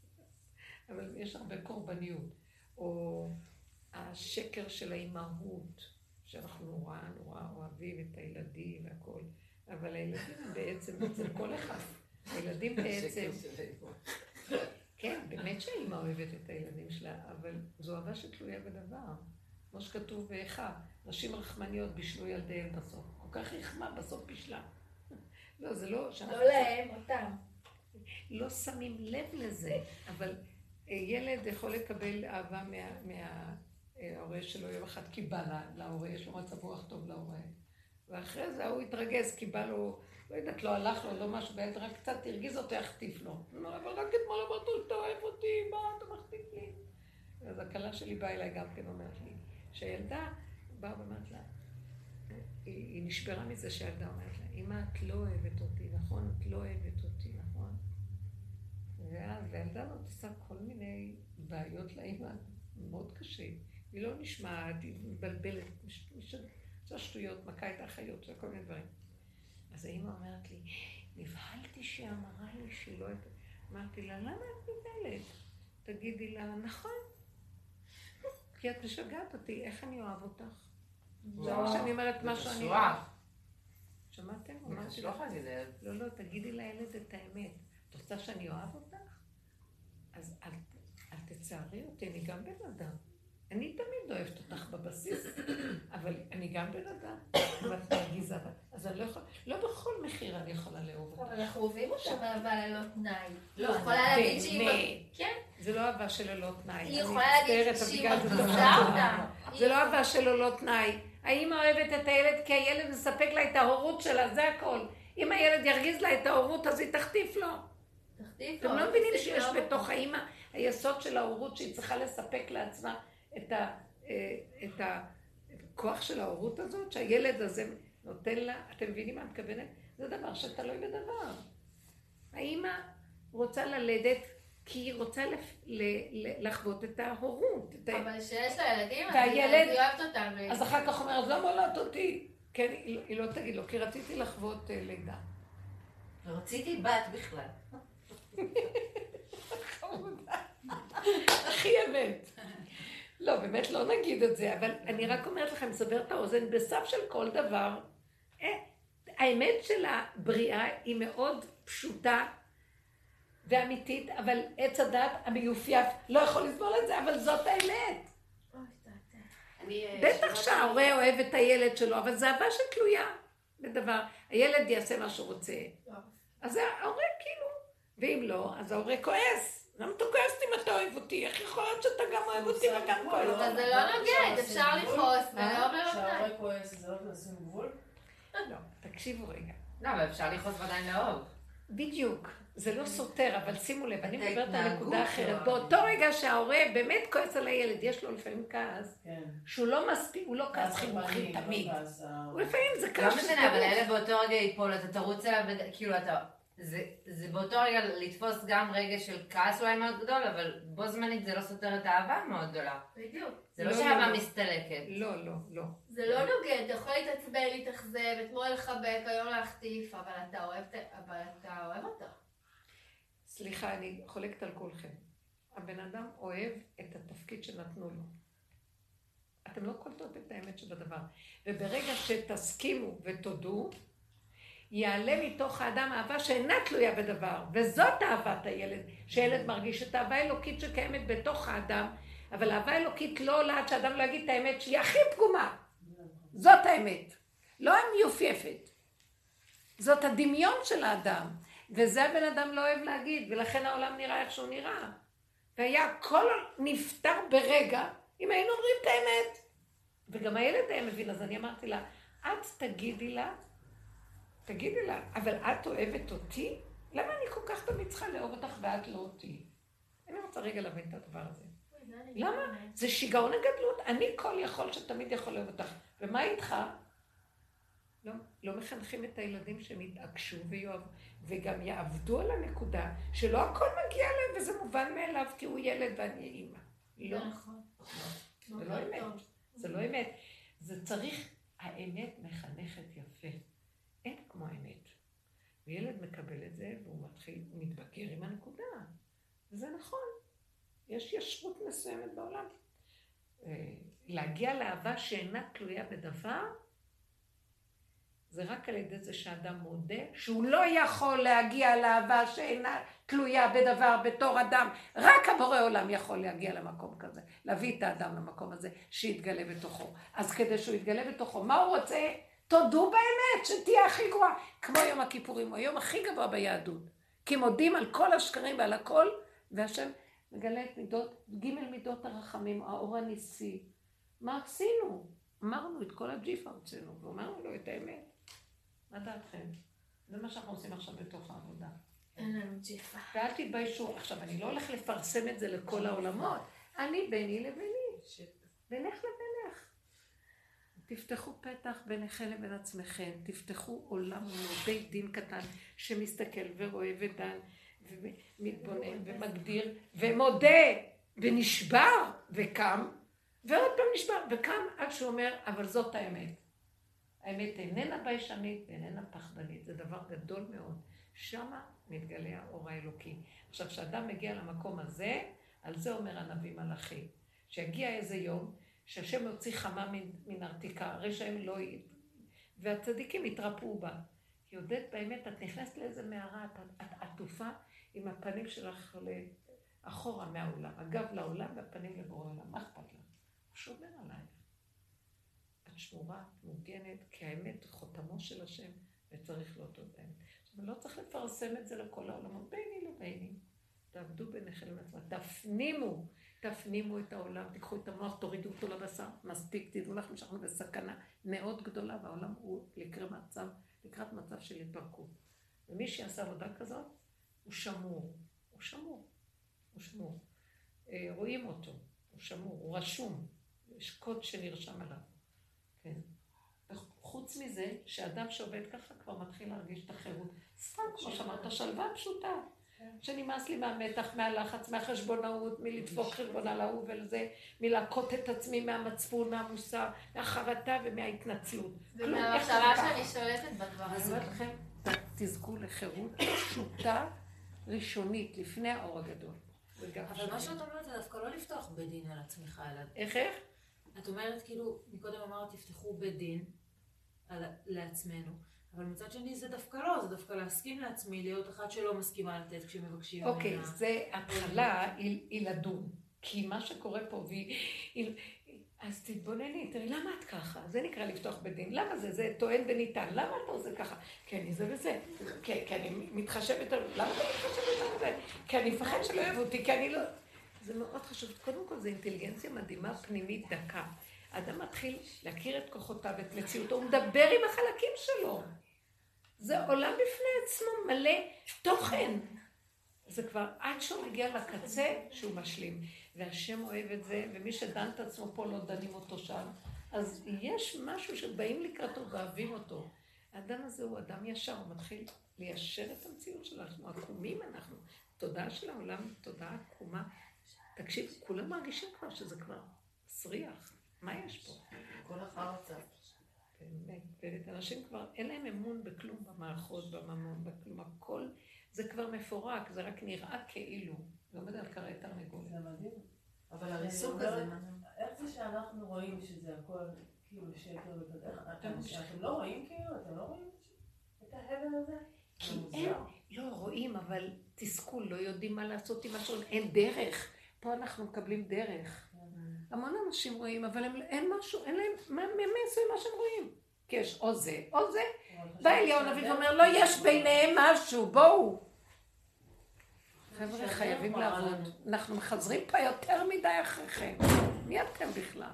אבל יש הרבה קורבניות. או השקר של האימהות, שאנחנו נורא נורא אוהבים את הילדים והכל. אבל הילדים בעצם, אצל כל אחד. הילדים בעצם... כן, באמת שהאימא אוהבת את הילדים שלה, אבל זו אהבה שתלויה בדבר. כמו שכתוב באיכה, נשים רחמניות בישלו ילדיהם בסוף. כל כך רחמה בסוף בישלה. לא, זה לא... לא להם, אותם. לא שמים לב לזה, אבל ילד יכול לקבל אהבה מההורה שלו יום אחד, כי בא להורה, יש לו מצב רוח טוב להורה. ואחרי זה הוא התרגז, כי בא לו, לא יודעת, לא הלך לו, לא משהו, והילד רק קצת הרגיז אותו, יחטיף לו. הוא אומר, אבל רק אתמול אמרת לו, אתה אוהב אותי, מה אתה מחטיף לי? אז הכלה שלי באה אליי גם כן אומרת לי, שהילדה באה ואומרת לה, היא, היא נשברה מזה שהילדה אומרת לה, אמא, את לא אוהבת אותי, נכון? את לא אוהבת אותי, נכון? ואז הילדה הזאת עושה כל מיני בעיות לאמא, מאוד קשה. היא לא נשמעת, היא מבלבלת, עושה שטויות, מכה את האחיות, זה כל מיני דברים. אז האמא אומרת לי, נבהלתי שהיא אמרה לי שהיא לא אוהבת. אמרתי לה, למה את נבהלת? תגידי לה, נכון. כי את משגעת אותי, איך אני אוהב אותך? זה מה שאני אומרת, מה שאני אוהב. שמעתם? אמרתי לך, לא, לא, תגידי לילד את האמת. את רוצה שאני אוהב אותך? אז אל תצערי אותי, אני גם בן אדם. אני תמיד אוהבת אותך בבסיס, אבל אני גם בן אדם, ואת מרגיזה. אז אני לא יכולה, לא בכל מחיר אני יכולה לאהוב אותך. אבל אנחנו אוהבים אותה באהבה ללא תנאי. לא, יכולה להגיד שהיא... כן. זה לא אהבה של ללא תנאי. היא יכולה להגיד שהיא מרגיזה אותה. זה לא אהבה של ללא תנאי. האמא אוהבת את הילד כי הילד מספק לה את ההורות שלה, זה הכל. אם הילד ירגיז לה את ההורות, אז היא תחטיף לו. תחטיף לו. אתם לא מבינים שיש בתוך האמא היסוד של ההורות שהיא צריכה לספק לעצמה את, ה, את הכוח של ההורות הזאת, שהילד הזה נותן לה, אתם מבינים מה את מתכוונת? זה דבר שתלוי בדבר. האמא רוצה ללדת כי היא רוצה לפ... ל... ל... לחוות את ההורות. אבל שיש לה ילדים, אז היא אוהבת אותם. אז אחר כך אומרת, לא מולדת אותי. כן, היא לא תגיד לו, כי רציתי לחוות לידה. רציתי בת בכלל. הכי אמת. לא, באמת לא נגיד את זה, אבל אני רק אומרת לכם, סבר את האוזן, בסף של כל דבר, האמת של הבריאה היא מאוד פשוטה ואמיתית, אבל עץ הדת המיופייף לא יכול לסבול את זה, אבל זאת האמת. בטח שההורה אוהב את הילד שלו, אבל זה אהבה שתלויה בדבר. הילד יעשה מה שהוא רוצה. אז ההורה כאילו, ואם לא, אז ההורה כועס. למה אתה כועס אם אתה אוהב אותי? איך יכול להיות שאתה גם אוהב אותי וגם כועס? אבל זה לא נוגד, אפשר לכעוס ולאהוב ללא תנאי. כשההורה כועס, זה לא לשים גבול? לא, תקשיבו רגע. לא, אבל אפשר לכעוס ועדיין לאהוב. בדיוק, זה לא סותר, אבל שימו לב, אני מדברת על ההתנהגות נקודה אחרת. שלו. באותו רגע שההורה באמת כועס על הילד, יש לו לפעמים כעס, כן. שהוא לא מספיק, הוא לא כעס חינוכי תמיד. הוא לפעמים זה לא כעס משנה, אבל הילד באותו רגע ייפול, אתה תרוץ אליו, כאילו אתה... זה, זה באותו רגע לתפוס גם רגע של כעס אולי מאוד גדול, אבל בו זמנית זה לא סותר את האהבה מאוד גדולה. בדיוק. זה לא לא, שהאהבה לא. מסתלקת. לא, לא, לא. זה לא נוגד, אתה יכול להתעצבן, להתאכזב, אתמול לחבק, היום להחטיף, אבל אתה אוהב, אבל אתה אוהב אותה. סליחה, אני חולקת על כולכם. הבן אדם אוהב את התפקיד שנתנו לו. אתם לא קולטות את האמת שבדבר. וברגע שתסכימו ותודו, יעלה מתוך האדם אהבה שאינה תלויה בדבר. וזאת אהבת הילד, שילד מרגיש את האהבה האלוקית שקיימת בתוך האדם, אבל האהבה האלוקית לא עולה עד שאדם לא יגיד את האמת שהיא הכי פגומה. זאת האמת. לא המיופייפת. זאת הדמיון של האדם. וזה הבן אדם לא אוהב להגיד, ולכן העולם נראה איך שהוא נראה. והיה הכל נפטר ברגע, אם היינו אומרים את האמת. וגם הילד היה מבין, אז אני אמרתי לה, את תגידי לה, תגידי לה, אבל את אוהבת אותי? למה אני כל כך תמיד צריכה לאהוב אותך ואת לא אותי? אני רוצה רגע להבין את הדבר הזה. למה? זה שיגעון הגדלות. אני כל יכול שתמיד יכול לאהוב אותך. ומה איתך? לא, לא מחנכים את הילדים שהם יתעקשו ויואב, וגם יעבדו על הנקודה, שלא הכל מגיע להם וזה מובן מאליו כי הוא ילד ואני אימא. לא, נכון. זה לא אמת. זה לא אמת. זה צריך, האמת מחנכת יפה. אין כמו האמת. וילד מקבל את זה והוא מתחיל, הוא מתבגר עם הנקודה. וזה נכון. יש ישרות מסוימת בעולם. להגיע לאהבה שאינה תלויה בדבר, זה רק על ידי זה שאדם מודה שהוא לא יכול להגיע לאהבה שאינה תלויה בדבר בתור אדם. רק הבורא עולם יכול להגיע למקום כזה, להביא את האדם למקום הזה שיתגלה בתוכו. אז כדי שהוא יתגלה בתוכו, מה הוא רוצה? תודו באמת שתהיה הכי גבוהה. כמו יום הכיפורים, הוא היום הכי גבוה ביהדות. כי מודים על כל השקרים ועל הכל, והשם מגלה את מידות, ג' מידות הרחמים, האור הניסי. מה עשינו? אמרנו את כל הג'יפה ארצנו, ואמרנו לו את האמת. מה דעתכם? זה מה שאנחנו עושים עכשיו בתוך העבודה. אין לנו ג'יפה. ואל תתביישו. עכשיו, אני לא הולך לפרסם את זה לכל העולמות. אני ביני לביני. בינך לבינך. תפתחו פתח ביניכם לבין עצמכם. תפתחו עולם בית דין קטן שמסתכל ורואה ודן ומתבונן ומגדיר ומודה ונשבר וקם ועוד פעם נשבר וקם עד שהוא אומר, אבל זאת האמת. האמת איננה ביישנית ואיננה פחדנית, זה דבר גדול מאוד. שמה מתגלה האור האלוקי. עכשיו, כשאדם מגיע למקום הזה, על זה אומר הנביא מלאכי, שיגיע איזה יום, שהשם יוציא חמה מן ארתיקה, הרי שהם לא... והצדיקים יתרפאו בה. יודעת באמת, את נכנסת לאיזה מערה, את, את עטופה עם הפנים שלך לאחורה מהעולם, הגב לעולם והפנים לבורא עולם, מה אכפת לך? הוא שומר עלייך. את שמורה, מוגנת, כי האמת חותמו של השם, וצריך להודות בהם. עכשיו, לא צריך לפרסם את זה לכל העולמות, ביני לביני. תעבדו ביניכם למצווה, תפנימו, תפנימו את העולם, תיקחו את המוח, תורידו אותו לבשר, מספיק, תדעו לכם שאנחנו בסכנה מאוד גדולה, והעולם הוא לקראת מצב, לקראת מצב של התפרקות. ומי שיעשה עבודה כזאת, הוא שמור, הוא שמור, הוא שמור. רואים אותו, הוא שמור, הוא רשום, יש קוד שנרשם עליו. כן. חוץ מזה, שאדם שעובד ככה כבר מתחיל להרגיש את החירות. סתם, כמו שאמרת, שלווה פשוטה. שנמאס לי מהמתח, מהלחץ, מהחשבונאות, מלדפוק חשבון על ההוא ולזה, מלהכות את עצמי מהמצפון, מהמוסר, מהחרטה ומההתנצלות. ומהמחשבה שאני שולטת בדבר אני הזה. אומרת לכם, תזכו לחירות פשוטה ראשונית, לפני האור הגדול. אבל מה שאת אומרת זה דווקא לא לפתוח בית דין על עצמך, אלא... איך איך? את אומרת כאילו, מקודם אמרת, תפתחו בית דין על, לעצמנו, אבל מצד שני זה דווקא לא, זה דווקא להסכים לעצמי, להיות אחת שלא מסכימה לתת כשמבקשים. אוקיי, זה התחלה היא לדון, כי מה שקורה פה, אז תתבונני, תראי, למה את ככה? זה נקרא לפתוח בדין. למה זה? זה טוען וניתן. למה אתה עושה ככה? כי אני זה וזה. כי, כי אני מתחשבת על... למה אתה מתחשבת על זה? כי אני מפחד שלא יאהבו אותי, כי אני לא... זה מאוד חשוב. קודם כל, זו אינטליגנציה מדהימה, פנימית, דקה. האדם מתחיל להכיר את כוחותיו, את מציאותו, הוא מדבר עם החלקים שלו. זה עולם בפני עצמו מלא תוכן. זה כבר עד שהוא מגיע לקצה שהוא משלים. והשם אוהב את זה, ומי שדן את עצמו פה לא דנים אותו שם. אז יש משהו שבאים לקראתו ואוהבים אותו. האדם הזה הוא אדם ישר, הוא מתחיל ליישר את המציאות שלנו. אנחנו עקומים אנחנו. תודעה של העולם, תודעה עקומה. תקשיב, כולם מרגישים כבר שזה כבר סריח. מה יש פה? כל אחר הצד. באמת, באמת, אנשים כבר אין להם אמון בכלום במערכות, בממון, בכלום, הכל זה כבר מפורק, זה רק נראה כאילו, לא יודע על קרא את הרנגול. זה מדהים. אבל הריסוק הזה, איך זה שאנחנו רואים שזה הכל כאילו שקר ובדרך? אתם לא רואים כאילו? אתם לא רואים את ההבל הזה? כי אין, לא רואים, אבל תסכול, לא יודעים מה לעשות עם משהו, אין דרך. פה אנחנו מקבלים דרך. המון אנשים רואים, אבל הם, אין משהו, אין להם, מה הם יעשו עם מה שהם רואים? כי יש או זה, או זה. בא אליהו הנביא ואומר, לא, יש ביניהם משהו, בואו. חבר'ה, חייבים לעבוד. אנחנו מחזרים פה יותר מדי אחריכם. מי אתם בכלל?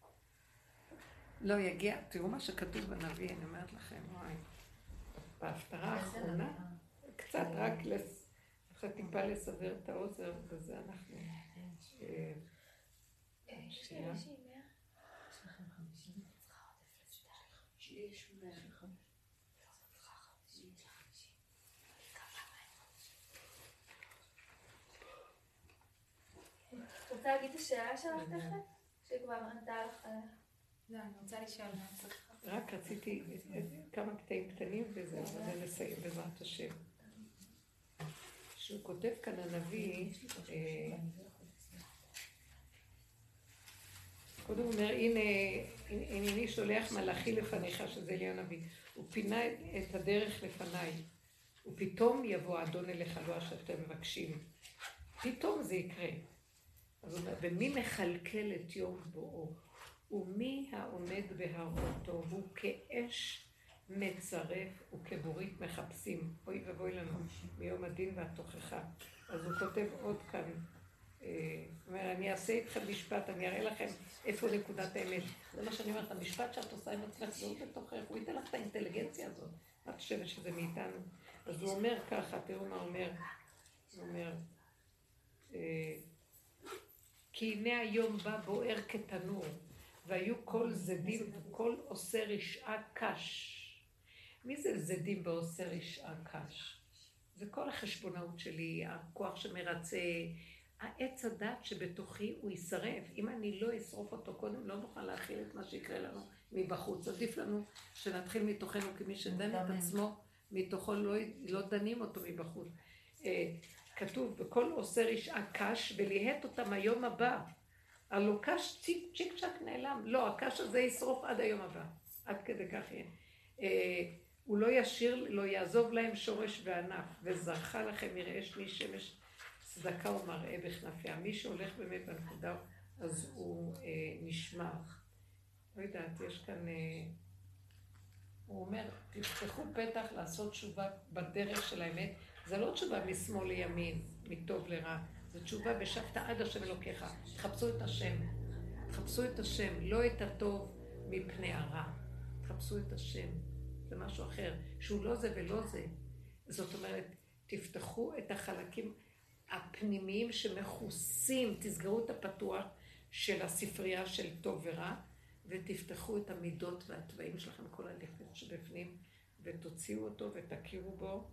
לא יגיע, תראו מה שכתוב בנביא, אני אומרת לכם, וואי. בהפטרה האחרונה, קצת רק טיפה לסבר את האוזר, וזה אנחנו... שנייה. רוצה להגיד את השאלה שלך תכף? שכבר ענתה לך עליה. לא, אני רוצה לשאול מה צריך. רק רציתי כמה קטעים קטנים וזהו, וזה נסיים בעזרת השם. שהוא כותב כאן הנביא, קודם הוא אומר, הנה, הנני שולח מלאכי לפניך, שזה אליהו הנביא. הוא פינה את הדרך לפניי, ופתאום יבוא האדון אליך, לא שאתם מבקשים. פתאום זה יקרה. אז הוא אומר, ומי מכלכל את יום בואו? ומי העומד בהראותו? הוא כאש מצרף וכבורית מחפשים. אוי ובואי לנו, מיום הדין והתוכחה. אז הוא כותב עוד כאן, הוא אומר, אני אעשה איתכם משפט, אני אראה לכם איפה נקודת האמת. זה מה שאני אומרת, המשפט שאת עושה עם עצמך, זה הוא בתוכך, הוא ייתן לך את האינטליגנציה הזאת. את חושבת שזה מאיתנו. אז הוא אומר ככה, תראו מה הוא אומר. הוא אומר, כי הנה היום בא בוער כתנור, והיו כל זדים וכל עושה רשעה קש. מי זה זדים ועושה רשעה קש? זה כל החשבונאות שלי, הכוח שמרצה, העץ הדת שבתוכי הוא ישרף. אם אני לא אשרוף אותו קודם, לא נוכל להכיל את מה שיקרה לנו מבחוץ. עדיף לנו שנתחיל מתוכנו, כי מי שדן את עצמו, מתוכו לא, לא דנים אותו מבחוץ. כתוב, בכל עושה רשעה קש, וליהט אותם היום הבא. הלא קש צ'יק צ'יק צ'ק נעלם. לא, הקש הזה ישרוף עד היום הבא. עד כדי כך יהיה. הוא לא ישיר, לא יעזוב להם שורש וענף, וזרחה לכם מראה שני שמש צדקה ומראה בכנפיה. מי שהולך באמת בנקודה, אז הוא אה, נשמע. לא יודעת, יש כאן... אה, הוא אומר, תפתחו פתח לעשות תשובה בדרך של האמת. זה לא תשובה משמאל לימין, מטוב לרע. זו תשובה ושבת עד השם אלוקיך. תחפשו את השם. תחפשו את השם, לא את הטוב מפני הרע. תחפשו את השם. זה משהו אחר, שהוא לא זה ולא זה. זאת אומרת, תפתחו את החלקים הפנימיים שמכוסים, תסגרו את הפתוח של הספרייה של טוב ורע, ותפתחו את המידות והטבעים שלכם, כל הלכת שבפנים, ותוציאו אותו ותכירו בו,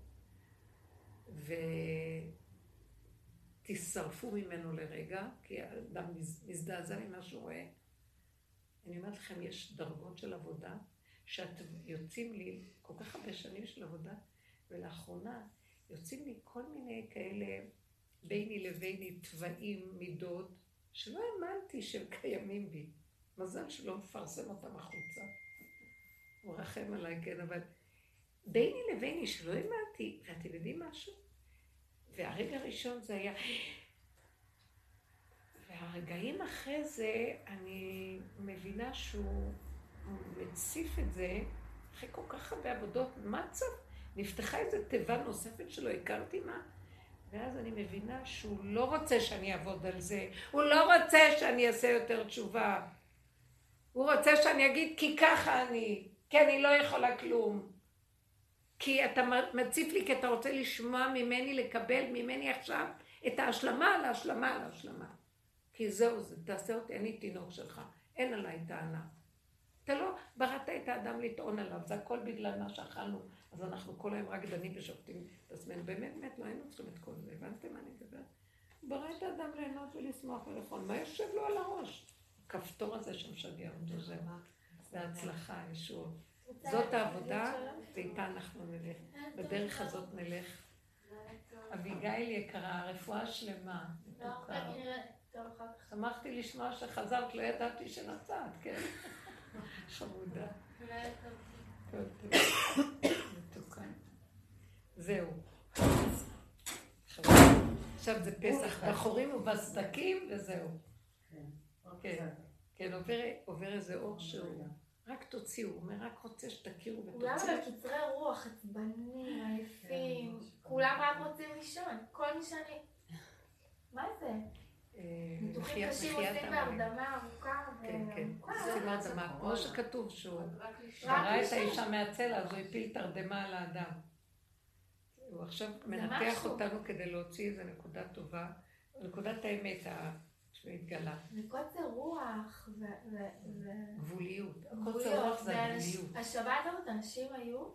ותשרפו ממנו לרגע, כי האדם מזדעזע ממה שהוא רואה. אני אומרת לכם, יש דרגות של עבודה, שאתם יוצאים לי כל כך הרבה שנים של עבודה, ולאחרונה יוצאים לי כל מיני כאלה ביני לביני טבעים, מידות, שלא האמנתי שהם קיימים בי. מזל שלא מפרסם אותם החוצה. הוא רחם עליי, כן, אבל ביני לביני שלא האמנתי, ואתם יודעים משהו? והרגע הראשון זה היה... והרגעים אחרי זה, אני מבינה שהוא מציף את זה, אחרי כל כך הרבה עבודות, מה צף? נפתחה איזו תיבה נוספת שלא הכרתי מה, ואז אני מבינה שהוא לא רוצה שאני אעבוד על זה, הוא לא רוצה שאני אעשה יותר תשובה, הוא רוצה שאני אגיד כי ככה אני, כי אני לא יכולה כלום, כי אתה מציף לי, כי אתה רוצה לשמוע ממני, לקבל ממני עכשיו את ההשלמה על ההשלמה על ההשלמה. כי זהו, זה, תעשה אותי, אני תינוק שלך, אין עליי טענה. אתה לא בראת את האדם לטעון עליו, זה הכל בגלל מה שאכלנו, אז אנחנו כל היום רק דנים ושופטים את עצמנו, באמת, באמת, לא היינו צריכים את כל זה, הבנתם מה אני מדבר? ברא את האדם ליהנות ולשמוח ולאכול, מה יושב לו על הראש? הכפתור הזה שמשגע אותו, זה מה? זה הצלחה, ישוע. זאת העבודה, ואיתה אנחנו נלך. בדרך הזאת נלך. אביגיל יקרה, רפואה שלמה. שמחתי לשמוע שחזרת, לא ידעתי שנסעת, כן? חמודה. מתוקה. זהו. עכשיו זה פסח, בחורים ובסדקים וזהו. כן, כן, עובר איזה אור שהוא. רק תוציאו, הוא אומר, רק רוצה שתכירו ותוציאו. כולם בקצרי רוח, עצבנים, עייפים, כולם רק רוצים לישון, כל מי שאני... מה זה? ניתוחים קשים עושים בהרדמה ארוכה ו... כן, כן, עושים הרדמה, כמו שכתוב שהוא ברא את האישה מהצלע, אז הוא הפיל תרדמה על האדם. הוא עכשיו מנתח אותנו כדי להוציא איזו נקודה טובה, נקודת האמת שהתגלה. וקוצר רוח ו... גבוליות, קוצר רוח זה הגבוליות. השבת הזאת אנשים היו...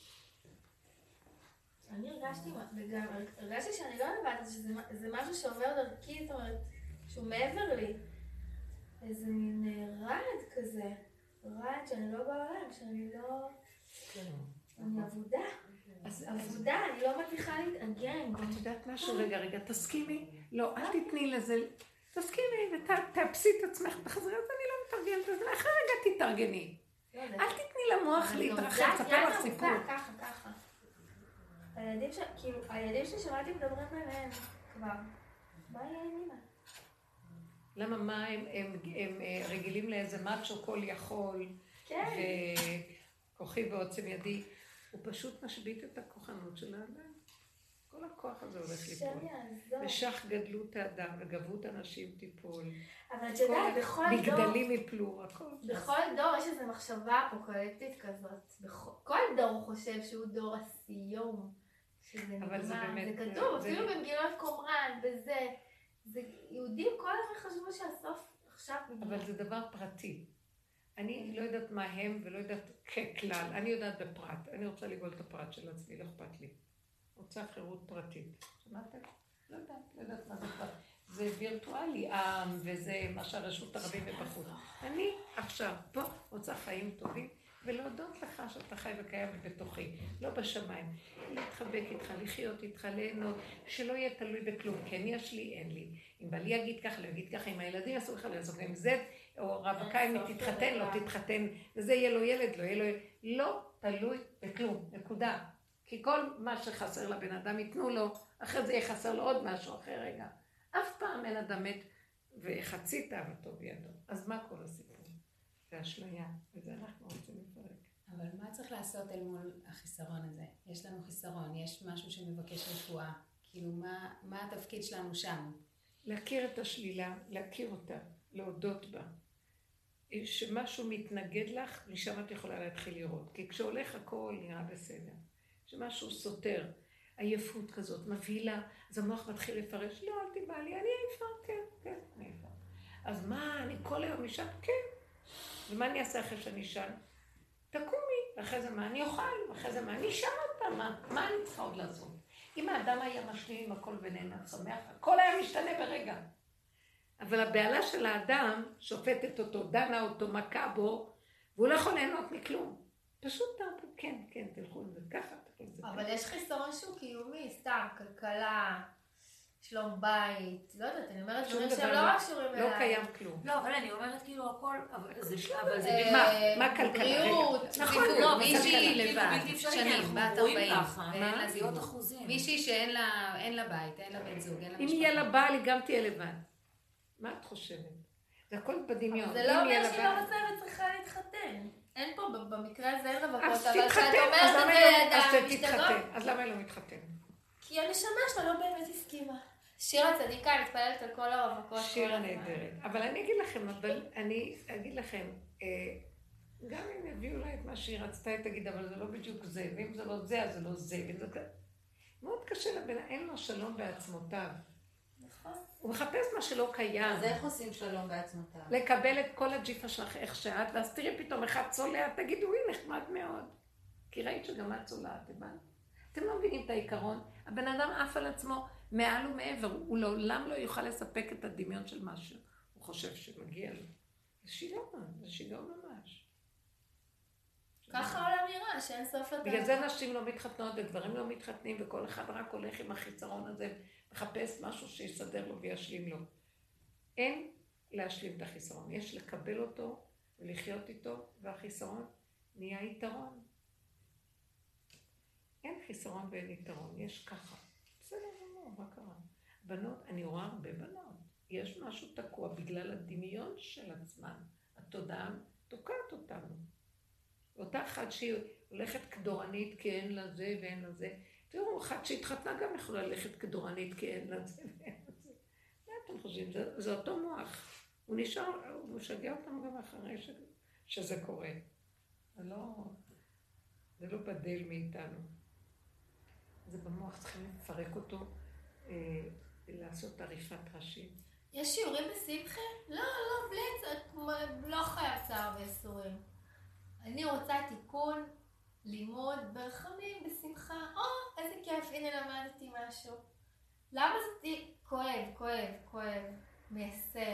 אני הרגשתי, וגם הרגשתי שאני לא לבד, שזה משהו שעובר דרכי, זאת אומרת, שהוא מעבר לי. איזה מין רעד כזה, רעד שאני לא בעולם, שאני לא... אני עבודה. עבודה, אני לא מצליחה להתאגן. את יודעת משהו? רגע, רגע, תסכימי. לא, אל תתני לזה... תסכימי ותאפסי את עצמך, תחזרי, אז אני לא מתארגנת, אז לאחר רגע תתארגני. אל תתני למוח להתרחב, תספר לך סיפור. ככה, ככה. הילדים ש... כאילו, הילדים ששמעתי מדברים ביניהם כבר. מה יהיה עם אמא? למה מה הם, הם, הם רגילים לאיזה מאצ'ו כל יכול, כן. וכוחי ועוצם ידי, הוא פשוט משבית את הכוחנות של האדם. כל הכוח הזה הולך ליפול. ושך גדלות האדם וגבות אנשים תיפול. אבל את יודעת, בכל דור... בגדלים יפלו, הכל. בכל דור יש איזו מחשבה אפוקליפטית כזאת. כל דור חושב שהוא דור הסיום. שזה נגמר, זה כתוב, אפילו במגילות קומראן, בזה. יהודים כל הזמן חשבו שהסוף עכשיו נגמר. אבל זה דבר פרטי. אני לא יודעת מה הם ולא יודעת ככלל. אני יודעת בפרט. אני רוצה לגאול את הפרט של עצמי, לא אכפת לי. רוצה חירות פרטית. שמעתם? לא יודעת, לא יודעת מה זה פרט. זה וירטואלי, העם, וזה מה שהרשות הרבים ובחוץ. אני עכשיו פה רוצה חיים טובים, ולהודות לך שאתה חי וקיים בתוכי, לא בשמיים. להתחבק איתך, לחיות איתך, ליהנות, שלא יהיה תלוי בכלום. כן יש לי, אין לי. אם בעלי יגיד ככה, לא יגיד ככה, אם הילדים יעשו לך, לא יעשו ככה, אם זה, או רווקה, אם היא תתחתן, לא תתחתן, וזה יהיה לו ילד, לא יהיה לו ילד. לא תלוי בכלום, נקודה. כי כל מה שחסר לבן אדם ייתנו לו, אחרי זה יהיה חסר לו עוד משהו אחרי רגע. אף פעם אין אדם מת וחצי תאוותו בידו. אז מה כל הסיפור? זה אשליה, וזה אנחנו רוצים לפרק. אבל מה צריך לעשות אל מול החיסרון הזה? יש לנו חיסרון, יש משהו שמבקש רפואה. כאילו, מה, מה התפקיד שלנו שם? להכיר את השלילה, להכיר אותה, להודות בה. שמשהו מתנגד לך, משם את יכולה להתחיל לראות. כי כשהולך הכל נראה בסדר. שמשהו סותר, עייפות כזאת, מבהילה, אז המוח מתחיל לפרש, לא, אל תיבא לי, אני עייפה, כן, כן, אני עייפה. אז מה, אני כל היום נשאר? כן. ומה אני אעשה אחרי שאני אשאל? תקומי, ואחרי זה מה אני אוכל, ואחרי זה מה אני אשאל אותה, מה, מה אני צריכה עוד לעשות? אם האדם היה משלים עם הכל ונהנה, שמח, הכל היה משתנה ברגע. אבל הבעלה של האדם שופטת אותו, דנה אותו, מכה בו, והוא לא יכול ליהנות מכלום. פשוט תרפו, כן, כן, תלכו עם זה ככה, תלכו עם זה ככה. אבל יש חיסרון שהוא קיומי, סתם, כלכלה, שלום בית, לא יודעת, אני אומרת דברים שהם לא רק שורים אליי. לא קיים כלום. לא, אבל אני אומרת כאילו הכל, אבל זה מה כלכלה? בריאות, נכון, לא, מישהי לבד, שנים, בת ארבעים, ואין לה זיעות אחוזים. מישהי שאין לה בית, אין לה בן זוג, אין לה אם משפחה. יהיה לה בעל, היא גם תהיה לבד. מה את חושבת? זה הכל בדמיון. אבל זה לא אומר שהיא לא רוצה וצריכה להתחתן. אין פה, במקרה הזה אין רווקות, אז אבל כשאת תתחתן, אז אומרת את למה זה היא לא- לידה, אז תתחתן. אז למה היא לא מתחתן? כי הנשמה שלה לא באמת הסכימה. שירה צדיקה מתפללת על כל הרווקות. שירה נהדרת. אבל אני אגיד לכם, אבל אני אגיד לכם, גם אם יביאו לה את מה שהיא רצתה, היא תגיד, אבל זה לא בדיוק זה, ואם זה לא זה, אז זה לא זה. מאוד קשה לבן, אין לו שלום בעצמותיו. נכון. הוא מחפש מה שלא קיים. אז איך עושים שלום בעצמותיו? לקבל את כל הג'יפה שלך איך שאת, ואז תראי פתאום אחד צולע, תגידו, היא נחמד מאוד. כי ראית שגם את צולעת, הבנת? אתם לא מבינים את העיקרון. הבן אדם עף על עצמו מעל ומעבר, הוא לעולם לא יוכל לספק את הדמיון של משהו. הוא חושב שמגיע לו. זה שיגעון, זה שיגעון ממש. ככה העולם נראה, שאין סוף לדעת. בגלל זה נשים לא מתחתנות וגברים לא מתחתנים, וכל אחד רק הולך עם החיצרון הזה, מחפש משהו שיסדר לו וישלים לו. אין להשלים את החיסרון, יש לקבל אותו ולחיות איתו, והחיסרון נהיה יתרון. אין חיסרון ואין יתרון, יש ככה. בסדר, לא, מה קרה? בנות, אני רואה הרבה בנות. יש משהו תקוע בגלל הדמיון של עצמן. התודעה תוקעת אותנו. אותה אחת שהיא הולכת כדורנית כי אין לה זה ואין לה זה. תראו, אחת שהתחתנה גם יכולה ללכת כדורנית כי אין לה זה ואין לה זה. מה אתם חושבים? זה, זה אותו מוח. הוא נשאר, הוא משגע אותנו גם אחרי ש, שזה קורה. זה לא, זה לא בדל מאיתנו. זה במוח, צריכים לפרק אותו, אה, לעשות עריפת ראשים. יש שיעורים בשמחה? לא, לא, בלי את, לא חייב צער ואיסורים. אני רוצה תיקון, לימוד, ברחמים, בשמחה. או, איזה כיף, הנה למדתי משהו. למה זה כואב, כואב, כואב, מייסר?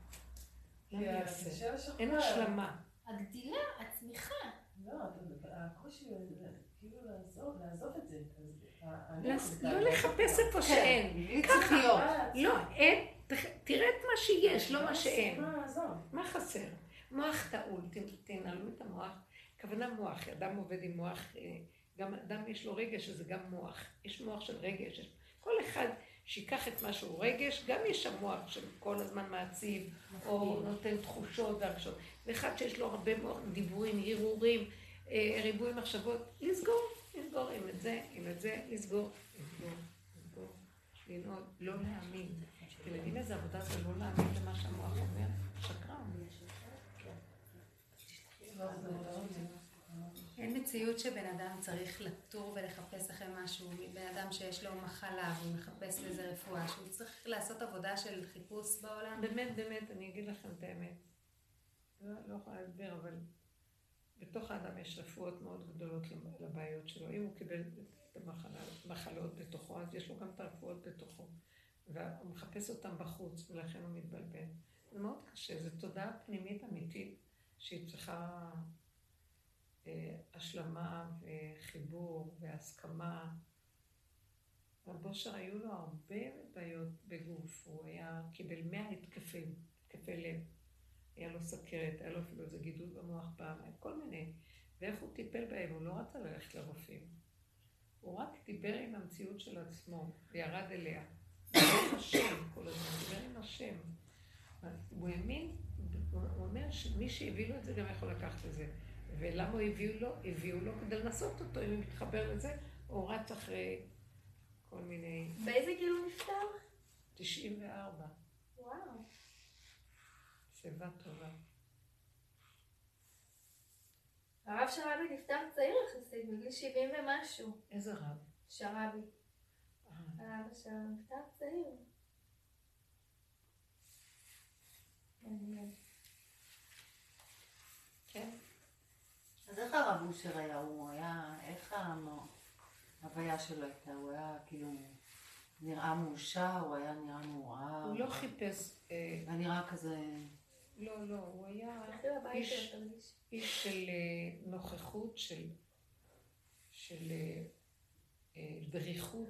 אין השלמה. הגדילה, הצמיחה. לא, הקושי כאילו לעזוב את זה. לא לחפש איפה שאין. ככה. לא, אין. תראה את מה שיש, לא מה שאין. מה חסר? מוח טעול, תנהלו את המוח. כוונה מוח, אדם עובד עם מוח, גם אדם יש לו רגש, שזה גם מוח. יש מוח של רגש. כל אחד שיקח את משהו רגש, גם יש המוח של כל הזמן מעציב, או נותן תחושות והרגשות. ואחד שיש לו הרבה מוח, דיבורים, הרהורים, ריבוי מחשבות, לסגור, לסגור עם את זה, עם את זה, לסגור, לסגור, לסגור, לנעוד, לא להאמין. ילדים איזה עבודה זה לא להאמין למה שהמוח אומר, שקרן. אין מציאות שבן אדם צריך לטור ולחפש אחרי משהו, בן אדם שיש לו מחלה והוא מחפש לזה רפואה, שהוא צריך לעשות עבודה של חיפוש בעולם. באמת, באמת, אני אגיד לכם את האמת. לא, לא יכולה להסביר, אבל בתוך האדם יש רפואות מאוד גדולות לבעיות שלו. אם הוא קיבל את המחלות בתוכו, אז יש לו גם את הרפואות בתוכו. והוא מחפש אותם בחוץ, ולכן הוא מתבלבל. זה מאוד קשה, זו תודעה פנימית אמיתית, שהיא צריכה אה, השלמה וחיבור והסכמה. הבושר היו לו הרבה בעיות בגוף, הוא היה קיבל מאה התקפים, התקפי לב. היה לו סכרת, היה לו אפילו איזה גידול במוח פעם, כל מיני. ואיך הוא טיפל בהם? הוא לא רצה ללכת לרופאים. הוא רק דיבר עם המציאות של עצמו, וירד אליה. דיבר עם השם כל הזמן, דיבר עם השם. הוא האמין, הוא אומר שמי שהביא לו את זה גם יכול לקחת את זה. ולמה הוא הביאו לו? הביאו לו כדי לנסות אותו, אם הוא מתחבר לזה, הוא רץ אחרי כל מיני... באיזה גיל הוא נפטר? תשעים וארבע. וואו. שיבה טובה. הרב שרבי נפטר צעיר יחסית, בגיל שבעים ומשהו. איזה רב? שרבי. הרב שלנו נפטר צעיר. כן. אז איך הרב אושר היה? הוא היה, איך ההוויה שלו הייתה? הוא היה כאילו נראה מאושר, הוא היה נראה מעורב. הוא לא חיפש... היה נראה כזה... לא, לא, הוא היה איש, איש של נוכחות, של, של דריכות,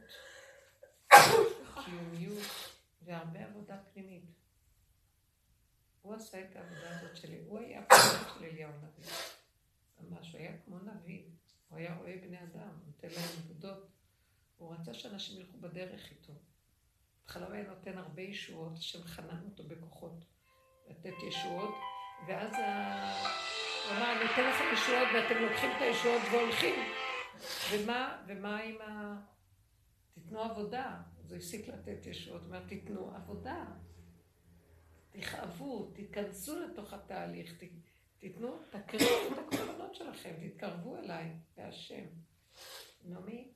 קיומיות והרבה עבודה פנימית. הוא עשה את העבודה הזאת שלי, הוא היה פנימית של אליהו נביא. ממש, הוא היה כמו נביא, הוא היה רואה בני אדם, נותן להם נקודות. הוא רצה שאנשים ילכו בדרך איתו. בהתחלה הוא היה נותן הרבה ישועות, השם חנן אותו בכוחות לתת ישועות, ואז הוא אמר, אני אתן לכם ישועות ואתם לוקחים את הישועות והולכים. ומה, ומה עם ה... תתנו עבודה. אז הוא הפסיק לתת ישועות, הוא אומר, תתנו עבודה. תכאבו, תיכנסו לתוך התהליך, תתנו, תקריבו את הקורבנות שלכם, תתקרבו אליי, להשם. נעמי?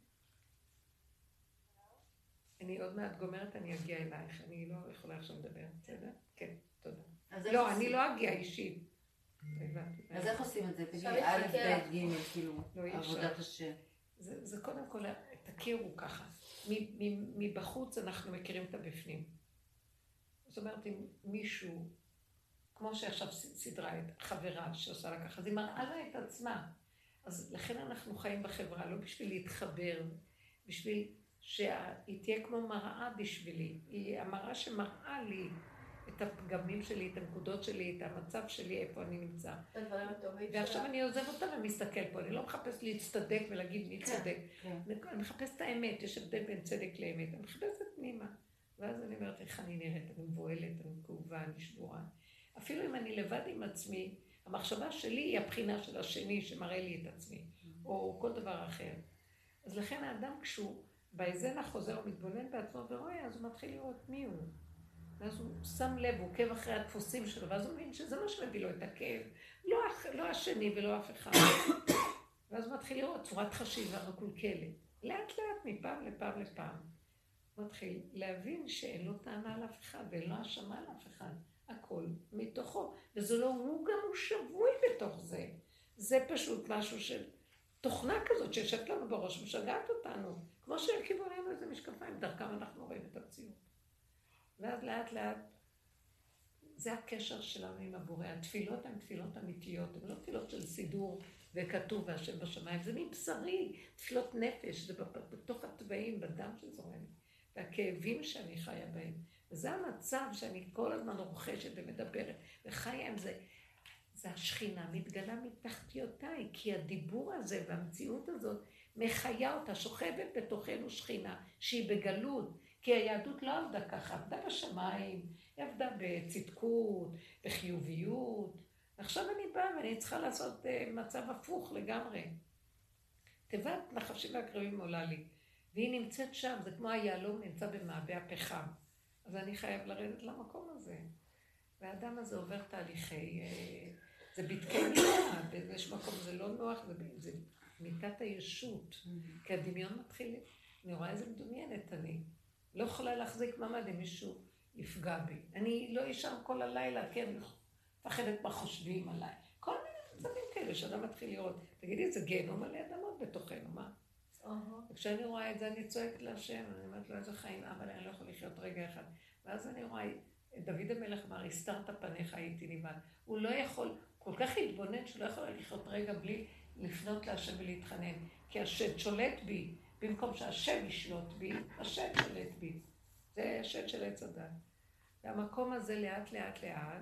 אני עוד מעט גומרת, אני אגיע אלייך, אני לא יכולה עכשיו לדבר, בסדר? כן, תודה. לא, אני לא אגיע אישית. אז איך עושים את זה? תגידי, א', ב', ג', כאילו, עבודת השם. זה קודם כל, תכירו ככה. מבחוץ אנחנו מכירים את הבפנים. זאת אומרת, אם מישהו, כמו שעכשיו סדרה את חברה שעושה לה ככה, אז היא מראה לה את עצמה. אז לכן אנחנו חיים בחברה, לא בשביל להתחבר, בשביל שהיא תהיה כמו מראה בשבילי. היא המראה שמראה לי את הפגמים שלי, את הנקודות שלי, את המצב שלי, איפה אני נמצא. ועכשיו אני עוזב אותה ומסתכל פה, אני לא מחפש להצטדק ולהגיד מי צדק. אני מחפש את האמת, יש הבדל בין צדק לאמת, אני מחפשת פנימה. ואז אני אומרת, איך אני נראית, אני מבועלת, אני כאובה, אני שבורה. אפילו אם אני לבד עם עצמי, המחשבה שלי היא הבחינה של השני שמראה לי את עצמי, או כל דבר אחר. אז לכן האדם כשהוא באזן החוזר ומתבונן בעצמו ורואה, אז הוא מתחיל לראות מי הוא. ואז הוא שם לב, הוא עוקב אחרי הדפוסים שלו, ואז הוא מבין שזה לא שמביא לו את הכאב, לא, לא השני ולא אף אחד. ואז הוא מתחיל לראות צורת חשיבה מקולקלת. לאט לאט, מפעם לפעם לפעם. הוא מתחיל להבין שאין לו טענה על אף אחד, ואין לו האשמה על אף אחד. הכל מתוכו. וזה לא הוא, גם הוא שבוי בתוך זה. זה פשוט משהו של תוכנה כזאת שישבת לנו בראש, משגעת אותנו. כמו שהרכיבו עלינו איזה משקפיים, דרכם אנחנו רואים את המציאות. ואז לאט לאט, זה הקשר שלנו עם הבורא. התפילות הן תפילות אמיתיות, הן לא תפילות של סידור וכתוב והשם בשמיים, זה מבשרי, תפילות נפש, זה בתוך הטבעים, בדם שזורם, והכאבים שאני חיה בהם. וזה המצב שאני כל הזמן רוכשת ומדברת, וחיה עם זה. זה השכינה מתגלה מתחתיותיי, כי הדיבור הזה והמציאות הזאת מחיה אותה, שוכבת בתוכנו שכינה, שהיא בגלות, כי היהדות לא עבדה ככה, עבדה בשמיים, היא עבדה בצדקות, בחיוביות. עכשיו אני באה ואני צריכה לעשות מצב הפוך לגמרי. תיבת נחשים והקרבים עולה לי, והיא נמצאת שם, זה כמו היעלום נמצא במעבה הפחם. אז אני חייב לרדת למקום הזה. והאדם הזה עובר תהליכי, זה בדקי מיטה, באיזשהו מקום זה לא נוח, זה, זה מיטת הישות, כי הדמיון מתחיל, אני רואה איזה מדומיינת אני. לא יכולה להחזיק מעמד אם מישהו יפגע בי. אני לא ישן כל הלילה, כן, מפחדת מה חושבים עליי. כל מיני מצבים כאלה שאדם מתחיל לראות. תגידי, זה גיהנום מלא אדמות בתוכנו, מה? וכשאני רואה את זה, אני צועקת להשם, אני אומרת לו, איזה חיים, אבל אני לא יכול לחיות רגע אחד. ואז אני רואה, דוד המלך אמר, הסתרת פניך, הייתי נבהל. הוא לא יכול, כל כך התבונן שהוא לא יכול לחיות רגע בלי לפנות להשם ולהתחנן. כי השד שולט בי, במקום שהשם ישלוט בי, השד שולט בי. זה השד של עץ הדת. והמקום הזה לאט לאט לאט,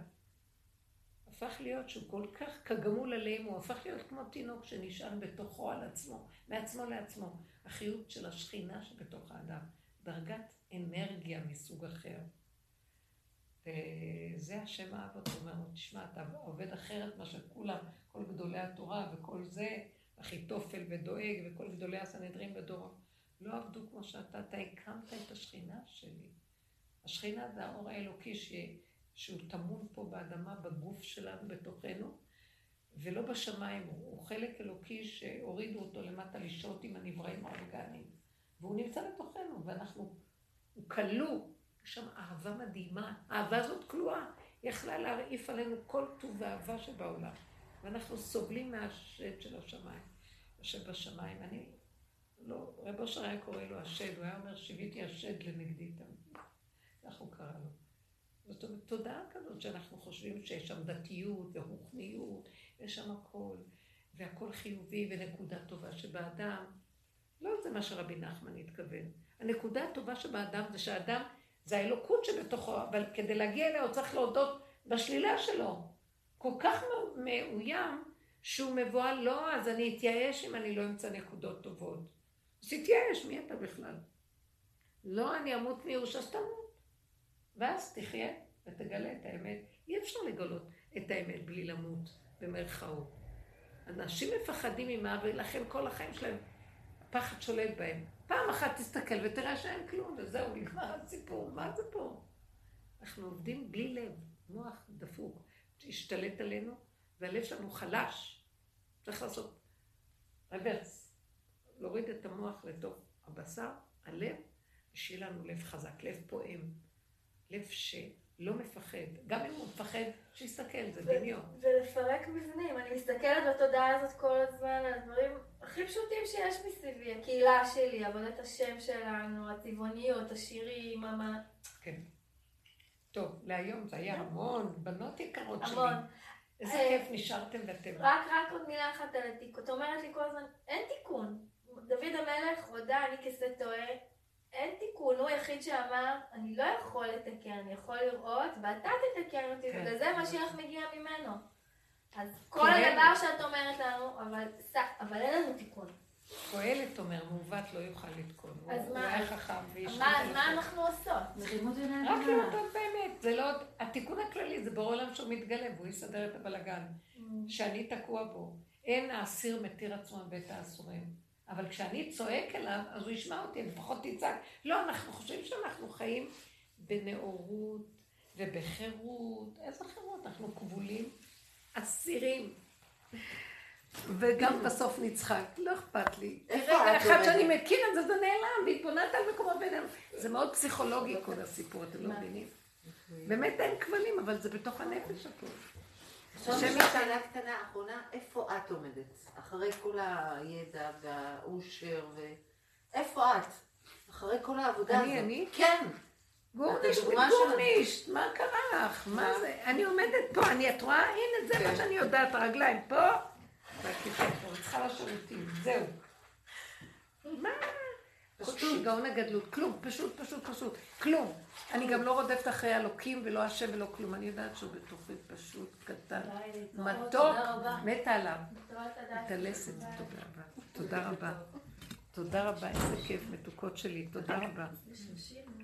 הפך להיות שהוא כל כך כגמול עליהם, הוא הפך להיות כמו תינוק שנשען בתוכו על עצמו, מעצמו לעצמו. החיות של השכינה שבתוך האדם, דרגת אנרגיה מסוג אחר. וזה השם אהב אותו, הוא אומר, תשמע, אתה עובד אחרת מה שכולם, כל גדולי התורה וכל זה, אחיתופל ודואג וכל גדולי הסנהדרין בדורו, לא עבדו כמו שאתה, אתה הקמת את השכינה שלי. השכינה זה האור האלוקי ש... שהוא תמון פה באדמה, בגוף שלנו, בתוכנו, ולא בשמיים. הוא חלק אלוקי שהורידו אותו למטה לשהות עם הנבראים האורגניים. והוא נמצא בתוכנו, ואנחנו, הוא כלוא, יש שם אהבה מדהימה. האהבה הזאת כלואה, היא יכלה להרעיף עלינו כל טוב ואהבה שבעולם. ואנחנו סובלים מהשד של השמיים. השד בשמיים, אני, לא, רב אושר היה קורא לו השד, הוא היה אומר, שיביתי השד לנגדי תמיד. כך הוא קרא לו. זאת אומרת, תודעה כזאת שאנחנו חושבים שיש שם דתיות ורוחניות, יש שם הכל, והכל חיובי ונקודה טובה שבאדם. לא זה מה שרבי נחמן התכוון. הנקודה הטובה שבאדם זה שהאדם, זה האלוקות שבתוכו, אבל כדי להגיע אליה הוא צריך להודות בשלילה שלו. כל כך מאוים שהוא מבועל, לא, אז אני אתייאש אם אני לא אמצא נקודות טובות. אז תתייאש, מי אתה בכלל? לא, אני אמות מיאוש, אז תמות. ואז תחיה ותגלה את האמת. אי אפשר לגלות את האמת בלי למות, במרכאות. אנשים מפחדים ממוות, ולכן כל החיים שלהם, הפחד שולט בהם. פעם אחת תסתכל ותראה שאין כלום, וזהו, נגמר הסיפור. מה זה פה? אנחנו עובדים בלי לב, מוח דפוק, שהשתלט עלינו, והלב שלנו חלש. צריך לעשות רוורס, להוריד את המוח לתוך הבשר, הלב, ושיהיה לנו לב חזק, לב פועם, לב שלא מפחד. גם אם הוא מפחד, שיסתכל, זה דמיון. ולפרק מבנים. אני מסתכלת בתודעה הזאת כל הזמן על הדברים הכי פשוטים שיש מסביבי. הקהילה שלי, עבודת השם שלנו, הצבעוניות, השירים, מה... כן. טוב, להיום זה היה המון, בנות יקרות שלי. המון. איזה כיף נשארתם ואתם. רק, רק עוד מילה אחת על התיקון. את אומרת לי כל הזמן, אין תיקון. דוד המלך הודה, אני כסה טועה. אין תיקון, הוא היחיד שאמר, אני לא יכול לתקן, אני יכול לראות, ואתה תתקן אותי, כן. וזה משיח מגיע ממנו. אז כל הדבר שאת אומרת לנו, אבל, אבל אין לנו תיקון. קהלת אומר, מעוות לא יוכל לתקון. אז הוא מה, היה חכם ויש... מה, מה אנחנו עושות? מרימות עיניים. רק להודות באמת, זה לא... התיקון הכללי זה ברור עולם שהוא מתגלה, והוא יסדר את הבלגן, שאני תקוע בו. אין האסיר מתיר עצמו בית האסורים. אבל כשאני צועק אליו, אז הוא ישמע אותי, לפחות תצעק. לא, אנחנו חושבים שאנחנו חיים בנאורות ובחירות. איזה חירות? אנחנו כבולים, אסירים. וגם בסוף נצחק, לא אכפת לי. רגע אחד שאני מכיר את זה, זה נעלם, והתבוננת על מקומות בינינו. זה מאוד פסיכולוגי כל הסיפור, אתם לא מבינים? באמת אין כבלים, אבל זה בתוך הנפש הכל. עכשיו שאלה קטנה אחרונה, איפה את עומדת? אחרי כל הידע והאושר ו... איפה את? אחרי כל העבודה הזאת. אני, אני? כן. גורנישט, גורנישט, מה קרה לך? מה זה? אני עומדת פה, אני, את רואה? הנה, זה מה שאני יודעת, הרגליים פה. והכיפה פה, אני צריכה לשירותים, זהו. מה? כל שיגעון הגדלות, כלום, פשוט, פשוט, פשוט, כלום. אני גם לא רודפת אחרי אלוקים ולא השם ולא כלום. אני יודעת שהוא בתוכי פשוט קטן. מתוק, מתה עליו. מתעלסת, תודה רבה. תודה רבה. תודה רבה, איזה כיף, מתוקות שלי, תודה רבה.